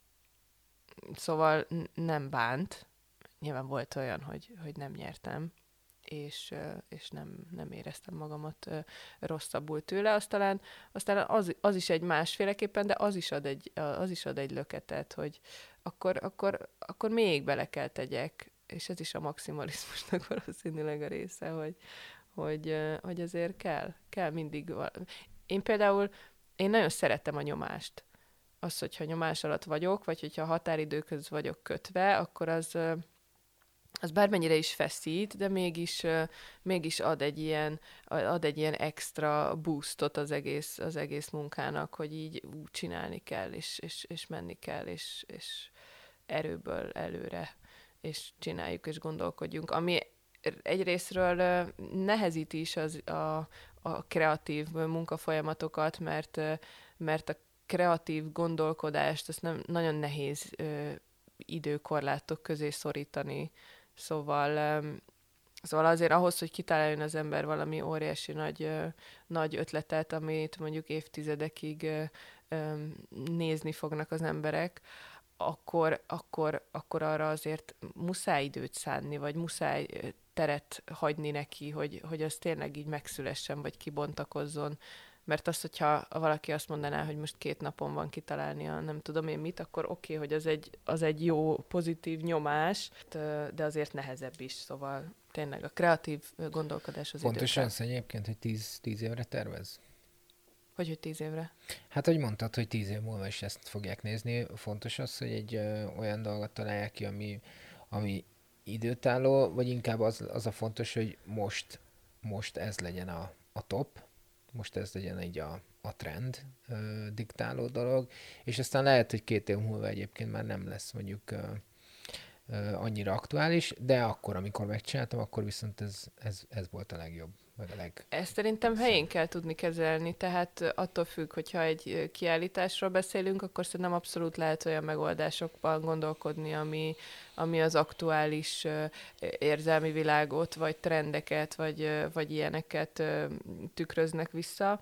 Szóval nem bánt. Nyilván volt olyan, hogy, hogy nem nyertem, és, és nem, nem éreztem magamat rosszabbul tőle. Aztán, aztán az, az is egy másféleképpen, de az is ad egy, az is ad egy löketet, hogy akkor, akkor, akkor még bele kell tegyek, és ez is a maximalizmusnak valószínűleg a része, hogy, hogy, hogy azért kell, kell mindig valami. Én például, én nagyon szeretem a nyomást. Az, hogyha nyomás alatt vagyok, vagy hogyha határidőkhöz vagyok kötve, akkor az, az bármennyire is feszít, de mégis, mégis ad egy ilyen, ad egy ilyen extra boostot az egész, az egész munkának, hogy így úgy csinálni kell, és, és, és menni kell, és, és erőből előre, és csináljuk, és gondolkodjunk. Ami egyrésztről nehezíti is az, a, a kreatív munkafolyamatokat, mert, mert a kreatív gondolkodást azt nem, nagyon nehéz ö, időkorlátok közé szorítani. Szóval, ö, szóval azért ahhoz, hogy kitaláljon az ember valami óriási nagy, ö, nagy ötletet, amit mondjuk évtizedekig ö, ö, nézni fognak az emberek, akkor, akkor, akkor arra azért muszáj időt szánni, vagy muszáj teret hagyni neki, hogy, hogy az tényleg így megszülessen, vagy kibontakozzon. Mert az, hogyha valaki azt mondaná, hogy most két napon van kitalálni a nem tudom én mit, akkor oké, okay, hogy az egy, az egy jó, pozitív nyomás, de azért nehezebb is, szóval tényleg a kreatív gondolkodás az Fontos az egyébként, hogy tíz, tíz évre tervez? Hogy, hogy tíz évre? Hát, hogy mondtad, hogy tíz év múlva is ezt fogják nézni. Fontos az, hogy egy ö, olyan dolgot találják ki, ami, ami időtálló, vagy inkább az, az a fontos, hogy most, most ez legyen a, a top, most ez legyen így a, a trend ö, diktáló dolog, és aztán lehet, hogy két év múlva egyébként már nem lesz mondjuk ö, ö, annyira aktuális, de akkor, amikor megcsináltam, akkor viszont ez, ez, ez volt a legjobb, meg a leg... Ezt szerintem helyén kell tudni kezelni, tehát attól függ, hogyha egy kiállításról beszélünk, akkor szerintem abszolút lehet olyan megoldásokban gondolkodni, ami, ami az aktuális érzelmi világot, vagy trendeket, vagy, vagy ilyeneket tükröznek vissza.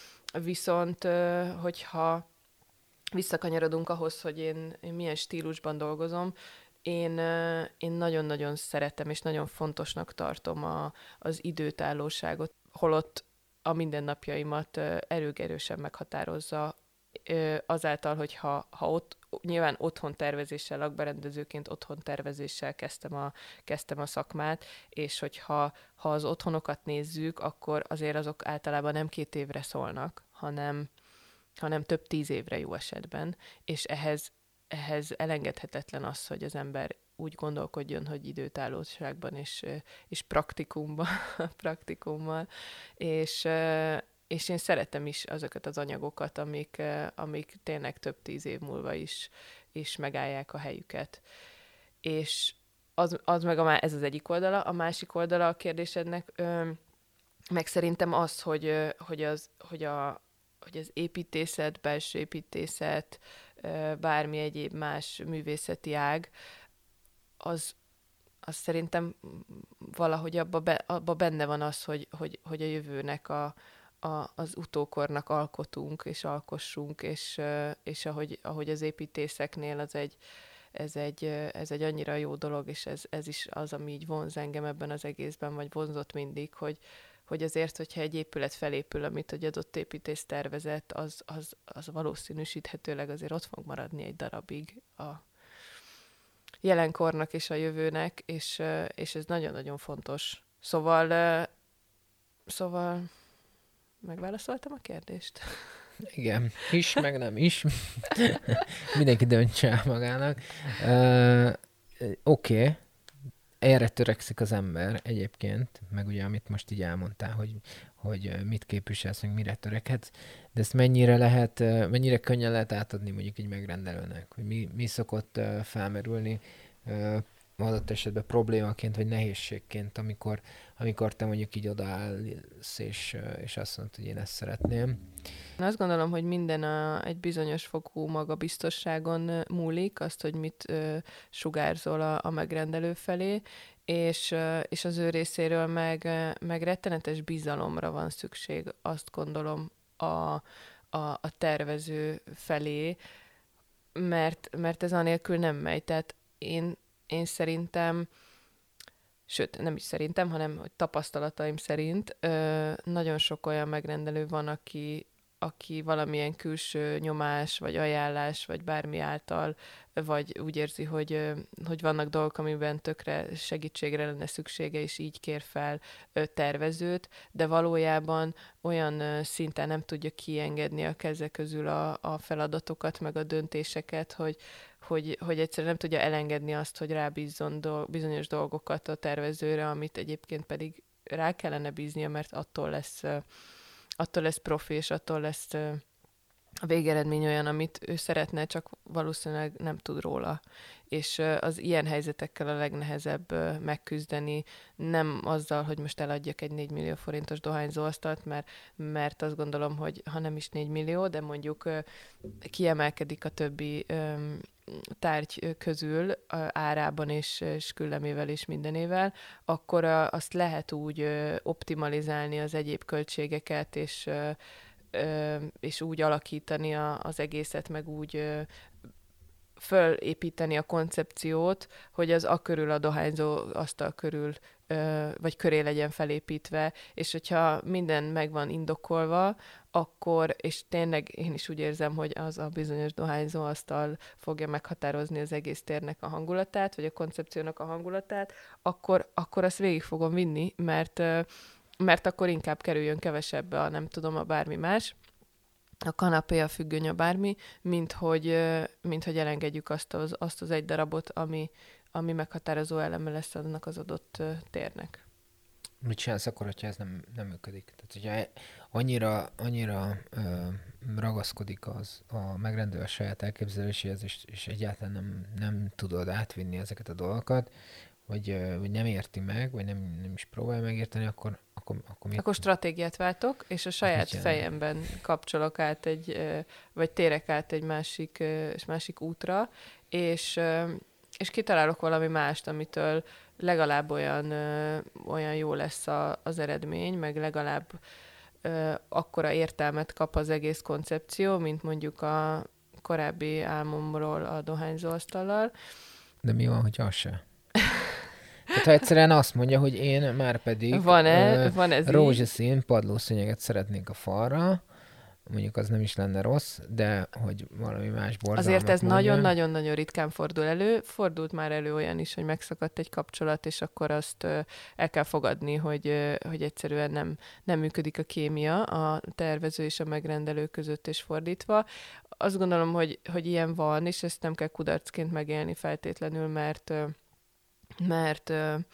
Viszont, hogyha visszakanyarodunk ahhoz, hogy én, én milyen stílusban dolgozom, Én, én nagyon-nagyon szeretem, és nagyon fontosnak tartom a, az időtállóságot, holott a mindennapjaimat erőgerősen meghatározza azáltal, hogy ha, ha ott, nyilván otthon tervezéssel, lakberendezőként otthon tervezéssel kezdtem a, kezdtem a szakmát, és hogyha ha az otthonokat nézzük, akkor azért azok általában nem két évre szólnak, hanem, hanem több tíz évre jó esetben, és ehhez ehhez elengedhetetlen az, hogy az ember úgy gondolkodjon, hogy időtállóságban és, és praktikumban, praktikummal, és, és én szeretem is azokat az anyagokat, amik, amik tényleg több tíz év múlva is, is megállják a helyüket. És az, az meg a, ez az egyik oldala, a másik oldala a kérdésednek, meg szerintem az, hogy, hogy, az, hogy, a, hogy az építészet, belső építészet, bármi egyéb más művészeti ág, az, az szerintem valahogy abba, be, abba benne van az, hogy, hogy, hogy a jövőnek a, a, az utókornak alkotunk és alkossunk, és, és ahogy, ahogy az építészeknél az egy, ez, egy, ez egy annyira jó dolog, és ez, ez is az, ami így vonz engem ebben az egészben, vagy vonzott mindig, hogy, hogy azért, hogyha egy épület felépül, amit egy adott építész tervezett, az, az, az valószínűsíthetőleg azért ott fog maradni egy darabig a jelenkornak és a jövőnek, és, és ez nagyon-nagyon fontos. Szóval, szóval megválaszoltam a kérdést? Igen, is, meg nem is. Mindenki döntse el magának. Uh, Oké. Okay. Erre törekszik az ember egyébként, meg ugye, amit most így elmondtál, hogy, hogy mit képviselsz, meg mire törekedsz, de ezt mennyire lehet, mennyire könnyen lehet átadni mondjuk egy megrendelőnek, hogy mi, mi szokott felmerülni adott esetben problémaként, vagy nehézségként, amikor, amikor te mondjuk így odaállsz, és, és azt mondod, hogy én ezt szeretném. Én azt gondolom, hogy minden a, egy bizonyos fokú magabiztosságon múlik, azt, hogy mit ö, sugárzol a, a megrendelő felé, és, ö, és az ő részéről meg, meg rettenetes bizalomra van szükség, azt gondolom a, a, a tervező felé, mert, mert ez anélkül nem megy. Tehát én, én szerintem, sőt, nem is szerintem, hanem hogy tapasztalataim szerint ö, nagyon sok olyan megrendelő van, aki, aki valamilyen külső nyomás, vagy ajánlás, vagy bármi által, vagy úgy érzi, hogy, ö, hogy vannak dolgok, amiben tökre segítségre lenne szüksége, és így kér fel ö, tervezőt, de valójában olyan ö, szinten nem tudja kiengedni a keze közül a, a feladatokat, meg a döntéseket, hogy, hogy, hogy egyszerűen nem tudja elengedni azt, hogy rábízzon do- bizonyos dolgokat a tervezőre, amit egyébként pedig rá kellene bíznia, mert attól lesz, attól lesz profi, és attól lesz a végeredmény olyan, amit ő szeretne, csak valószínűleg nem tud róla. És az ilyen helyzetekkel a legnehezebb megküzdeni, nem azzal, hogy most eladjak egy négy millió forintos dohányzóasztalt, mert, mert azt gondolom, hogy ha nem is négy millió, de mondjuk kiemelkedik a többi tárgy közül árában és, és küllemével és mindenével, akkor azt lehet úgy optimalizálni az egyéb költségeket, és és úgy alakítani a, az egészet, meg úgy fölépíteni a koncepciót, hogy az a körül, a dohányzó asztal körül, vagy köré legyen felépítve, és hogyha minden meg van indokolva, akkor, és tényleg én is úgy érzem, hogy az a bizonyos dohányzó asztal fogja meghatározni az egész térnek a hangulatát, vagy a koncepciónak a hangulatát, akkor, akkor azt végig fogom vinni, mert mert akkor inkább kerüljön kevesebbe a nem tudom, a bármi más, a kanapé, a függöny, a bármi, mint hogy, mint hogy elengedjük azt az, azt az egy darabot, ami, ami meghatározó eleme lesz annak az adott térnek. Mit csinálsz akkor, hogyha ez nem, nem működik? Tehát, hogyha annyira, annyira ö, ragaszkodik az a megrendelő a saját elképzeléséhez, és, és egyáltalán nem, nem tudod átvinni ezeket a dolgokat, vagy, vagy nem érti meg, vagy nem, nem is próbálja megérteni, akkor akkor, akkor, akkor stratégiát váltok, és a saját fejemben kapcsolok át egy, vagy térek át egy másik, másik útra, és, és kitalálok valami mást, amitől legalább olyan, olyan jó lesz a, az eredmény, meg legalább akkora értelmet kap az egész koncepció, mint mondjuk a korábbi álmomról a dohányzóasztallal. De mi van, hogy az se? Tehát ha egyszerűen azt mondja, hogy én már pedig van-e, van ez rózsaszín padlószőnyeget szeretnék a falra, mondjuk az nem is lenne rossz, de hogy valami más borzalmat azért ez mondja. nagyon-nagyon-nagyon ritkán fordul elő. Fordult már elő olyan is, hogy megszakadt egy kapcsolat, és akkor azt el kell fogadni, hogy, hogy egyszerűen nem, nem működik a kémia a tervező és a megrendelő között, és fordítva. Azt gondolom, hogy, hogy ilyen van, és ezt nem kell kudarcként megélni feltétlenül, mert mert,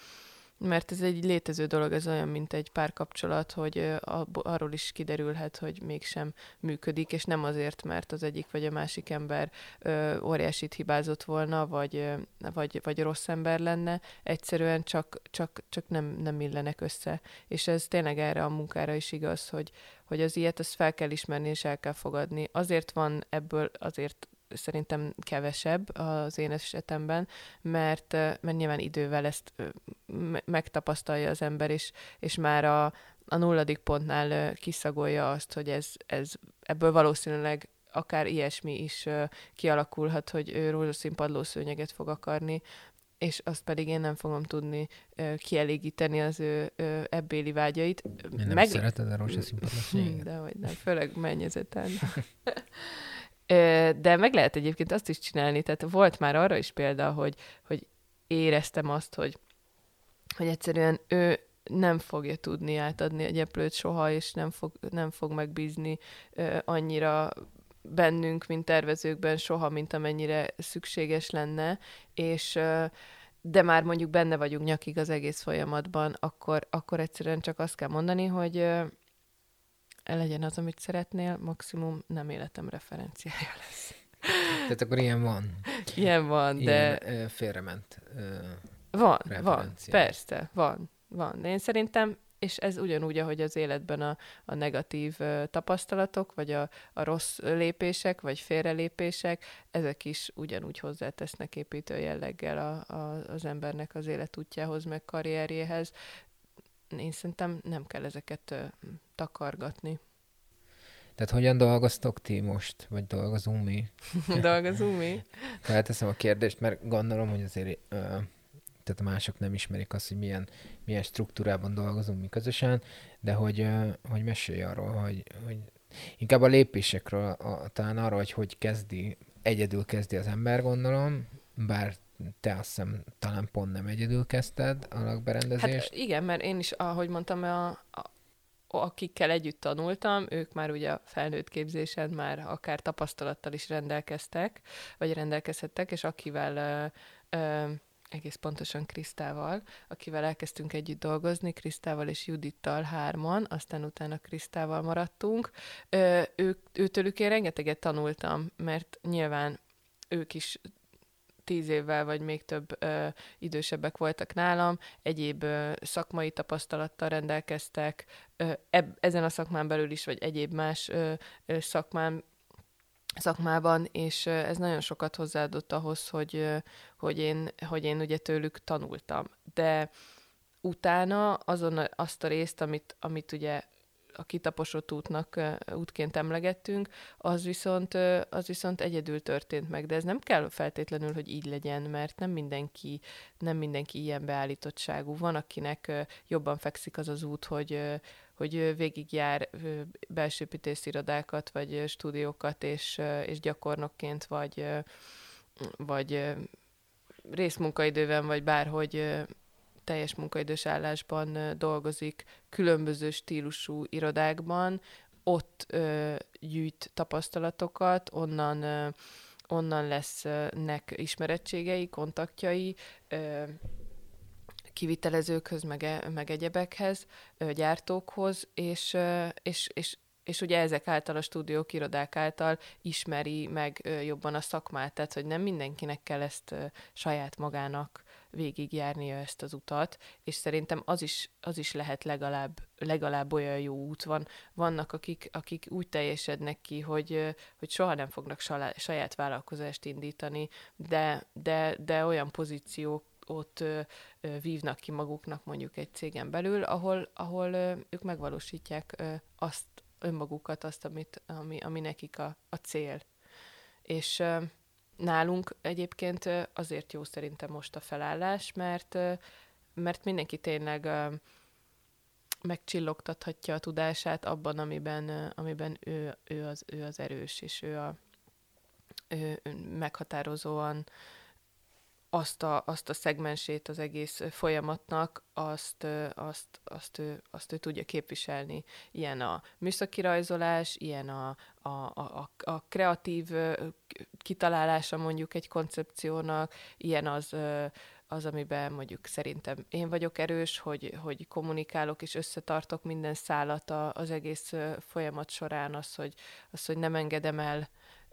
mert ez egy létező dolog, ez olyan, mint egy párkapcsolat, hogy arról is kiderülhet, hogy mégsem működik, és nem azért, mert az egyik vagy a másik ember óriásit hibázott volna, vagy, vagy, vagy rossz ember lenne, egyszerűen csak, csak, csak nem, nem illenek össze. És ez tényleg erre a munkára is igaz, hogy, hogy az ilyet, azt fel kell ismerni, és el kell fogadni. Azért van ebből, azért szerintem kevesebb az én esetemben, mert, mert nyilván idővel ezt megtapasztalja az ember, és, és már a, a nulladik pontnál kiszagolja azt, hogy ez, ez ebből valószínűleg akár ilyesmi is kialakulhat, hogy ő rózsaszín padlószőnyeget fog akarni, és azt pedig én nem fogom tudni kielégíteni az ő ebbéli vágyait. Én nem Meg... szereted a rózsaszín padlószőnyeget? Dehogy nem, főleg mennyezeten. De meg lehet egyébként azt is csinálni, tehát volt már arra is példa, hogy, hogy éreztem azt, hogy, hogy egyszerűen ő nem fogja tudni átadni a gyeplőt soha, és nem fog, nem fog megbízni annyira bennünk, mint tervezőkben soha, mint amennyire szükséges lenne, és de már mondjuk benne vagyunk nyakig az egész folyamatban, akkor, akkor egyszerűen csak azt kell mondani, hogy legyen az, amit szeretnél, maximum nem életem referenciája lesz. Tehát akkor ilyen van. Ilyen van, de... Ilyen félrement Van, van, persze, van, van. De én szerintem, és ez ugyanúgy, ahogy az életben a, a negatív tapasztalatok, vagy a, a rossz lépések, vagy félrelépések, ezek is ugyanúgy hozzátesznek építő jelleggel a, a, az embernek az életútjához, meg karrierjéhez. Én szerintem nem kell ezeket uh, takargatni. Tehát hogyan dolgoztok ti most, vagy dolgozunk mi? Dolgozunk mi? Felteszem a kérdést, mert gondolom, hogy azért ö, tehát mások nem ismerik azt, hogy milyen, milyen struktúrában dolgozunk mi közösen, de hogy, ö, hogy mesélj arról, hogy, hogy inkább a lépésekről, a, talán arról, hogy hogy kezdi, egyedül kezdi az ember, gondolom, bár te azt hiszem talán pont nem egyedül kezdted a lakberendezést. Hát igen, mert én is, ahogy mondtam, a, a, akikkel együtt tanultam, ők már ugye a felnőtt képzésen már akár tapasztalattal is rendelkeztek, vagy rendelkezhettek, és akivel ö, ö, egész pontosan Krisztával, akivel elkezdtünk együtt dolgozni, Krisztával és Judittal hárman, aztán utána Krisztával maradtunk. Ö, ők, őtőlük én rengeteget tanultam, mert nyilván ők is tíz évvel vagy még több ö, idősebbek voltak nálam, egyéb ö, szakmai tapasztalattal rendelkeztek, ö, eb, ezen a szakmán belül is, vagy egyéb más ö, ö, szakmán, szakmában, és ö, ez nagyon sokat hozzáadott ahhoz, hogy, ö, hogy, én, hogy én ugye tőlük tanultam. De utána azon a, azt a részt, amit, amit ugye a kitaposott útnak útként emlegettünk, az viszont, az viszont egyedül történt meg. De ez nem kell feltétlenül, hogy így legyen, mert nem mindenki, nem mindenki ilyen beállítottságú. Van, akinek jobban fekszik az az út, hogy, hogy végigjár belsőépítészirodákat, vagy stúdiókat, és, és gyakornokként, vagy, vagy részmunkaidőben, vagy bárhogy teljes munkaidős állásban dolgozik, különböző stílusú irodákban, ott ö, gyűjt tapasztalatokat, onnan, ö, onnan lesznek ismerettségei, kontaktjai, ö, kivitelezőkhöz, meg, meg egyebekhez, ö, gyártókhoz, és, ö, és, és és ugye ezek által, a stúdiók, irodák által ismeri meg ö, jobban a szakmát, tehát hogy nem mindenkinek kell ezt ö, saját magának végigjárnia ezt az utat, és szerintem az is, az is lehet legalább, legalább olyan jó út van. Vannak, akik, akik úgy teljesednek ki, hogy, hogy soha nem fognak saját vállalkozást indítani, de, de, de olyan pozíciók ott ö, ö, vívnak ki maguknak mondjuk egy cégen belül, ahol, ahol ö, ők megvalósítják ö, azt önmagukat, azt, amit, ami, ami nekik a, a cél. És ö, nálunk egyébként azért jó szerintem most a felállás, mert, mert mindenki tényleg megcsillogtathatja a tudását abban, amiben, amiben ő, ő, az, ő az erős, és ő, a, ő meghatározóan azt a, azt a szegmensét az egész folyamatnak, azt, azt, azt, ő, azt ő tudja képviselni. Ilyen a műszaki rajzolás, ilyen a, a, a, a kreatív kitalálása mondjuk egy koncepciónak, ilyen az, az, amiben mondjuk szerintem én vagyok erős, hogy, hogy kommunikálok és összetartok minden szálat az egész folyamat során, az, hogy, az, hogy nem engedem el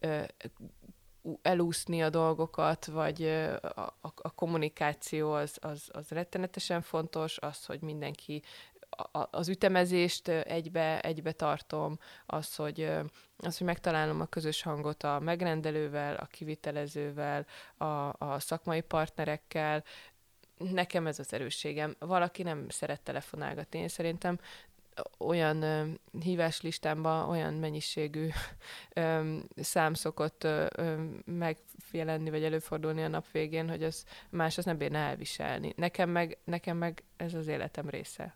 elúszni a dolgokat, vagy a, a, a kommunikáció az, az, az rettenetesen fontos, az, hogy mindenki a, az ütemezést egybe, egybe tartom, az hogy, az, hogy megtalálom a közös hangot a megrendelővel, a kivitelezővel, a, a szakmai partnerekkel. Nekem ez az erősségem. Valaki nem szeret telefonálgatni. Én szerintem olyan ö, híváslistámban olyan mennyiségű ö, szám szokott ö, ö, megjelenni, vagy előfordulni a nap végén, hogy az más az nem bírna elviselni. Nekem meg, nekem meg ez az életem része.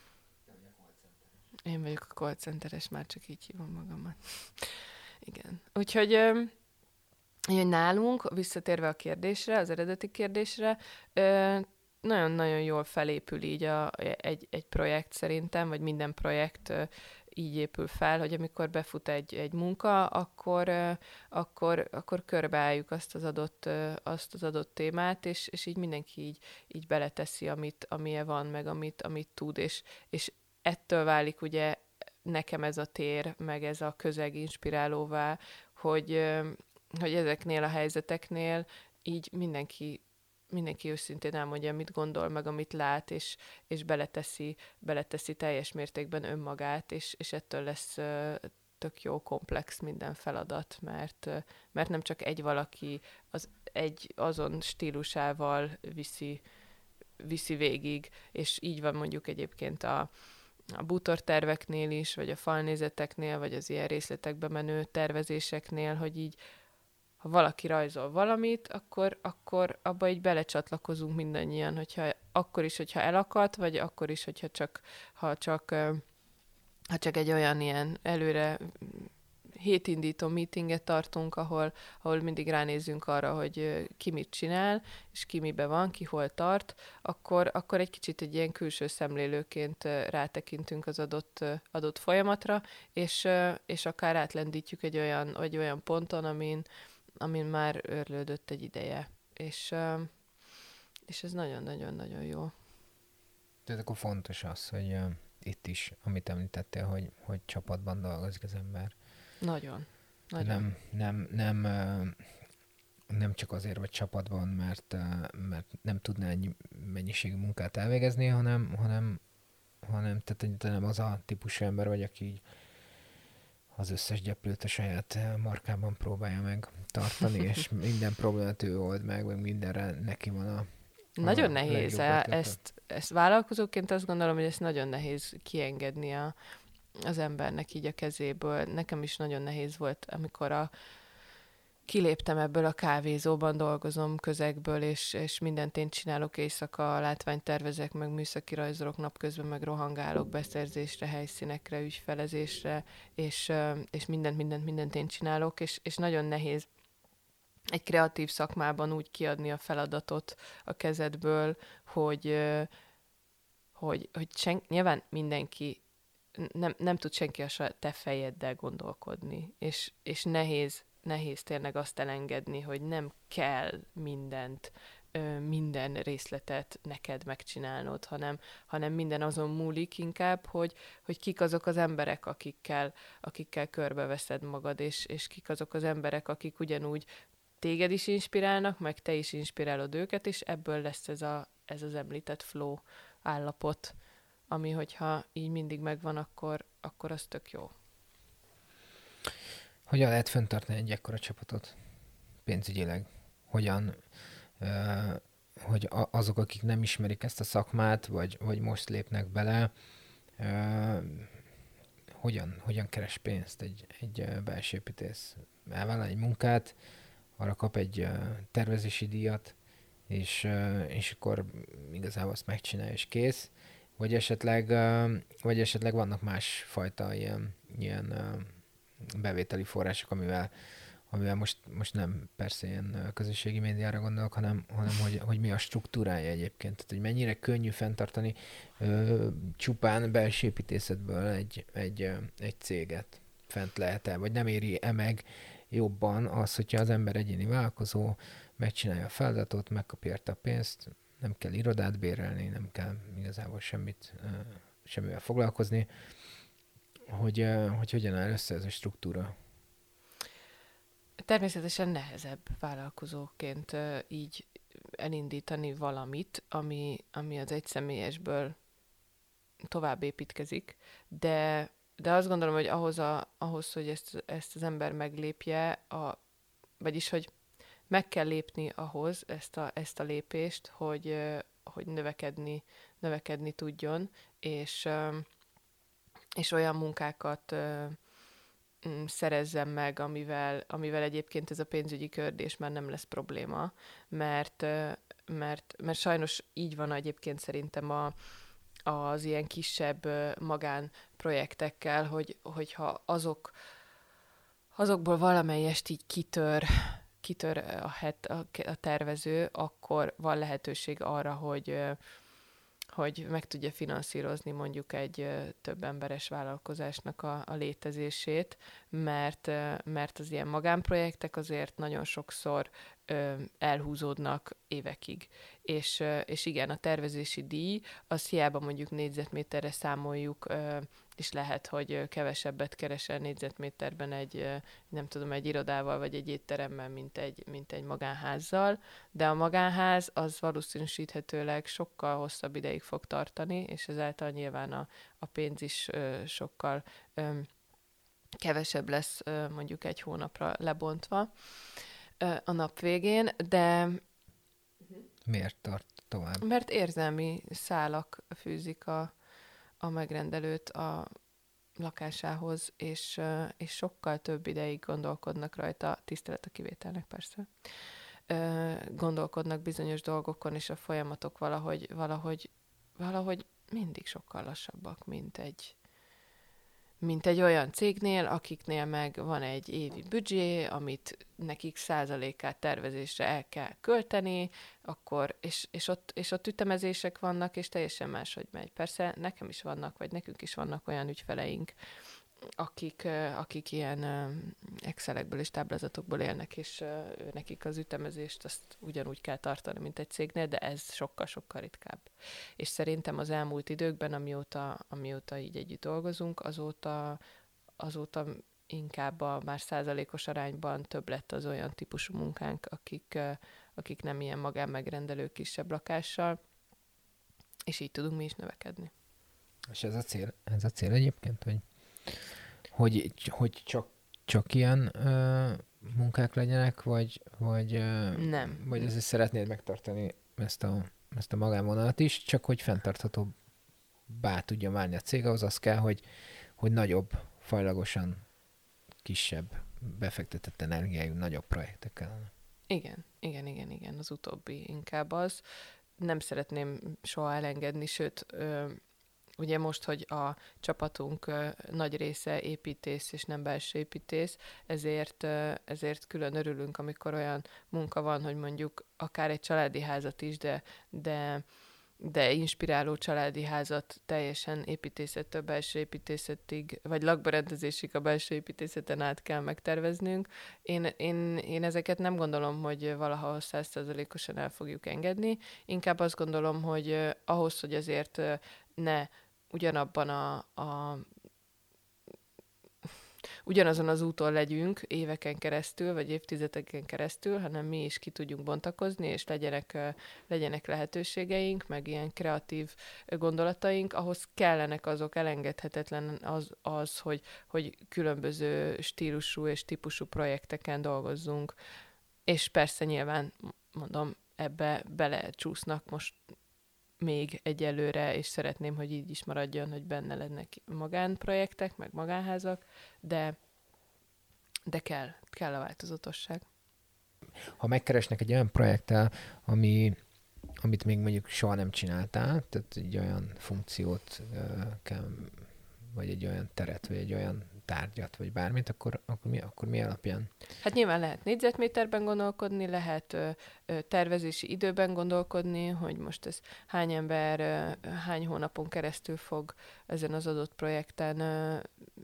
Én vagyok a call centeres, már csak így hívom magamat. Igen. Úgyhogy ö, nálunk, visszatérve a kérdésre, az eredeti kérdésre, ö, nagyon-nagyon jól felépül így a, egy, egy projekt szerintem, vagy minden projekt uh, így épül fel, hogy amikor befut egy, egy munka, akkor, uh, akkor, akkor körbeálljuk azt az adott, uh, azt az adott témát, és, és így mindenki így, így beleteszi, amit, amilyen van, meg amit, amit tud, és, és ettől válik ugye nekem ez a tér, meg ez a közeg inspirálóvá, hogy, uh, hogy ezeknél a helyzeteknél így mindenki mindenki őszintén elmondja, mit gondol, meg amit lát, és, és beleteszi, beleteszi teljes mértékben önmagát, és, és ettől lesz uh, tök jó komplex minden feladat, mert, uh, mert nem csak egy valaki az egy azon stílusával viszi, viszi végig, és így van mondjuk egyébként a, a bútorterveknél is, vagy a falnézeteknél, vagy az ilyen részletekbe menő tervezéseknél, hogy így ha valaki rajzol valamit, akkor, akkor abba így belecsatlakozunk mindannyian, hogyha akkor is, hogyha elakadt, vagy akkor is, hogyha csak, ha csak, ha csak egy olyan ilyen előre hétindító meetinget tartunk, ahol, ahol mindig ránézzünk arra, hogy ki mit csinál, és ki mibe van, ki hol tart, akkor, akkor egy kicsit egy ilyen külső szemlélőként rátekintünk az adott, adott folyamatra, és, és akár átlendítjük egy olyan, vagy olyan ponton, amin, amin már őrlődött egy ideje. És, és ez nagyon-nagyon-nagyon jó. Tehát akkor fontos az, hogy uh, itt is, amit említettél, hogy, hogy csapatban dolgozik az ember. Nagyon. Nagyon. Nem, nem, nem, uh, nem csak azért, vagy csapatban, mert, uh, mert nem tudná ennyi mennyiségű munkát elvégezni, hanem, hanem, hanem tehát nem az a típusú ember vagy, aki így az összes gyeplőt a saját markában próbálja meg tartani, és minden problémát ő old meg, meg mindenre neki van a Nagyon a nehéz. Ezt, ezt vállalkozóként azt gondolom, hogy ezt nagyon nehéz kiengedni a, az embernek így a kezéből. Nekem is nagyon nehéz volt, amikor a, kiléptem ebből a kávézóban, dolgozom közegből, és, és mindent én csinálok éjszaka, látványt tervezek, meg műszaki rajzolok, napközben meg rohangálok beszerzésre, helyszínekre, ügyfelezésre, és, és mindent, mindent, mindent én csinálok, és, és nagyon nehéz egy kreatív szakmában úgy kiadni a feladatot a kezedből, hogy, hogy, hogy sen, nyilván mindenki, nem, nem tud senki a te fejeddel gondolkodni, és, és nehéz, nehéz tényleg azt elengedni, hogy nem kell mindent, minden részletet neked megcsinálnod, hanem, hanem minden azon múlik inkább, hogy, hogy kik azok az emberek, akikkel, akikkel körbeveszed magad, és, és kik azok az emberek, akik ugyanúgy téged is inspirálnak, meg te is inspirálod őket, és ebből lesz ez, a, ez az említett flow állapot, ami, hogyha így mindig megvan, akkor, akkor az tök jó. Hogyan lehet fenntartani egy ekkora csapatot pénzügyileg? Hogyan, uh, hogy azok, akik nem ismerik ezt a szakmát, vagy, vagy most lépnek bele, uh, hogyan, hogyan keres pénzt egy, egy belső építész? Elvállal egy munkát, arra kap egy uh, tervezési díjat, és, uh, és akkor igazából azt megcsinálja, és kész. Vagy esetleg, uh, vagy esetleg vannak másfajta ilyen, ilyen uh, bevételi források, amivel, amivel most, most nem persze ilyen közösségi médiára gondolok, hanem, hanem hogy, hogy mi a struktúrája egyébként. Tehát, hogy mennyire könnyű fenntartani ö, csupán belső építészetből egy, egy, egy céget fent lehet-e, vagy nem éri-e meg jobban az, hogyha az ember egyéni vállalkozó, megcsinálja a feladatot, megkapja érte a pénzt, nem kell irodát bérelni, nem kell igazából semmit, ö, semmivel foglalkozni, hogy, hogy hogyan áll össze ez a struktúra? Természetesen nehezebb vállalkozóként így elindítani valamit, ami, ami az egyszemélyesből tovább építkezik, de, de azt gondolom, hogy ahhoz, a, ahhoz hogy ezt, ezt az ember meglépje, a, vagyis, hogy meg kell lépni ahhoz ezt a, ezt a lépést, hogy, hogy növekedni, növekedni tudjon, és és olyan munkákat ö, m, szerezzem meg, amivel, amivel egyébként ez a pénzügyi kérdés már nem lesz probléma, mert, ö, mert, mert sajnos így van egyébként szerintem a, az ilyen kisebb ö, magánprojektekkel, hogy, hogyha azok, azokból valamelyest így kitör, kitör a, het, a, a tervező, akkor van lehetőség arra, hogy ö, hogy meg tudja finanszírozni mondjuk egy ö, több emberes vállalkozásnak a, a létezését, mert, ö, mert az ilyen magánprojektek azért nagyon sokszor ö, elhúzódnak évekig. És, ö, és igen, a tervezési díj, az hiába mondjuk négyzetméterre számoljuk, ö, és lehet, hogy kevesebbet keresel négyzetméterben egy, nem tudom, egy irodával vagy egy étteremmel, mint egy, mint egy magánházzal, de a magánház az valószínűsíthetőleg sokkal hosszabb ideig fog tartani, és ezáltal nyilván a, a pénz is ö, sokkal ö, kevesebb lesz ö, mondjuk egy hónapra lebontva ö, a nap végén, de... Miért tart tovább? Mert érzelmi szálak fűzik a a megrendelőt a lakásához, és, és sokkal több ideig gondolkodnak rajta, tisztelet a kivételnek persze, gondolkodnak bizonyos dolgokon, és a folyamatok valahogy, valahogy, valahogy mindig sokkal lassabbak, mint egy, mint egy olyan cégnél, akiknél meg van egy évi büdzsé, amit nekik százalékát tervezésre el kell költeni, akkor, és, és, ott, és ott ütemezések vannak, és teljesen máshogy megy. Persze nekem is vannak, vagy nekünk is vannak olyan ügyfeleink, akik, akik ilyen Excelekből és táblázatokból élnek, és nekik az ütemezést azt ugyanúgy kell tartani, mint egy cégnél, de ez sokkal-sokkal ritkább. És szerintem az elmúlt időkben, amióta, amióta így együtt dolgozunk, azóta, azóta inkább a már százalékos arányban több lett az olyan típusú munkánk, akik, akik nem ilyen magánmegrendelő kisebb lakással, és így tudunk mi is növekedni. És ez a cél, ez a cél egyébként, hogy Hogy, hogy csak, csak ilyen ö, munkák legyenek, vagy, vagy, ö, nem. vagy azért szeretnéd megtartani ezt a, ezt a magánvonalat is, csak hogy fenntarthatóbbá tudja válni a cég, ahhoz az kell, hogy, hogy nagyobb, fajlagosan kisebb, befektetett energiájú, nagyobb projektek kellene. Igen, igen, igen, igen, az utóbbi inkább az. Nem szeretném soha elengedni, sőt, ö, ugye most, hogy a csapatunk uh, nagy része építész és nem belső építész, ezért, uh, ezért külön örülünk, amikor olyan munka van, hogy mondjuk akár egy családi házat is, de, de, de inspiráló családi házat teljesen építészettől belső építészetig, vagy lakberendezésig a belső építészeten át kell megterveznünk. Én, én, én ezeket nem gondolom, hogy valaha száz százalékosan el fogjuk engedni. Inkább azt gondolom, hogy uh, ahhoz, hogy azért uh, ne ugyanabban a, a ugyanazon az úton legyünk éveken keresztül, vagy évtizedeken keresztül, hanem mi is ki tudjunk bontakozni, és legyenek, legyenek lehetőségeink, meg ilyen kreatív gondolataink, ahhoz kellenek azok, elengedhetetlen az, az hogy, hogy különböző stílusú és típusú projekteken dolgozzunk. És persze nyilván, mondom, ebbe belecsúsznak most még egyelőre, és szeretném, hogy így is maradjon, hogy benne lennek magánprojektek, meg magánházak, de, de kell, kell a változatosság. Ha megkeresnek egy olyan projekttel, ami, amit még mondjuk soha nem csináltál, tehát egy olyan funkciót kell, vagy egy olyan teret, vagy egy olyan tárgyat, vagy bármit, akkor, akkor, mi, akkor mi alapján? Hát nyilván lehet négyzetméterben gondolkodni, lehet ö, ö, tervezési időben gondolkodni, hogy most ez hány ember, ö, hány hónapon keresztül fog ezen az adott projekten ö,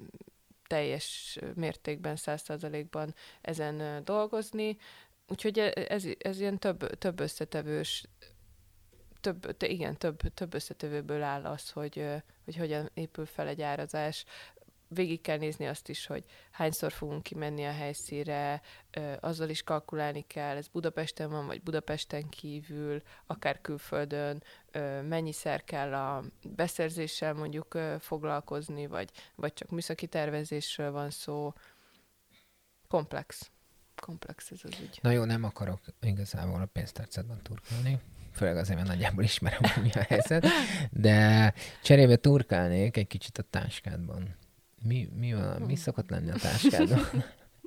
teljes mértékben, száz százalékban ezen ö, dolgozni. Úgyhogy ez, ez ilyen több, több összetevős, több, igen, több, több összetevőből áll az, hogy, ö, hogy hogyan épül fel egy árazás. Végig kell nézni azt is, hogy hányszor fogunk kimenni a helyszínre, azzal is kalkulálni kell, ez Budapesten van, vagy Budapesten kívül, akár külföldön, mennyiszer kell a beszerzéssel mondjuk foglalkozni, vagy, vagy csak műszaki tervezésről van szó. Komplex. Komplex ez az ügy. Na jó, nem akarok igazából a pénztárcádban turkálni, főleg azért, mert nagyjából ismerem, hogy mi a helyzet, de cserébe turkálnék egy kicsit a táskádban. Mi, mi, van, mi szokott lenni a táskádban?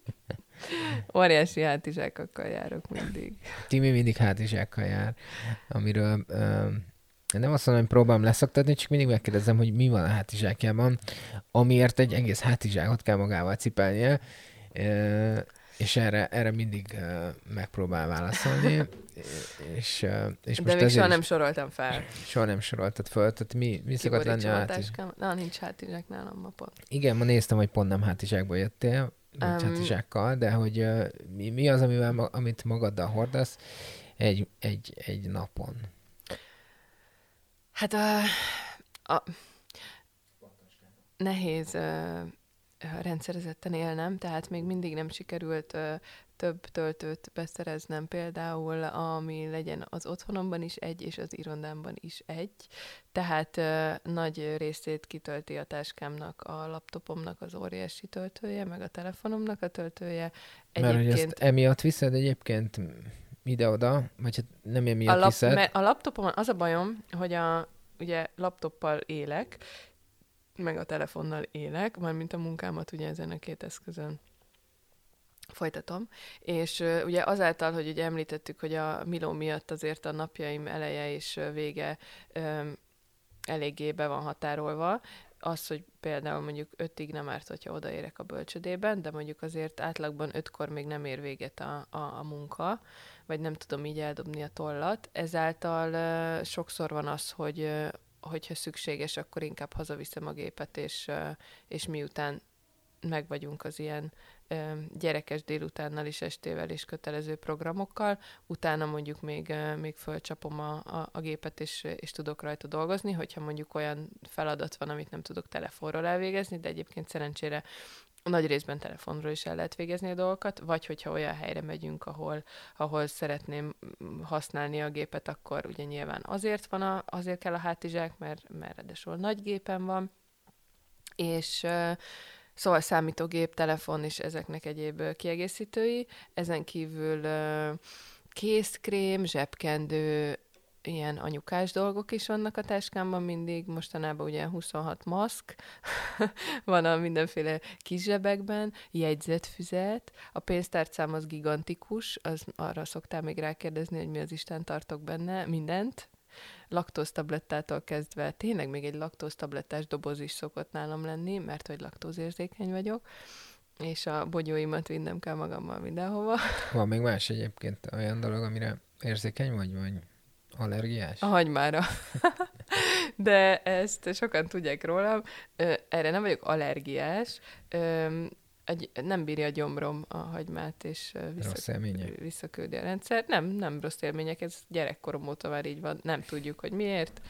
Óriási hátizsákokkal járok mindig. Timi mindig hátizsákkal jár, amiről ö, nem azt mondom, hogy próbálom leszoktatni, csak mindig megkérdezem, hogy mi van a hátizsákjában, amiért egy egész hátizsákot kell magával cipelnie, ö, és erre, erre mindig uh, megpróbál válaszolni. és, uh, és De most még soha is, nem soroltam fel. Soha nem soroltad fel, tehát mi, mi szokott lenni a hátizsák? Na, nincs hátizsák nálam ma pont. Igen, ma néztem, hogy pont nem hátizsákból jöttél, um, hátizsákkal, de hogy uh, mi, mi az, amivel, amit magaddal hordasz egy, egy, egy napon? Hát a, a nehéz... Uh, rendszerezetten élnem, tehát még mindig nem sikerült ö, több töltőt beszereznem például, ami legyen az otthonomban is egy, és az irodámban is egy. Tehát ö, nagy részét kitölti a táskámnak, a laptopomnak az óriási töltője, meg a telefonomnak a töltője. Egyébként... Mert hogy ezt emiatt viszed egyébként ide-oda, vagy hát nem emiatt a lap, viszed? A laptopomon az a bajom, hogy a, ugye laptoppal élek, meg a telefonnal élek, mármint a munkámat ugye ezen a két eszközön folytatom, és uh, ugye azáltal, hogy ugye említettük, hogy a Miló miatt azért a napjaim eleje és vége um, eléggé be van határolva, az, hogy például mondjuk ötig nem árt, hogyha odaérek a bölcsödében, de mondjuk azért átlagban ötkor még nem ér véget a, a, a munka, vagy nem tudom így eldobni a tollat. Ezáltal uh, sokszor van az, hogy uh, hogyha szükséges, akkor inkább hazaviszem a gépet, és, uh, és miután meg vagyunk az ilyen ö, gyerekes délutánnal is, estével és kötelező programokkal, utána mondjuk még, ö, még fölcsapom a, a, a gépet, és, és tudok rajta dolgozni, hogyha mondjuk olyan feladat van, amit nem tudok telefonról elvégezni, de egyébként szerencsére nagy részben telefonról is el lehet végezni a dolgokat, vagy hogyha olyan helyre megyünk, ahol, ahol szeretném használni a gépet, akkor ugye nyilván azért van a, azért kell a hátizsák, mert, mert ráadásul nagy gépen van, és ö, szóval számítógép, telefon és ezeknek egyéb kiegészítői. Ezen kívül kézkrém, zsebkendő, ilyen anyukás dolgok is vannak a táskámban mindig. Mostanában ugye huszonhat maszk van a mindenféle kis zsebekben, jegyzetfüzet. A pénztárcám az gigantikus, az arra szoktál még rákérdezni, hogy mi az Isten tartok benne, mindent. Laktóztablettától kezdve, tényleg még egy laktóztablettás doboz is szokott nálam lenni, mert hogy laktózérzékeny vagyok, és a bogyóimat vinnem kell magammal mindenhova. Van még más egyébként olyan dolog, amire érzékeny vagy, vagy allergiás? A hagymára. De ezt sokan tudják rólam. Erre nem vagyok allergiás. Nem bírja a gyomrom a hagymát, és vissza, visszaküldi a rendszer. Nem, nem rossz élmények, ez gyerekkorom óta már így van. Nem tudjuk, hogy miért.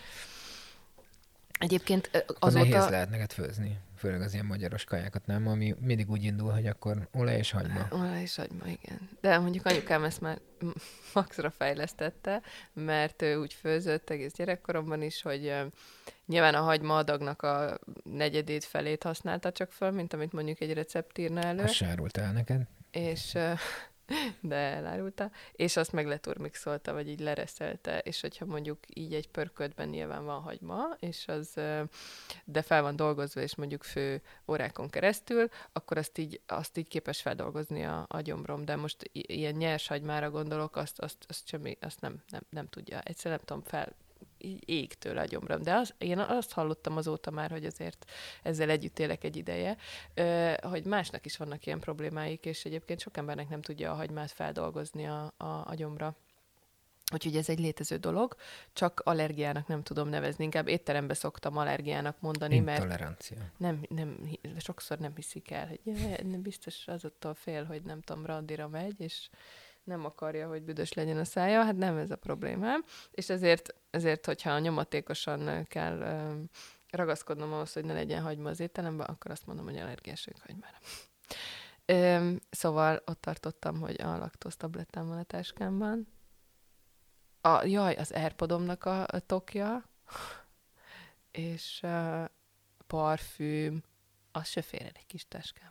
Egyébként azóta... Nehéz lehet neked főzni, főleg az ilyen magyaros kajákat, nem? Ami mindig úgy indul, hogy akkor olaj és hagyma. Olaj és hagyma, igen. De mondjuk anyukám ezt már maxra fejlesztette, mert ő úgy főzött egész gyerekkoromban is, hogy nyilván a hagyma adagnak a negyedét, felét használta csak föl, mint amit mondjuk egy recept írna elő. Azt sárult el neked. És... de elárulta, és azt meg leturmixolta, vagy így lereszelte, és hogyha mondjuk így egy pörköltben nyilván van hagyma, és az, de fel van dolgozva, és mondjuk fő órákon keresztül, akkor azt így, azt így képes feldolgozni a, a gyomrom, de most i- ilyen nyers hagymára gondolok, azt, azt, azt, semmi, azt nem, nem, nem tudja, egyszerűen nem tudom fel, így ég tőle a gyomrom. De az, én azt hallottam azóta már, hogy azért ezzel együtt élek egy ideje, hogy másnak is vannak ilyen problémáik, és egyébként sok embernek nem tudja a hagymát feldolgozni a, a, a gyomra. Úgyhogy ez egy létező dolog, csak allergiának nem tudom nevezni. Inkább étterembe szoktam allergiának mondani, intolerancia. Mert nem, nem, sokszor nem hiszik el, hogy nem biztos azottól fél, hogy nem tudom, randira megy, és nem akarja, hogy büdös legyen a szája, hát nem ez a problémám. És ezért, ezért hogyha nyomatékosan kell ö, ragaszkodnom ahhoz, hogy ne legyen hagyma az ételemben, akkor azt mondom, hogy allergiás vagyok hagymára. Ö, szóval ott tartottam, hogy a laktóztablettám van a táskámban. A, jaj, az AirPodomnak a, a tokja, és uh, parfüm, az se fér egy kis táskában.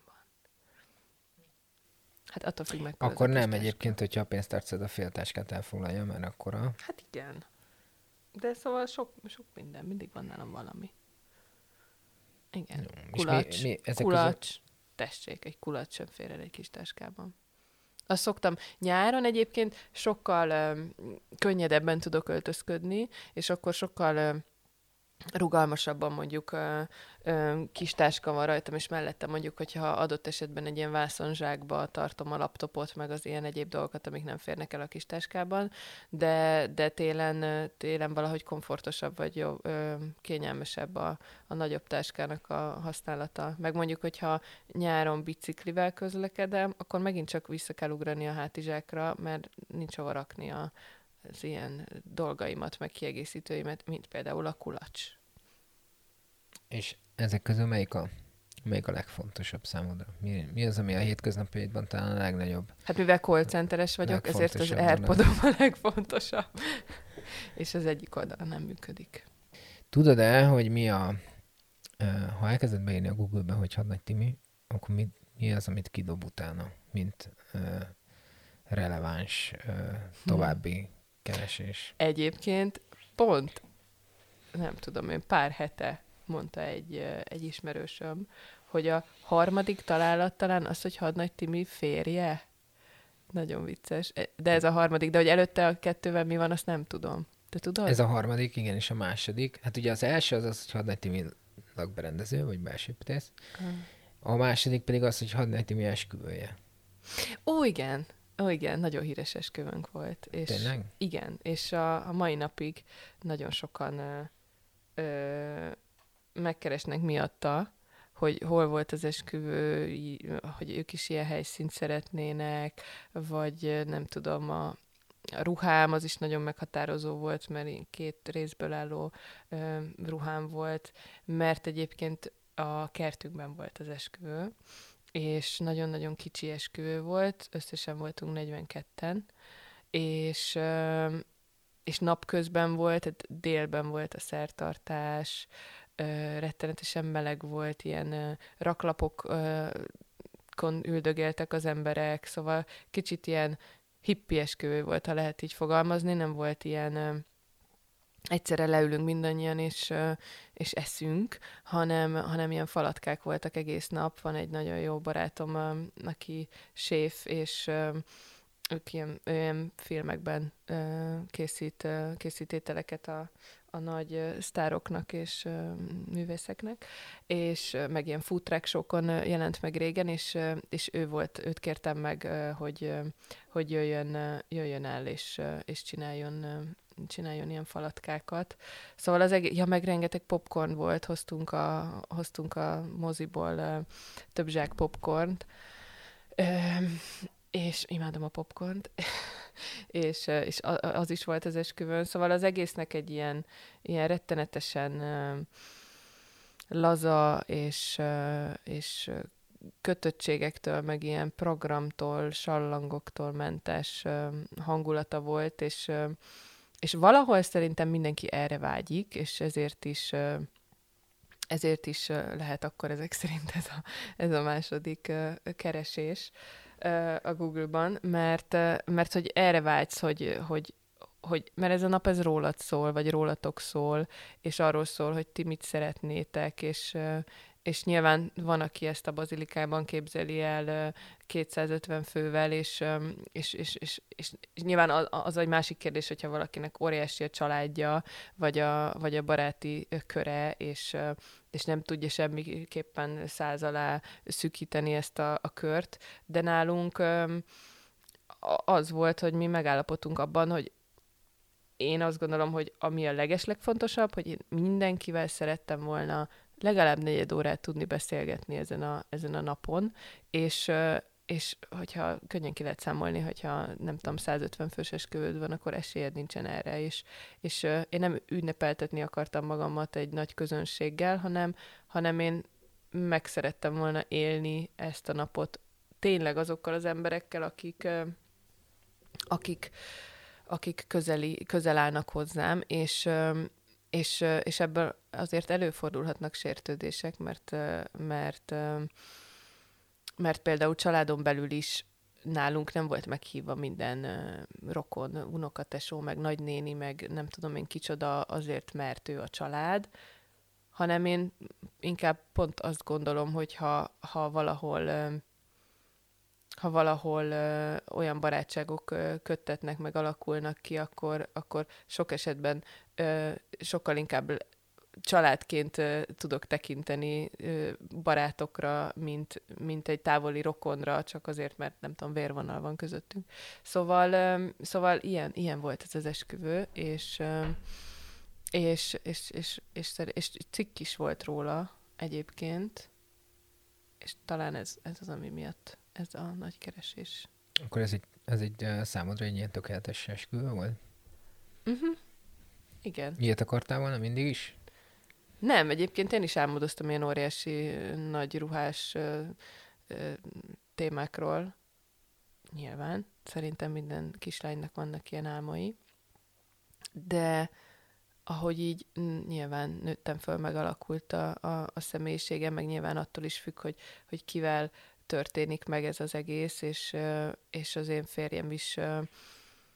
Hát attól függ meg. Akkor nem egyébként, hogyha a pénztárcád a féltáskát elfoglalja, mert akkor a... Hát igen. De szóval sok, sok minden, mindig van nálam valami. Igen. Jó, kulacs, mi, mi, kulacs, között... tessék, egy kulacs sem fér el egy kis táskában. Azt szoktam. Nyáron egyébként sokkal um, könnyedebben tudok öltözködni, és akkor sokkal um, rugalmasabban mondjuk uh, um, kis táska van rajtam, és mellette mondjuk, hogyha adott esetben egy ilyen vászonzsákba tartom a laptopot, meg az ilyen egyéb dolgokat, amik nem férnek el a kis táskában, de, de télen, télen valahogy komfortosabb vagy jó, ö, kényelmesebb a, a nagyobb táskának a használata. Meg mondjuk, hogyha nyáron biciklivel közlekedem, akkor megint csak vissza kell ugrani a hátizsákra, mert nincs hova rakni a az ilyen dolgaimat, meg kiegészítőimet, mint például a kulacs. És ezek közül melyik a, melyik a legfontosabb számodra? Mi, mi az, ami a hétköznapjaidban talán a legnagyobb? Hát mivel call centeres vagyok, ezért az AirPodom a legfontosabb. És az egyik oldalon nem működik. Tudod-e, hogy mi a... Ha elkezded beírni a Google-be, hogy Hadnagy Timi, akkor mi, mi az, amit kidob utána, mint uh, releváns uh, további hmm. keresés? Egyébként pont, nem tudom én, pár hete mondta egy, egy ismerősöm, hogy a harmadik találat talán az, hogy Hadnagy Timi férje. Nagyon vicces. De ez a harmadik, de hogy előtte a kettővel mi van, azt nem tudom. Te tudod? Ez a harmadik, igen, és a második. Hát ugye az első az az, hogy Hadnagy Timi lakberendező, vagy belsőépítész. Hmm. A második pedig az, hogy Hadnagy Timi esküvője. Ó, igen. Ó, igen, nagyon híres esküvőnk volt. És Tényleg? Igen, és a, a mai napig nagyon sokan ö, ö, megkeresnek miatta, hogy hol volt az esküvő, hogy ők is ilyen helyszínt szeretnének, vagy nem tudom, a, a ruhám az is nagyon meghatározó volt, mert két részből álló ö, ruhám volt, mert egyébként a kertünkben volt az esküvő, és nagyon-nagyon kicsi esküvő volt, összesen voltunk negyvenketten, és, és napközben volt, tehát délben volt a szertartás, rettenetesen meleg volt, ilyen raklapokon üldögéltek az emberek, szóval kicsit ilyen hippi esküvő volt, ha lehet így fogalmazni, nem volt ilyen egyszerre leülünk mindannyian, és, és eszünk, hanem, hanem ilyen falatkák voltak egész nap. Van egy nagyon jó barátom, aki séf, és ők ilyen, ilyen filmekben készít, készít ételeket a, a nagy sztároknak és művészeknek, és meg ilyen food truck show-on jelent meg régen, és, és ő volt, őt kértem meg, hogy, hogy jöjjön, jöjjön el, és, és csináljon csináljon ilyen falatkákat. Szóval az egész, ja, meg rengeteg popcorn volt, hoztunk a, hoztunk a moziból uh, több zsák popcornt, uh, és imádom a popcornt, és, uh, és az is volt az esküvőn. Szóval az egésznek egy ilyen, ilyen rettenetesen uh, laza és, uh, és kötöttségektől, meg ilyen programtól, sallangoktól mentes uh, hangulata volt, és uh, És valahol szerintem mindenki erre vágyik, és ezért is, ezért is lehet akkor ezek szerint ez a, ez a második keresés a Google-ban, mert, mert hogy erre vágysz, hogy, hogy, hogy, mert ez a nap ez rólad szól, vagy rólatok szól, és arról szól, hogy ti mit szeretnétek, és, és nyilván van, aki ezt a bazilikában képzeli el kétszázötven fővel, és, és, és, és, és, és nyilván az, az egy másik kérdés, hogyha valakinek óriási a családja, vagy a, vagy a baráti köre, és, és nem tudja semmiképpen száz alá szűkíteni ezt a, a kört, de nálunk az volt, hogy mi megállapodtunk abban, hogy én azt gondolom, hogy ami a legeslegfontosabb, hogy én mindenkivel szerettem volna legalább negyed órát tudni beszélgetni ezen a, ezen a napon, és, és hogyha könnyen ki lehet számolni, hogyha nem tudom, százötven fős esküvőd van, akkor esélyed nincsen erre, és, és én nem ünnepeltetni akartam magamat egy nagy közönséggel, hanem, hanem én meg szerettem volna élni ezt a napot tényleg azokkal az emberekkel, akik, akik, akik közeli, közel állnak hozzám, és És, és ebből azért előfordulhatnak sértődések, mert, mert, mert például családon belül is nálunk nem volt meghívva minden rokon, unokatesó, meg nagynéni, meg nem tudom én kicsoda azért, mert ő a család, hanem én inkább pont azt gondolom, hogy ha, ha valahol... ha valahol ö, olyan barátságok ö, köttetnek, meg alakulnak ki, akkor, akkor sok esetben ö, sokkal inkább családként ö, tudok tekinteni ö, barátokra, mint, mint egy távoli rokonra, csak azért, mert nem tudom, vérvonal van közöttünk. Szóval, ö, szóval ilyen, ilyen volt ez az esküvő, és, ö, és, és, és, és, és, és cikk is volt róla egyébként, és talán ez, ez az, ami miatt ez a nagy keresés. Akkor ez egy, ez egy uh, számodra egy ilyen tökéletes esküvő volt? Uh-huh. Igen. Ilyet akartál volna mindig is? Nem, egyébként én is álmodoztam ilyen óriási, nagy ruhás ö, ö, témákról. Nyilván. Szerintem minden kislánynak vannak ilyen álmai. De ahogy így nyilván nőttem föl, megalakult a, a, a személyiségem, meg nyilván attól is függ, hogy, hogy kivel történik meg ez az egész, és, és az én férjem is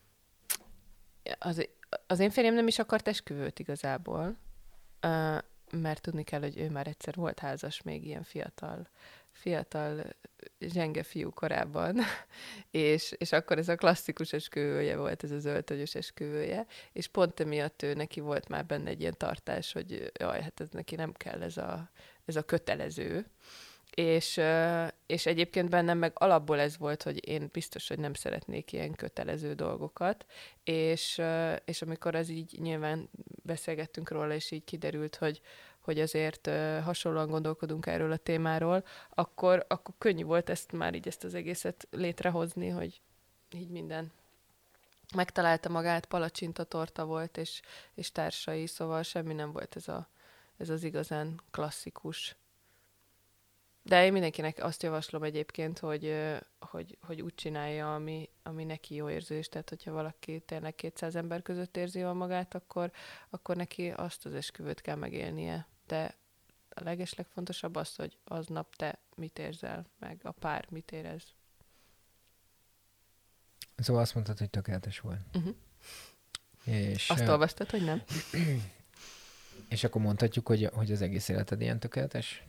az, az én férjem nem is akart esküvőt igazából, mert tudni kell, hogy ő már egyszer volt házas, még ilyen fiatal, fiatal zsenge fiú korábban, és, és akkor ez a klasszikus esküvője volt, ez az öltönyös esküvője, és pont emiatt ő neki volt már benne egy ilyen tartás, hogy jaj, hát ez neki nem kell ez a, ez a kötelező. És, és egyébként bennem meg alapból ez volt, hogy én biztos, hogy nem szeretnék ilyen kötelező dolgokat, és, és amikor az így nyilván beszélgettünk róla, és így kiderült, hogy, hogy azért hasonlóan gondolkodunk erről a témáról, akkor, akkor könnyű volt ezt már így ezt az egészet létrehozni, hogy így minden megtalálta magát, palacsinta torta volt, és, és társai, szóval semmi nem volt ez, a, ez az igazán klasszikus. De én mindenkinek azt javaslom egyébként, hogy, hogy, hogy úgy csinálja, ami, ami neki jó érzés. Tehát, hogyha valaki tényleg kétszáz ember között érzi jól magát, akkor, akkor neki azt az esküvőt kell megélnie. De a legeslegfontosabb az, hogy aznap te mit érzel, meg a pár mit érez. Szóval azt mondtad, hogy tökéletes volt. Uh-huh. És, azt olvastad, hogy nem? És akkor mondhatjuk, hogy, hogy az egész életed ilyen tökéletes?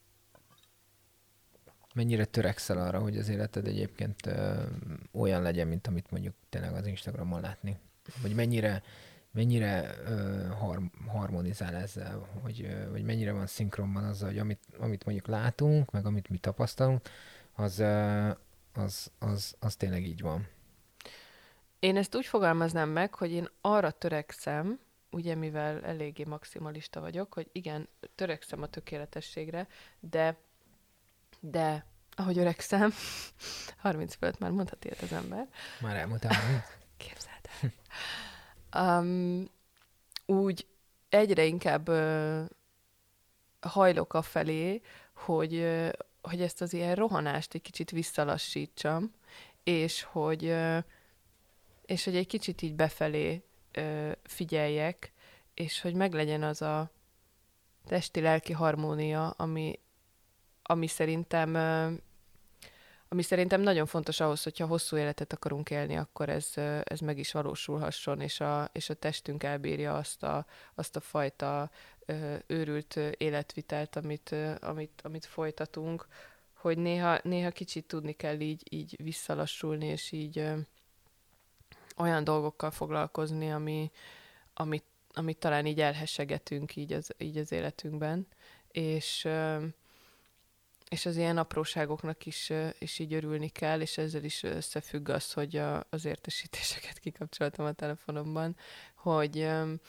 Mennyire törekszel arra, hogy az életed egyébként ö, olyan legyen, mint amit mondjuk tényleg az Instagramon látni? Vagy mennyire, mennyire ö, har- harmonizál ezzel? Vagy, ö, vagy mennyire van szinkronban azzal, hogy amit, amit mondjuk látunk, meg amit mi tapasztalunk, az, ö, az, az, az tényleg így van? Én ezt úgy fogalmaznám meg, hogy én arra törekszem, ugye mivel eléggé maximalista vagyok, hogy igen, törekszem a tökéletességre, de de ahogy öregszem, harminc fölött már mondhat ilyet az ember. Már elmondtál harminc? Képzeld el. Um, úgy egyre inkább uh, hajlok afelé, hogy, uh, hogy ezt az ilyen rohanást egy kicsit visszalassítsam, és hogy, uh, és hogy egy kicsit így befelé uh, figyeljek, és hogy meglegyen az a testi-lelki harmónia, ami ami szerintem, ami szerintem nagyon fontos ahhoz, hogyha hosszú életet akarunk élni, akkor ez, ez meg is valósulhasson, és a, és a testünk elbírja azt a, azt a fajta őrült életvitelt, amit, amit, amit folytatunk, hogy néha, néha kicsit tudni kell így, így visszalassulni, és így olyan dolgokkal foglalkozni, ami, amit, amit talán így elhessegetünk így az, így az életünkben, és és az ilyen apróságoknak is, is így örülni kell, és ezzel is összefügg az, hogy a, az értesítéseket kikapcsoltam a telefonomban, hogy,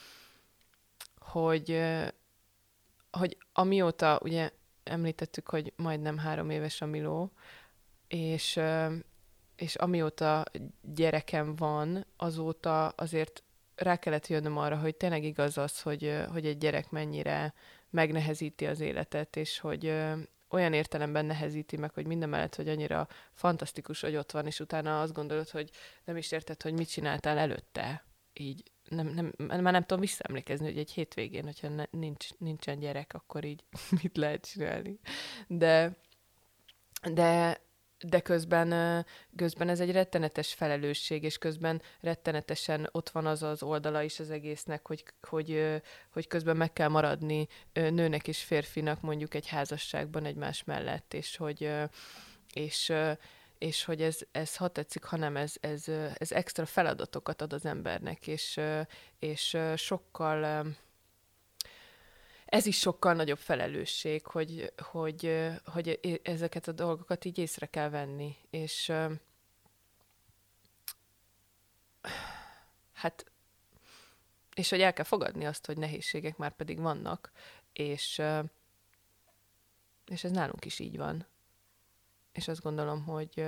hogy, hogy amióta, ugye említettük, hogy majdnem három éves a Miló, és, és amióta gyerekem van, azóta azért rá kellett jönnöm arra, hogy tényleg igaz az, hogy, hogy egy gyerek mennyire megnehezíti az életet, és hogy olyan értelemben nehezíti meg, hogy mindemellett, hogy annyira fantasztikus, hogy ott van, és utána azt gondolod, hogy nem is érted, hogy mit csináltál előtte. Így nem, nem, már nem tudom visszaemlékezni, hogy egy hétvégén, hogyha ne, nincs, nincsen gyerek, akkor így mit lehet csinálni. De, de, de közben, közben ez egy rettenetes felelősség, és közben rettenetesen ott van az az oldala is az egésznek, hogy, hogy, hogy közben meg kell maradni nőnek és férfinak mondjuk egy házasságban egymás mellett, és hogy, és, és hogy ez, ez ha tetszik, hanem ez, ez, ez extra feladatokat ad az embernek, és, és sokkal... Ez is sokkal nagyobb felelősség, hogy, hogy, hogy ezeket a dolgokat így észre kell venni. És hát, és hogy el kell fogadni azt, hogy nehézségek már pedig vannak, és, és ez nálunk is így van. És azt gondolom, hogy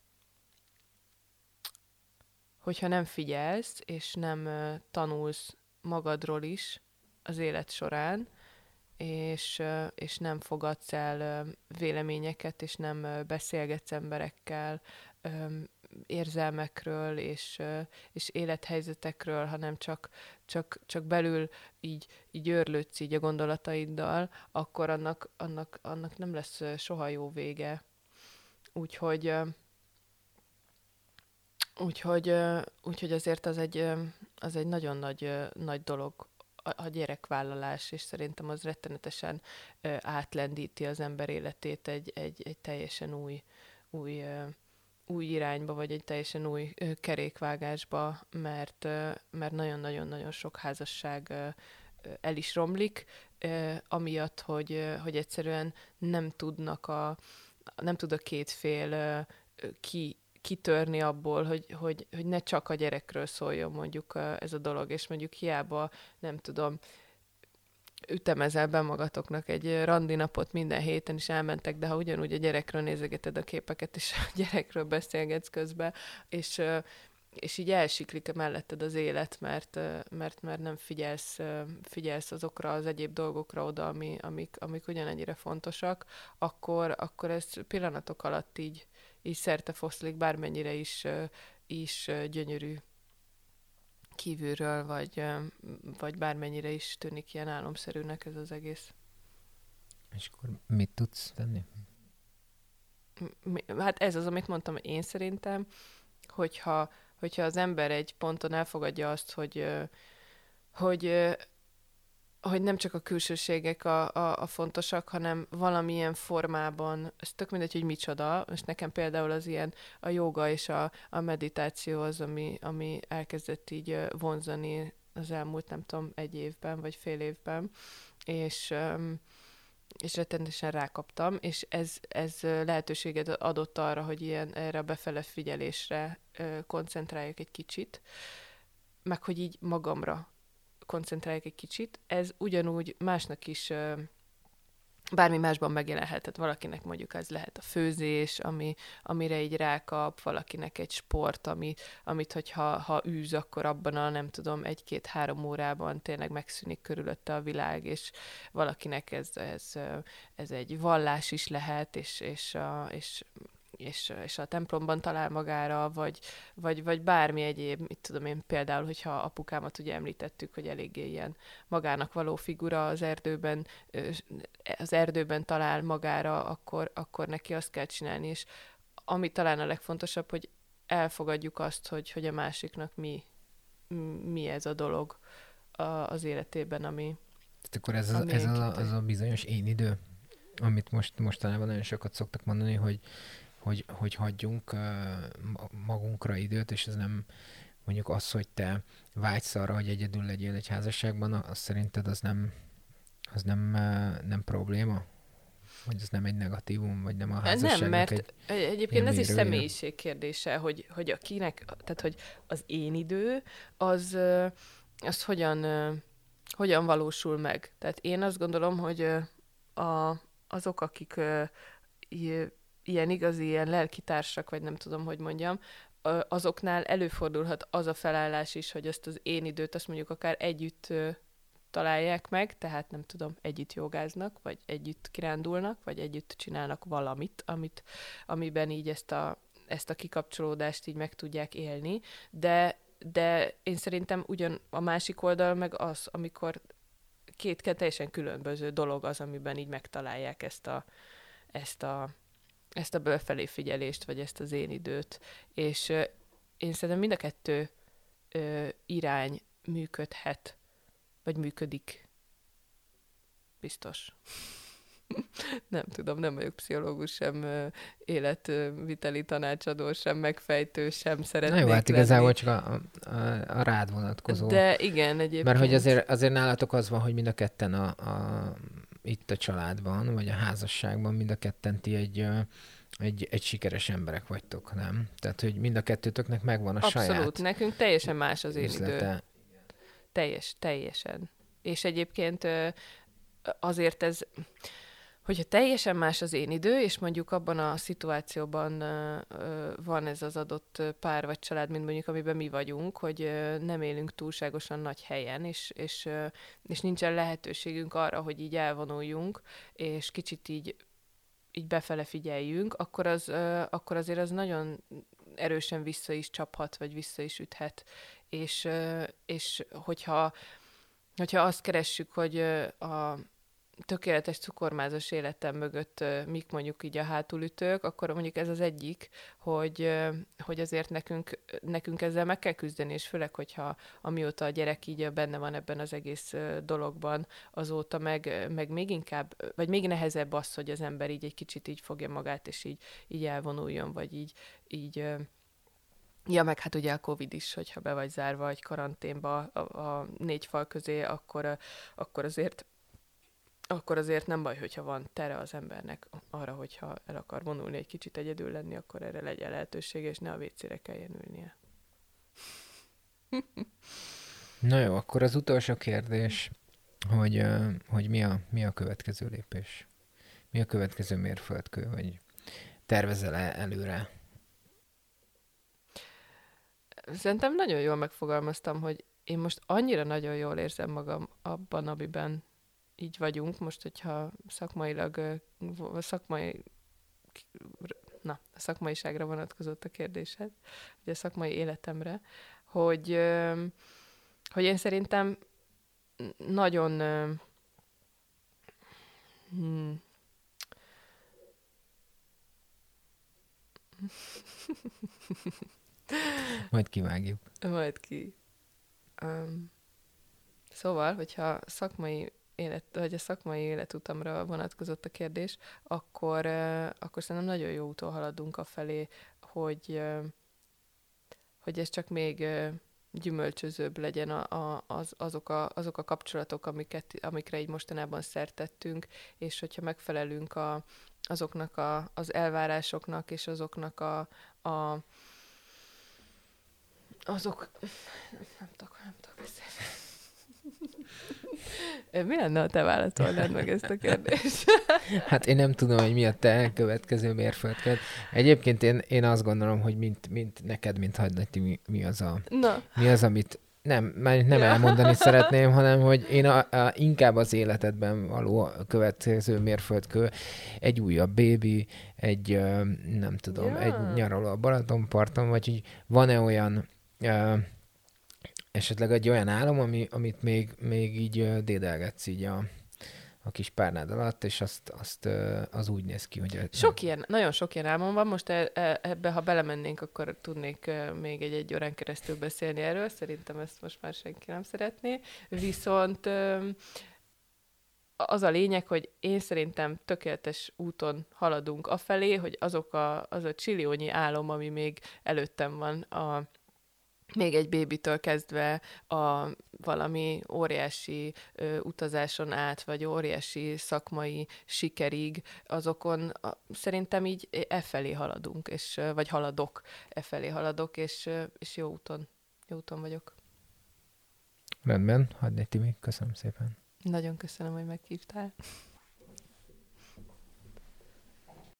hogyha nem figyelsz, és nem tanulsz magadról is az élet során, és, és nem fogadsz el véleményeket, és nem beszélgetsz emberekkel érzelmekről és, és élethelyzetekről, hanem csak, csak, csak belül így, így őrlődsz így a gondolataiddal, akkor annak, annak, annak nem lesz soha jó vége. Úgyhogy, úgyhogy, úgyhogy azért az egy, az egy nagyon nagy, nagy dolog a gyerekvállalás, és szerintem az rettenetesen ö, átlendíti az ember életét egy, egy, egy teljesen új, új, ö, új irányba, vagy egy teljesen új ö, kerékvágásba, mert, ö, mert nagyon-nagyon-nagyon sok házasság ö, el is romlik, ö, amiatt, hogy, ö, hogy egyszerűen nem tudnak a, nem tud a két fél ö, ki kitörni abból, hogy, hogy, hogy ne csak a gyerekről szóljon mondjuk ez a dolog, és mondjuk hiába, nem tudom, ütemezel be magatoknak egy randinapot minden héten is elmentek, de ha ugyanúgy a gyerekről nézegeted a képeket, és a gyerekről beszélgetsz közben, és, és így elsiklik melletted az élet, mert, mert, mert nem figyelsz, figyelsz azokra az egyéb dolgokra oda, ami, amik, amik ugyanennyire fontosak, akkor, akkor ez pillanatok alatt így így szertefoszlik, bármennyire is, is gyönyörű kívülről, vagy, vagy bármennyire is tűnik ilyen álomszerűnek ez az egész. És akkor mit tudsz tenni? Hát ez az, amit mondtam, én szerintem, hogyha, hogyha az ember egy ponton elfogadja azt, hogy, hogy hogy nem csak a külsőségek a, a, a fontosak, hanem valamilyen formában, ez tök mindegy, hogy micsoda, és nekem például az ilyen a jóga és a, a meditáció az, ami, ami elkezdett így vonzani az elmúlt, nem tudom, egy évben, vagy fél évben, és, és rettenetesen rákaptam, és ez, ez lehetőséget adott arra, hogy ilyen erre a befele figyelésre koncentráljak egy kicsit, meg hogy így magamra koncentrálják egy kicsit. Ez ugyanúgy másnak is bármi másban megjelenhet. Tehát valakinek mondjuk ez lehet a főzés, ami, amire így rákap, valakinek egy sport, ami, amit hogyha ha űz, akkor abban a nem tudom, egy-két-három órában tényleg megszűnik körülötte a világ, és valakinek ez, ez, ez egy vallás is lehet, és, és, a, és És, és a templomban talál magára, vagy, vagy, vagy bármi egyéb, mit tudom én, például, hogyha apukámat ugye említettük, hogy eléggé ilyen magának való figura az erdőben, az erdőben talál magára, akkor, akkor neki azt kell csinálni, és ami talán a legfontosabb, hogy elfogadjuk azt, hogy, hogy a másiknak mi, mi ez a dolog az életében, ami Tehát akkor ez, az, ez a, az a bizonyos én idő, amit most mostanában nagyon sokat szoktak mondani, hogy Hogy, hogy hagyjunk uh, magunkra időt, és ez nem mondjuk az, hogy te vágysz arra, hogy egyedül legyél egy házasságban, az szerinted az nem, az nem, uh, nem probléma? Vagy ez nem egy negatívum, vagy nem a házasságnak nem, mert egy egyébként ez is személyiség kérdése, hogy, hogy akinek, tehát hogy az én idő, az, az hogyan, hogyan valósul meg. Tehát én azt gondolom, hogy a, azok, akik ilyen igazi, ilyen lelkitársak, vagy nem tudom, hogy mondjam, azoknál előfordulhat az a felállás is, hogy ezt az én időt, azt mondjuk akár együtt találják meg, tehát nem tudom, együtt jogáznak, vagy együtt kirándulnak, vagy együtt csinálnak valamit, amit, amiben így ezt a, ezt a kikapcsolódást így meg tudják élni, de, de én szerintem ugyan a másik oldal meg az, amikor két teljesen különböző dolog az, amiben így megtalálják ezt a, ezt a ezt a belfelé figyelést, vagy ezt az én időt. És uh, én szerintem mind a kettő uh, irány működhet, vagy működik. Biztos. Nem tudom, nem vagyok pszichológus, sem uh, életviteli tanácsadó, sem megfejtő, sem szeretnék Na jó, hát lenni. igazából csak a, a, a rád vonatkozó. De igen, egyébként. Mert hogy azért, azért nálatok az van, hogy mind a ketten a, a itt a családban, vagy a házasságban mind a ketten ti egy, egy, egy sikeres emberek vagytok, nem? Tehát, hogy mind a kettőtöknek megvan a Abszolút. saját Abszolút, nekünk teljesen más az én üzlete. idő. Teljes, teljesen. És egyébként azért ez, hogyha teljesen más az én idő, és mondjuk abban a szituációban van ez az adott pár vagy család, mint mondjuk amiben mi vagyunk, hogy nem élünk túlságosan nagy helyen, és, és, és nincsen lehetőségünk arra, hogy így elvonuljunk, és kicsit így, így befele figyeljünk, akkor, az, akkor azért az nagyon erősen vissza is csaphat, vagy vissza is üthet. És, és hogyha, hogyha azt keressük, hogy a tökéletes cukormázas életem mögött mik mondjuk így a hátulütők, akkor mondjuk ez az egyik, hogy, hogy azért nekünk, nekünk ezzel meg kell küzdeni, és főleg, hogyha amióta a gyerek így benne van ebben az egész dologban, azóta meg, meg még inkább, vagy még nehezebb az, hogy az ember így egy kicsit így fogja magát, és így, így elvonuljon, vagy így, így ja, meg hát ugye a Covid is, hogyha be vagy zárva egy karanténba a, a négy fal közé, akkor, akkor azért akkor azért nem baj, hogyha van tere az embernek arra, hogyha el akar vonulni, egy kicsit egyedül lenni, akkor erre legyen lehetőség, és ne a vécére kelljen ülnie. Na jó, akkor az utolsó kérdés, hogy, hogy mi, a, mi a következő lépés? Mi a következő mérföldkő, vagy tervezel-e előre? Szerintem nagyon jól megfogalmaztam, hogy én most annyira nagyon jól érzem magam abban, amiben így vagyunk, most, hogyha szakmailag, szakmai, na, a szakmaiságra vonatkozott a kérdésed, ugye a szakmai életemre, hogy, hogy én szerintem nagyon hmm, Majd kivágjuk. Majd ki. Um, szóval, hogyha szakmai élet, vagy a szakmai életutamra vonatkozott a kérdés, akkor, uh, akkor szerintem nagyon jó úton haladunk afelé, hogy, uh, hogy ez csak még uh, gyümölcsözőbb legyen a, a, az, azok, a, azok a kapcsolatok, amiket, amikre így mostanában szert tettünk, és hogyha megfelelünk a, azoknak a, az elvárásoknak, és azoknak a, a azok... Nem tudok, nem tudok beszélni. Mi lenne, ha te válaszolnád meg ezt a kérdést? Hát én nem tudom, hogy mi a te következő mérföldköd. Egyébként én, én azt gondolom, hogy mint, mint neked, mint Hagyleti, mi, mi, az a, Na. mi az, amit nem, már nem ja. elmondani szeretném, hanem hogy én a, a, inkább az életedben való a következő mérföldkő egy újabb bébi, egy nem tudom, ja. egy nyaraló a Balatonparton, vagy hogy van-e olyan Uh, esetleg egy olyan álom, ami, amit még, még így uh, dédelgetsz így a, a kis párnád alatt, és azt, azt uh, az úgy néz ki, hogy... Sok ilyen, nagyon sok ilyen álmom van, most e, e, ebbe, ha belemennénk, akkor tudnék uh, még egy-egy órán keresztül beszélni erről, szerintem ezt most már senki nem szeretné, viszont um, az a lényeg, hogy én szerintem tökéletes úton haladunk afelé, hogy azok a, az a csilliónyi álom, ami még előttem van a még egy bébitől kezdve a valami óriási ö, utazáson át, vagy óriási szakmai sikerig, azokon a, szerintem így e felé haladunk, és, vagy haladok, e felé haladok, és, és jó úton, jó úton vagyok. Rendben, Hagyleti, köszönöm szépen. Nagyon köszönöm, hogy meghívtál.